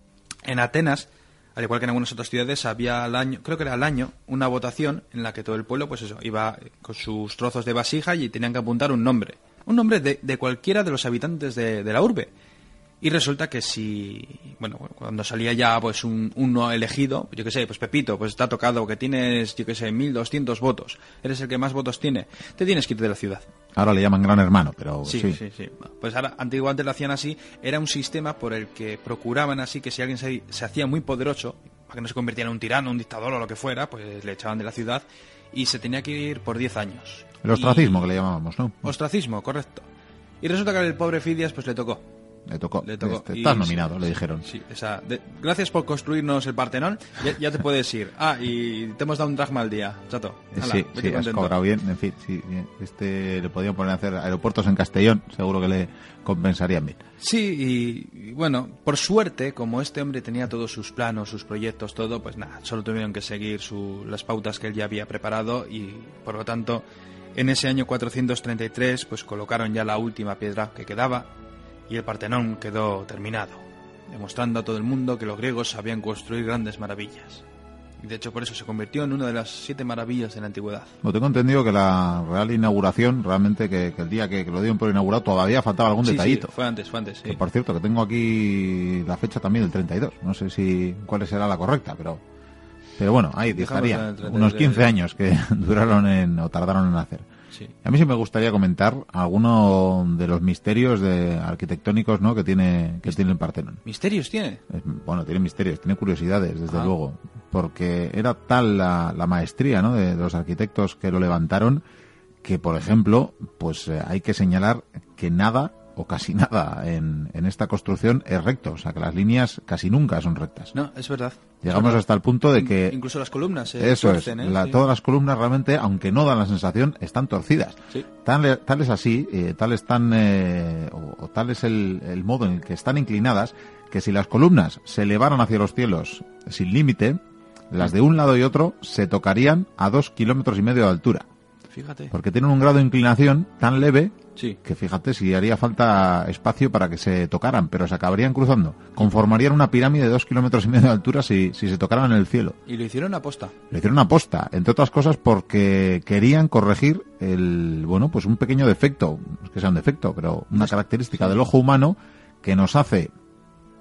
en Atenas, al igual que en algunas otras ciudades, había al año, creo que era al año, una votación en la que todo el pueblo, pues eso, iba con sus trozos de vasija y tenían que apuntar un nombre. Un nombre de, de cualquiera de los habitantes de, de la urbe. Y resulta que si, bueno, cuando salía ya pues un uno elegido, yo qué sé, pues Pepito, pues está tocado que tienes, yo qué sé, mil doscientos votos, eres el que más votos tiene, te tienes que ir de la ciudad.
Ahora le llaman gran hermano, pero
Sí,
sí.
sí, sí. Pues ahora, antiguamente lo hacían así, era un sistema por el que procuraban así que si alguien se, se hacía muy poderoso, para que no se convirtiera en un tirano, un dictador o lo que fuera, pues le echaban de la ciudad y se tenía que ir por diez años.
El ostracismo
Y-
que le llamábamos, ¿no?
Ostracismo, correcto. Y resulta que al pobre Fidias pues le tocó.
Le tocó.
Le tocó.
Este,
Y-
estás nominado, le dijeron.
Sí, o sea, de- gracias por construirnos el Partenón, ya, ya te puedes ir. Ah, y te hemos dado un dragma al día, chato. Hala,
sí,
vete
sí, has
contento.
cobrado bien. En fin, sí, bien. Este le podían poner a hacer aeropuertos en Castellón, seguro que le compensarían bien.
Sí, y, y bueno, por suerte, como este hombre tenía todos sus planos, sus proyectos, todo, pues nada, solo tuvieron que seguir su, las pautas que él ya había preparado y, por lo tanto, en ese año cuatrocientos treinta y tres, pues colocaron ya la última piedra que quedaba y el Partenón quedó terminado, demostrando a todo el mundo que los griegos sabían construir grandes maravillas. Y de hecho por eso se convirtió en una de las siete maravillas de la antigüedad.
Bueno, tengo entendido que la real inauguración, realmente que, que el día que, que lo dieron por inaugurado todavía faltaba algún
Sí,
detallito.
sí, fue antes, fue antes, sí.
Que por cierto, que tengo aquí la fecha también del treinta y dos. No sé si cuál será la correcta, pero pero bueno, ahí
Dejamos
estaría.
en el treinta y tres.
Unos quince años que duraron en, o tardaron en hacer.
Sí.
A mí sí me gustaría comentar alguno de los misterios de arquitectónicos, ¿no?, que tiene que tiene el Partenón.
¿Misterios tiene?
Es- Bueno, tiene misterios, tiene curiosidades, desde
Ah.
luego, porque era tal la, la maestría, ¿no?, de, de los arquitectos que lo levantaron, que, por ejemplo, pues eh, hay que señalar que nada o casi nada en, en esta construcción es recto, o sea que las líneas casi nunca son rectas.
No, es verdad.
Llegamos
Es verdad.
hasta el punto de que
Incluso las columnas se
eso es,
tuercen, ¿eh?
la-
Sí.
todas las columnas realmente, aunque no dan la sensación, están torcidas.
Sí.
Tal, tal es así, eh, tal es tan, eh, o, o tal es el, el modo en el que están inclinadas, que si las columnas se elevaran hacia los cielos sin límite, las de un lado y otro se tocarían a dos kilómetros y medio de altura,
Fíjate.
porque tienen un grado de inclinación tan leve
Sí.
que fíjate si haría falta espacio para que se tocaran, pero se acabarían cruzando. Conformarían una pirámide de dos kilómetros y medio de altura si, si se tocaran en el cielo.
Y lo hicieron a posta.
Lo hicieron a posta, entre otras cosas porque querían corregir el, bueno, pues un pequeño defecto, no es que sea un defecto, pero una característica del ojo humano que nos hace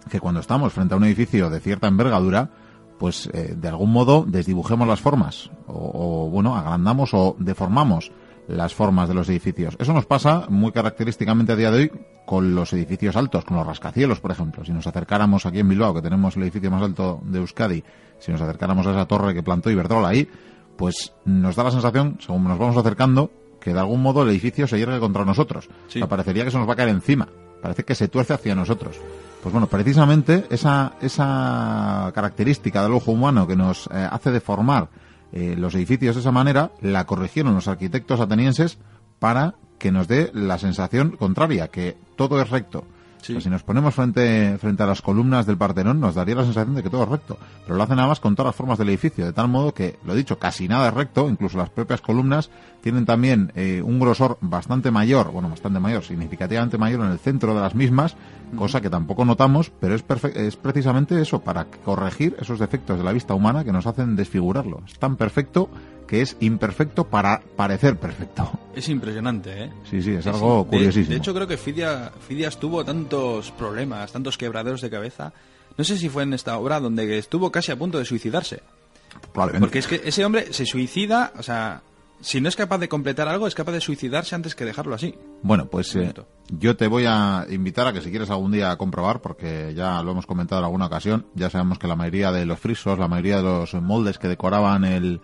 que cuando estamos frente a un edificio de cierta envergadura, pues eh, de algún modo desdibujemos las formas, o, o bueno, agrandamos o deformamos las formas de los edificios. Eso nos pasa muy característicamente a día de hoy con los edificios altos, con los rascacielos, por ejemplo. Si nos acercáramos aquí en Bilbao, que tenemos el edificio más alto de Euskadi, si nos acercáramos a esa torre que plantó Iberdrola ahí, pues nos da la sensación, según nos vamos acercando, que de algún modo el edificio se yergue contra nosotros. Sí. O sea, parecería que se nos va a caer encima. Parece que se tuerce hacia nosotros. Pues bueno, precisamente esa, esa característica del ojo humano que nos eh, hace deformar eh, los edificios de esa manera, la corrigieron los arquitectos atenienses para que nos dé la sensación contraria, que todo es recto. Sí. Pues si nos ponemos frente, frente a las columnas del Partenón, nos daría la sensación de que todo es recto. Pero lo hacen nada más con todas las formas del edificio, de tal modo que, lo dicho, casi nada es recto, incluso las propias columnas tienen también eh, un grosor bastante mayor, bueno, bastante mayor, significativamente mayor en el centro de las mismas, cosa que tampoco notamos, pero es, perfe- es precisamente eso, para corregir esos defectos de la vista humana que nos hacen desfigurarlo. Es tan perfecto que es imperfecto para parecer perfecto.
Es impresionante, ¿eh?
Sí, sí, es algo sí. curiosísimo.
De, de hecho, creo que Fidia, Fidias tuvo tantos problemas, tantos quebraderos de cabeza. No sé si fue en esta obra donde estuvo casi a punto de suicidarse.
Probablemente.
Porque es que ese hombre se suicida, o sea, si no es capaz de completar algo, es capaz de suicidarse antes que dejarlo así.
Bueno, pues eh, yo te voy a invitar a que si quieres algún día a comprobar, porque ya lo hemos comentado en alguna ocasión, ya sabemos que la mayoría de los frisos, la mayoría de los moldes que decoraban el...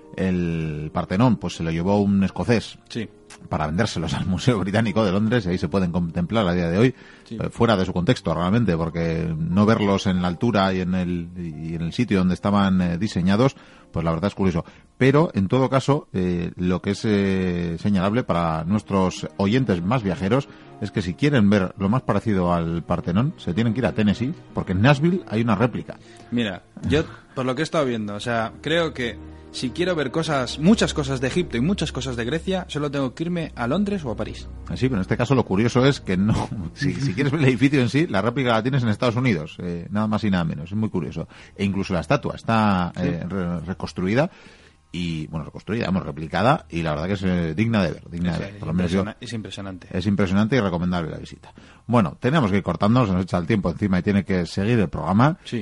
el Partenón, pues se lo llevó un escocés
sí.
para vendérselos al Museo Británico de Londres, y ahí se pueden contemplar a día de hoy, sí. eh, fuera de su contexto realmente, porque no verlos en la altura y en el, y en el sitio donde estaban eh, diseñados, pues la verdad es curioso. Pero, en todo caso, eh, lo que es eh, señalable para nuestros oyentes más viajeros es que si quieren ver lo más parecido al Partenón, se tienen que ir a Tennessee, porque en Nashville hay una réplica.
Mira, yo, por lo que he estado viendo, o sea, creo que si quiero ver cosas, muchas cosas de Egipto y muchas cosas de Grecia, solo tengo que irme a Londres o a París.
Sí, pero en este caso lo curioso es que no, si, si quieres ver el edificio en sí, la réplica la tienes en Estados Unidos, eh, nada más y nada menos, es muy curioso. E incluso la estatua está eh, re- reconstruida y, bueno, reconstruida, hemos replicada, y la verdad que es eh, digna de ver, digna
es,
de ver.
Es,
Por lo menos yo,
es impresionante.
Es impresionante y recomendable la visita. Bueno, tenemos que ir cortando, se nos echa el tiempo encima y tiene que seguir el programa.
Sí.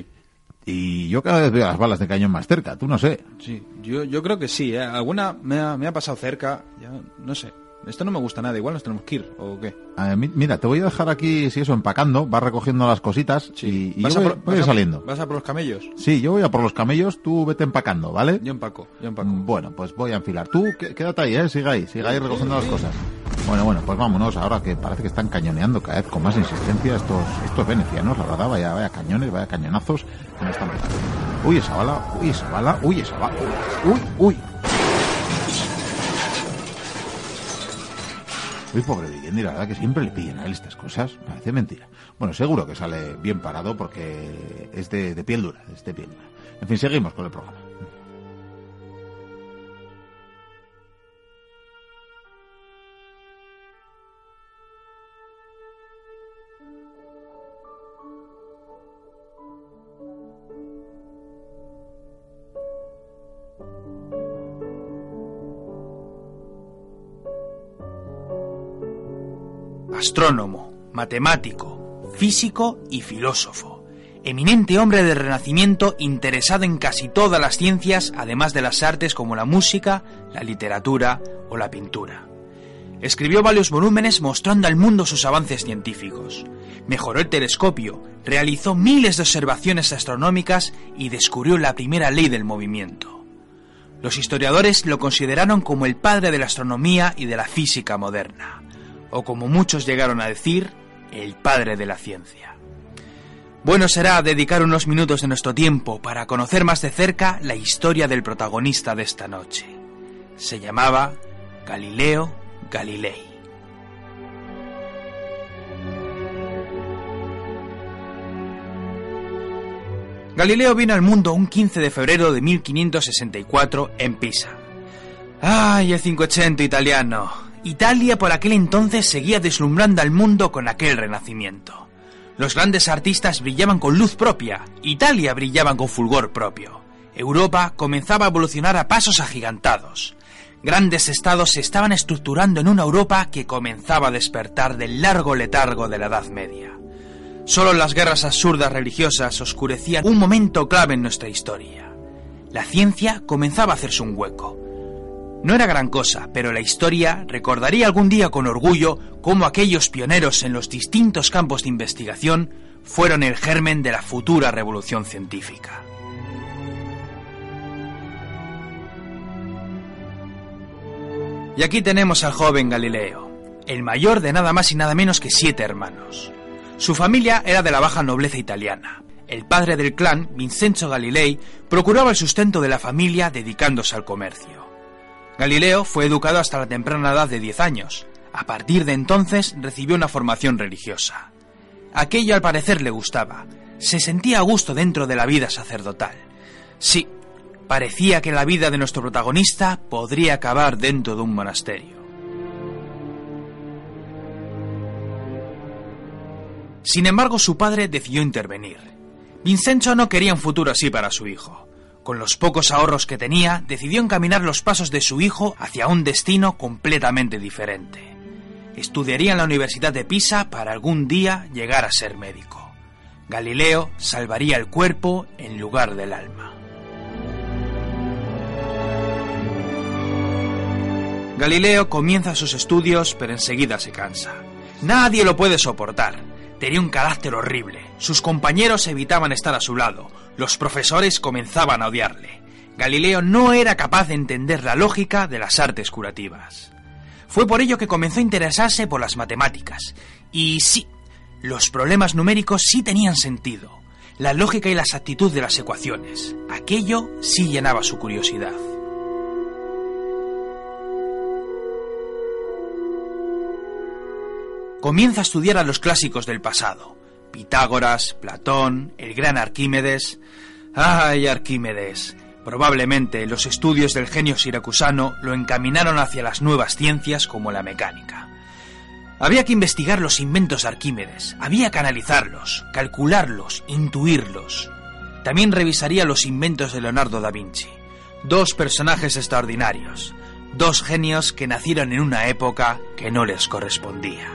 Y yo cada vez veo las balas de cañón más cerca, tú no sé.
Sí, yo, yo creo que sí, ¿eh? Alguna me ha, me ha pasado cerca, ya no sé. Esto no me gusta nada, igual nos tenemos que ir, ¿o qué?
A mí, mira, te voy a dejar aquí, si eso, empacando, vas recogiendo las cositas
sí.
y, y yo voy, por, voy
vas
saliendo.
A, ¿Vas a por los camellos?
Sí, yo voy a por los camellos, tú vete empacando, ¿vale?
Yo empaco, yo empaco.
Bueno, pues voy a enfilar. Tú quédate ahí, ¿eh? Sigue ahí, sigue ahí recogiendo las cosas. Bueno, bueno, pues vámonos, ahora que parece que están cañoneando cada vez con más insistencia estos, estos venecianos, la verdad, vaya, vaya cañones, vaya cañonazos que nos están pegando. Uy, esa bala, uy, esa bala, uy, esa bala, uy, uy. Uy, pobre Villendi, la verdad que siempre le pillan a él estas cosas, parece mentira. Bueno, seguro que sale bien parado porque es de, de piel dura, es de piel dura. En fin, seguimos con el programa.
Astrónomo, matemático, físico y filósofo. Eminente hombre del Renacimiento interesado en casi todas las ciencias, además de las artes como la música, la literatura o la pintura. Escribió varios volúmenes mostrando al mundo sus avances científicos. Mejoró el telescopio, realizó miles de observaciones astronómicas y descubrió la primera ley del movimiento. Los historiadores lo consideraron como el padre de la astronomía y de la física moderna, o como muchos llegaron a decir, el padre de la ciencia. Bueno será dedicar unos minutos de nuestro tiempo para conocer más de cerca la historia del protagonista de esta noche. Se llamaba Galileo Galilei. Galileo vino al mundo un quince de febrero de mil quinientos sesenta y cuatro en Pisa. ¡Ay, el cinquecento italiano! Italia por aquel entonces seguía deslumbrando al mundo con aquel renacimiento. Los grandes artistas brillaban con luz propia, Italia brillaba con fulgor propio. Europa comenzaba a evolucionar a pasos agigantados. Grandes estados se estaban estructurando en una Europa que comenzaba a despertar del largo letargo de la Edad Media. Solo las guerras absurdas religiosas oscurecían un momento clave en nuestra historia. La ciencia comenzaba a hacerse un hueco. No era gran cosa, pero la historia recordaría algún día con orgullo cómo aquellos pioneros en los distintos campos de investigación fueron el germen de la futura revolución científica. Y aquí tenemos al joven Galileo, el mayor de nada más y nada menos que siete hermanos. Su familia era de la baja nobleza italiana. El padre del clan, Vincenzo Galilei, procuraba el sustento de la familia dedicándose al comercio. Galileo fue educado hasta la temprana edad de diez años. A partir de entonces recibió una formación religiosa. Aquello al parecer le gustaba. Se sentía a gusto dentro de la vida sacerdotal. Sí, parecía que la vida de nuestro protagonista podría acabar dentro de un monasterio. Sin embargo, su padre decidió intervenir. Vincenzo no quería un futuro así para su hijo. Con los pocos ahorros que tenía, decidió encaminar los pasos de su hijo hacia un destino completamente diferente. Estudiaría en la Universidad de Pisa para algún día llegar a ser médico. Galileo salvaría el cuerpo en lugar del alma. Galileo comienza sus estudios, pero enseguida se cansa. Nadie lo puede soportar. Tenía un carácter horrible. Sus compañeros evitaban estar a su lado. Los profesores comenzaban a odiarle. Galileo no era capaz de entender la lógica de las artes curativas. Fue por ello que comenzó a interesarse por las matemáticas. Y sí, los problemas numéricos sí tenían sentido. La lógica y la exactitud de las ecuaciones. Aquello sí llenaba su curiosidad. Comienza a estudiar a los clásicos del pasado. Pitágoras, Platón, el gran Arquímedes. ¡Ay, Arquímedes! Probablemente los estudios del genio siracusano lo encaminaron hacia las nuevas ciencias como la mecánica. Había que investigar los inventos de Arquímedes, había que analizarlos, calcularlos, intuirlos. También revisaría los inventos de Leonardo da Vinci. Dos personajes extraordinarios, dos genios que nacieron en una época que no les correspondía.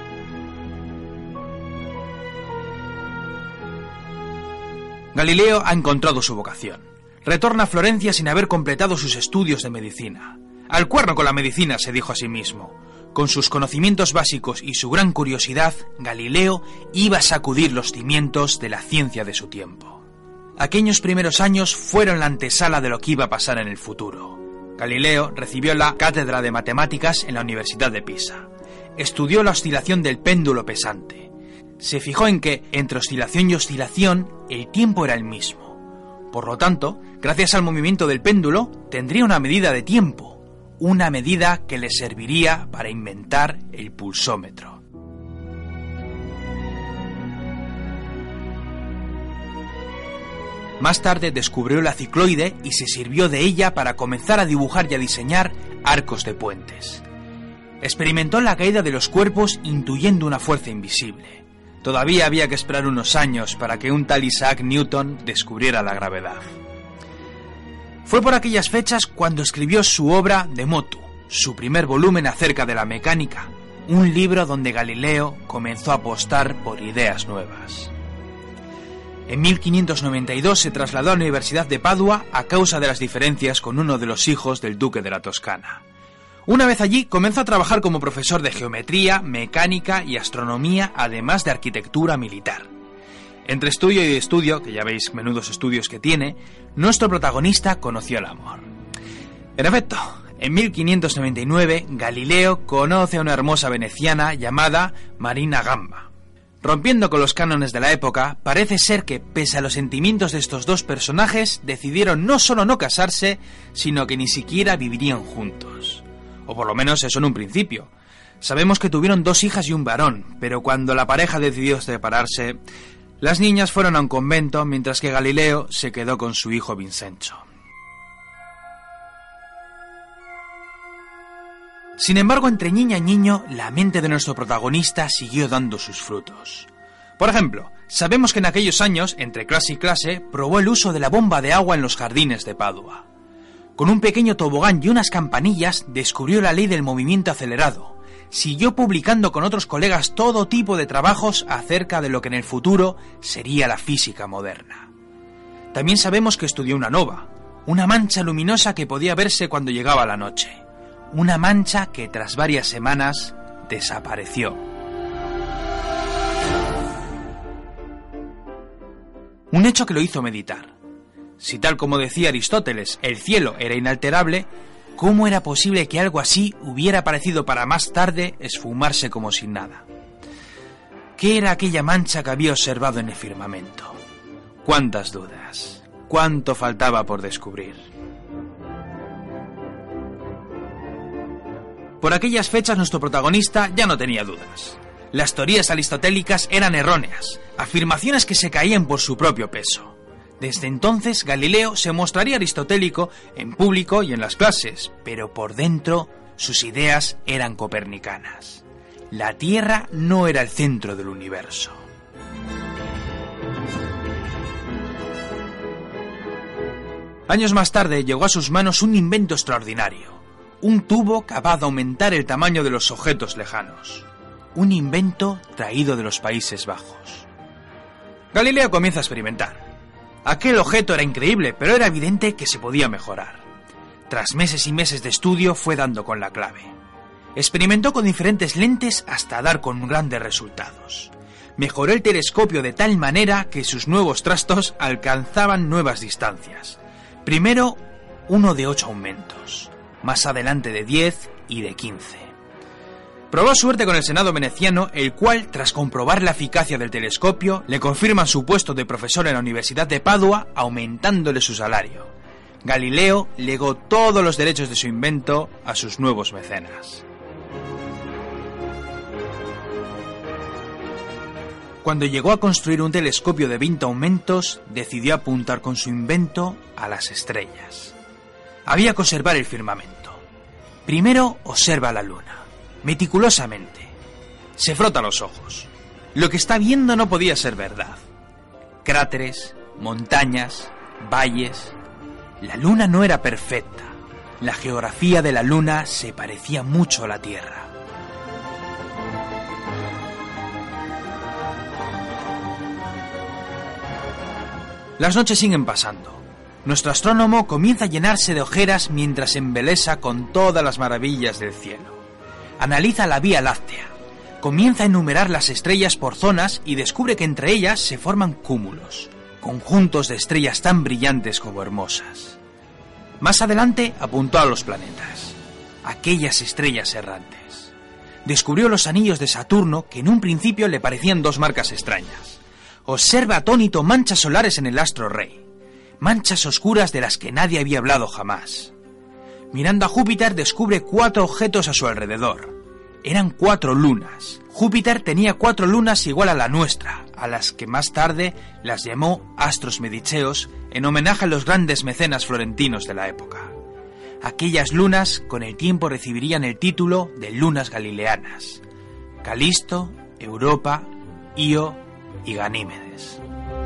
Galileo ha encontrado su vocación. Retorna a Florencia sin haber completado sus estudios de medicina. Al cuerno con la medicina, se dijo a sí mismo. Con sus conocimientos básicos y su gran curiosidad, Galileo iba a sacudir los cimientos de la ciencia de su tiempo. Aquellos primeros años fueron la antesala de lo que iba a pasar en el futuro. Galileo recibió la cátedra de matemáticas en la Universidad de Pisa. Estudió la oscilación del péndulo pesante. Se fijó en que, entre oscilación y oscilación, el tiempo era el mismo. Por lo tanto, gracias al movimiento del péndulo, tendría una medida de tiempo, una medida que le serviría para inventar el pulsómetro. Más tarde descubrió la cicloide y se sirvió de ella para comenzar a dibujar y a diseñar arcos de puentes. Experimentó la caída de los cuerpos intuyendo una fuerza invisible. Todavía había que esperar unos años para que un tal Isaac Newton descubriera la gravedad. Fue por aquellas fechas cuando escribió su obra De Motu, su primer volumen acerca de la mecánica, un libro donde Galileo comenzó a apostar por ideas nuevas. En mil quinientos noventa y dos se trasladó a la Universidad de Padua a causa de las diferencias con uno de los hijos del duque de la Toscana. Una vez allí, comenzó a trabajar como profesor de geometría, mecánica y astronomía, además de arquitectura militar. Entre estudio y estudio, que ya veis menudos estudios que tiene, nuestro protagonista conoció el amor. En efecto, en mil quinientos noventa y nueve, Galileo conoce a una hermosa veneciana llamada Marina Gamba. Rompiendo con los cánones de la época, parece ser que, pese a los sentimientos de estos dos personajes, decidieron no solo no casarse, sino que ni siquiera vivirían juntos. O por lo menos eso en un principio. Sabemos que tuvieron dos hijas y un varón, pero cuando la pareja decidió separarse, las niñas fueron a un convento, mientras que Galileo se quedó con su hijo Vincenzo. Sin embargo, entre niña y niño, la mente de nuestro protagonista siguió dando sus frutos. Por ejemplo, sabemos que en aquellos años, entre clase y clase, probó el uso de la bomba de agua en los jardines de Padua. Con un pequeño tobogán y unas campanillas, descubrió la ley del movimiento acelerado. siguió publicando con otros colegas todo tipo de trabajos acerca de lo que en el futuro sería la física moderna. También sabemos que estudió una nova, una mancha luminosa que podía verse cuando llegaba la noche, una mancha que tras varias semanas desapareció. Un hecho que lo hizo meditar. Si tal como decía Aristóteles, el cielo era inalterable, ¿cómo era posible que algo así hubiera aparecido para más tarde esfumarse como sin nada? ¿Qué era aquella mancha que había observado en el firmamento? ¿Cuántas dudas? ¿Cuánto faltaba por descubrir? Por aquellas fechas nuestro protagonista ya no tenía dudas. Las teorías aristotélicas eran erróneas, afirmaciones que se caían por su propio peso. Desde entonces Galileo se mostraría aristotélico en público y en las clases, pero por dentro sus ideas eran copernicanas. La Tierra no era el centro del universo. Años más tarde llegó a sus manos un invento extraordinario, un tubo capaz de aumentar el tamaño de los objetos lejanos, un invento traído de los Países Bajos. Galileo comienza a experimentar. Aquel objeto era increíble, pero era evidente que se podía mejorar. Tras meses y meses de estudio fue dando con la clave. Experimentó con diferentes lentes hasta dar con grandes resultados. Mejoró el telescopio de tal manera que sus nuevos trastos alcanzaban nuevas distancias. Primero, uno de ocho aumentos, más adelante de diez y de quince. Probó suerte con el Senado veneciano, el cual, tras comprobar la eficacia del telescopio, le confirman su puesto de profesor en la Universidad de Padua, aumentándole su salario. Galileo legó todos los derechos de su invento a sus nuevos mecenas. Cuando llegó a construir un telescopio de veinte aumentos, decidió apuntar con su invento a las estrellas. Había que observar el firmamento. Primero observa la luna. Meticulosamente. Se frota los ojos. Lo que está viendo no podía ser verdad. Cráteres, montañas, valles. La luna no era perfecta. La geografía de la luna se parecía mucho a la Tierra. Las noches siguen pasando. Nuestro astrónomo comienza a llenarse de ojeras mientras se embelesa con todas las maravillas del cielo. Analiza la Vía Láctea, comienza a enumerar las estrellas por zonas y descubre que entre ellas se forman cúmulos, conjuntos de estrellas tan brillantes como hermosas. Más adelante apuntó a los planetas, aquellas estrellas errantes. Descubrió los anillos de Saturno que en un principio le parecían dos marcas extrañas. Observa atónito manchas solares en el astro rey, manchas oscuras de las que nadie había hablado jamás. Mirando a Júpiter descubre cuatro objetos a su alrededor. Eran cuatro lunas. Júpiter tenía cuatro lunas igual a la nuestra, a las que más tarde las llamó astros mediceos en homenaje a los grandes mecenas florentinos de la época. Aquellas lunas con el tiempo recibirían el título de lunas galileanas: Calisto, Europa, Io y Ganímedes.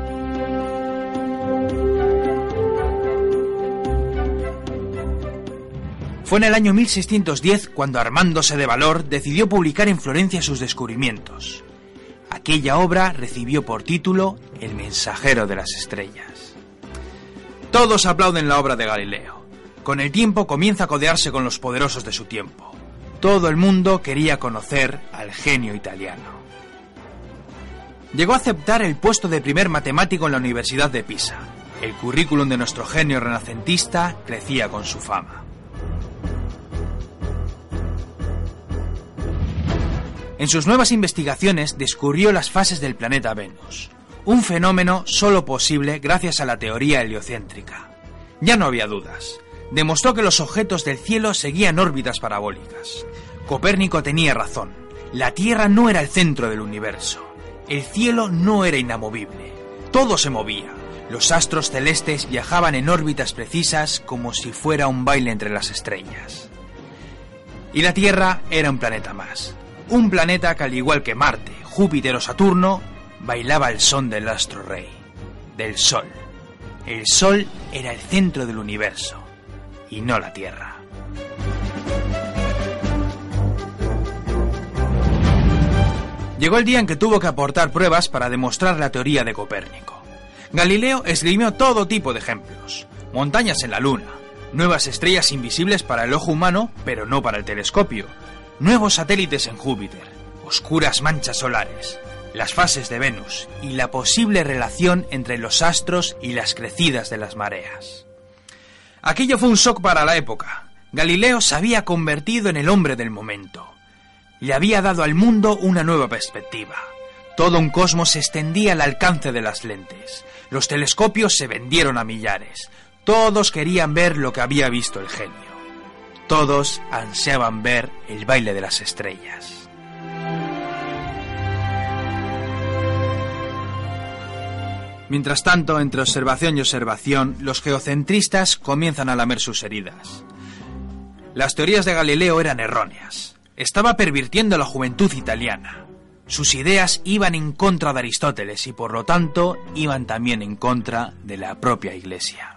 Fue en el año mil seiscientos diez cuando, armándose de valor, decidió publicar en Florencia sus descubrimientos. Aquella obra recibió por título El mensajero de las estrellas. Todos aplauden la obra de Galileo. Con el tiempo comienza a codearse con los poderosos de su tiempo. Todo el mundo quería conocer al genio italiano. Llegó a aceptar el puesto de primer matemático en la Universidad de Pisa. El currículum de nuestro genio renacentista crecía con su fama. En sus nuevas investigaciones descubrió las fases del planeta Venus, un fenómeno solo posible gracias a la teoría heliocéntrica. Ya no había dudas. Demostró que los objetos del cielo seguían órbitas parabólicas. Copérnico tenía razón. La Tierra no era el centro del universo. El cielo no era inamovible. Todo se movía. Los astros celestes viajaban en órbitas precisas como si fuera un baile entre las estrellas. Y la Tierra era un planeta más. Un planeta que, al igual que Marte, Júpiter o Saturno, bailaba al son del astro rey, del Sol. El Sol era el centro del universo, y no la Tierra. Llegó el día en que tuvo que aportar pruebas para demostrar la teoría de Copérnico. Galileo esgrimió todo tipo de ejemplos: montañas en la Luna, nuevas estrellas invisibles para el ojo humano, pero no para el telescopio, nuevos satélites en Júpiter, oscuras manchas solares, las fases de Venus y la posible relación entre los astros y las crecidas de las mareas. Aquello fue un shock para la época. Galileo se había convertido en el hombre del momento. Le había dado al mundo una nueva perspectiva. Todo un cosmos se extendía al alcance de las lentes. Los telescopios se vendieron a millares. Todos querían ver lo que había visto el genio. Todos ansiaban ver el baile de las estrellas. Mientras tanto, entre observación y observación, los geocentristas comienzan a lamer sus heridas. Las teorías de Galileo eran erróneas. Estaba pervirtiendo a la juventud italiana. Sus ideas iban en contra de Aristóteles y por lo tanto iban también en contra de la propia Iglesia.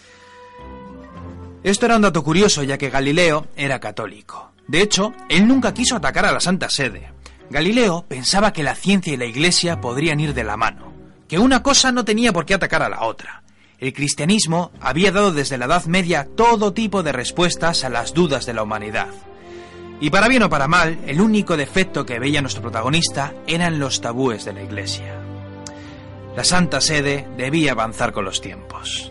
Esto era un dato curioso, ya que Galileo era católico. De hecho, él nunca quiso atacar a la Santa Sede. Galileo pensaba que la ciencia y la Iglesia podrían ir de la mano, que una cosa no tenía por qué atacar a la otra. El cristianismo había dado desde la Edad Media todo tipo de respuestas a las dudas de la humanidad. Y para bien o para mal, el único defecto que veía nuestro protagonista eran los tabúes de la Iglesia. La Santa Sede debía avanzar con los tiempos.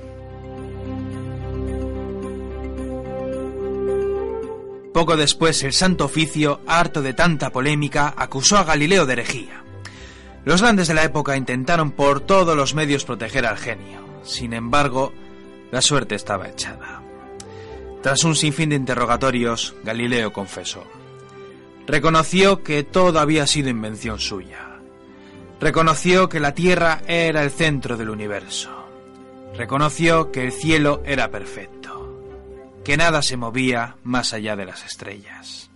Poco después, el Santo Oficio, harto de tanta polémica, acusó a Galileo de herejía. Los grandes de la época intentaron por todos los medios proteger al genio. Sin embargo, la suerte estaba echada. Tras un sinfín de interrogatorios, Galileo confesó. Reconoció que todo había sido invención suya. Reconoció que la Tierra era el centro del universo. Reconoció que el cielo era perfecto, que nada se movía más allá de las estrellas.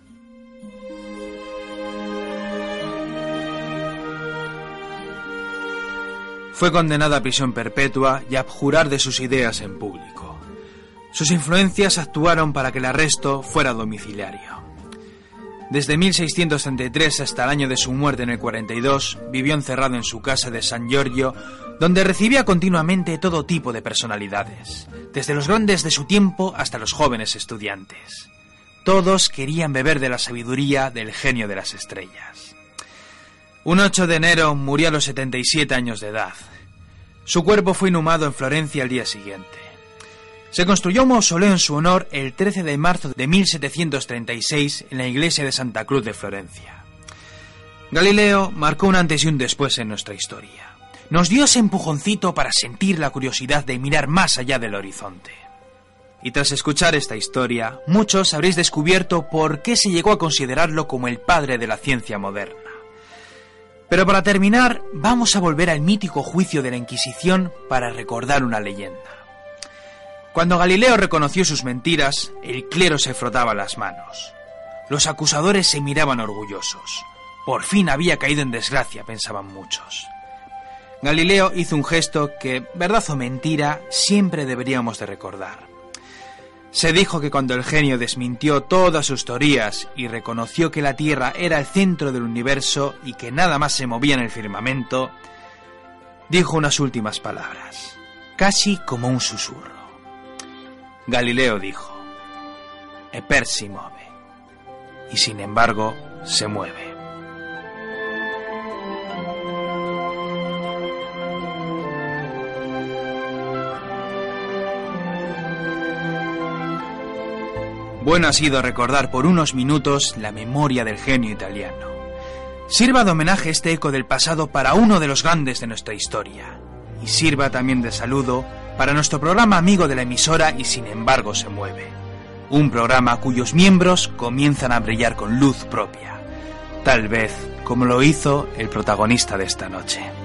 Fue condenado a prisión perpetua y a abjurar de sus ideas en público. Sus influencias actuaron para que el arresto fuera domiciliario. Desde mil seiscientos treinta y tres hasta el año de su muerte en el cuarenta y dos, vivió encerrado en su casa de San Giorgio, donde recibía continuamente todo tipo de personalidades, desde los grandes de su tiempo hasta los jóvenes estudiantes. Todos querían beber de la sabiduría del genio de las estrellas. Un ocho de enero murió a los setenta y siete años de edad. Su cuerpo fue inhumado en Florencia al día siguiente. Se construyó un mausoleo en su honor el trece de marzo de mil setecientos treinta y seis en la iglesia de Santa Cruz de Florencia. Galileo marcó un antes y un después en nuestra historia. Nos dio ese empujoncito para sentir la curiosidad de mirar más allá del horizonte. Y tras escuchar esta historia, muchos habréis descubierto por qué se llegó a considerarlo como el padre de la ciencia moderna. Pero para terminar, vamos a volver al mítico juicio de la Inquisición para recordar una leyenda. Cuando Galileo reconoció sus mentiras, el clero se frotaba las manos. Los acusadores se miraban orgullosos. Por fin había caído en desgracia, pensaban muchos. Galileo hizo un gesto que, verdad o mentira, siempre deberíamos de recordar. Se dijo que cuando el genio desmintió todas sus teorías y reconoció que la Tierra era el centro del universo y que nada más se movía en el firmamento, dijo unas últimas palabras, casi como un susurro. Galileo dijo, «Eper si muove», y sin embargo se mueve. Bueno ha sido recordar por unos minutos la memoria del genio italiano. Sirva de homenaje este eco del pasado para uno de los grandes de nuestra historia. Y sirva también de saludo para nuestro programa amigo de la emisora y sin embargo se mueve. Un programa cuyos miembros comienzan a brillar con luz propia. Tal vez como lo hizo el protagonista de esta noche.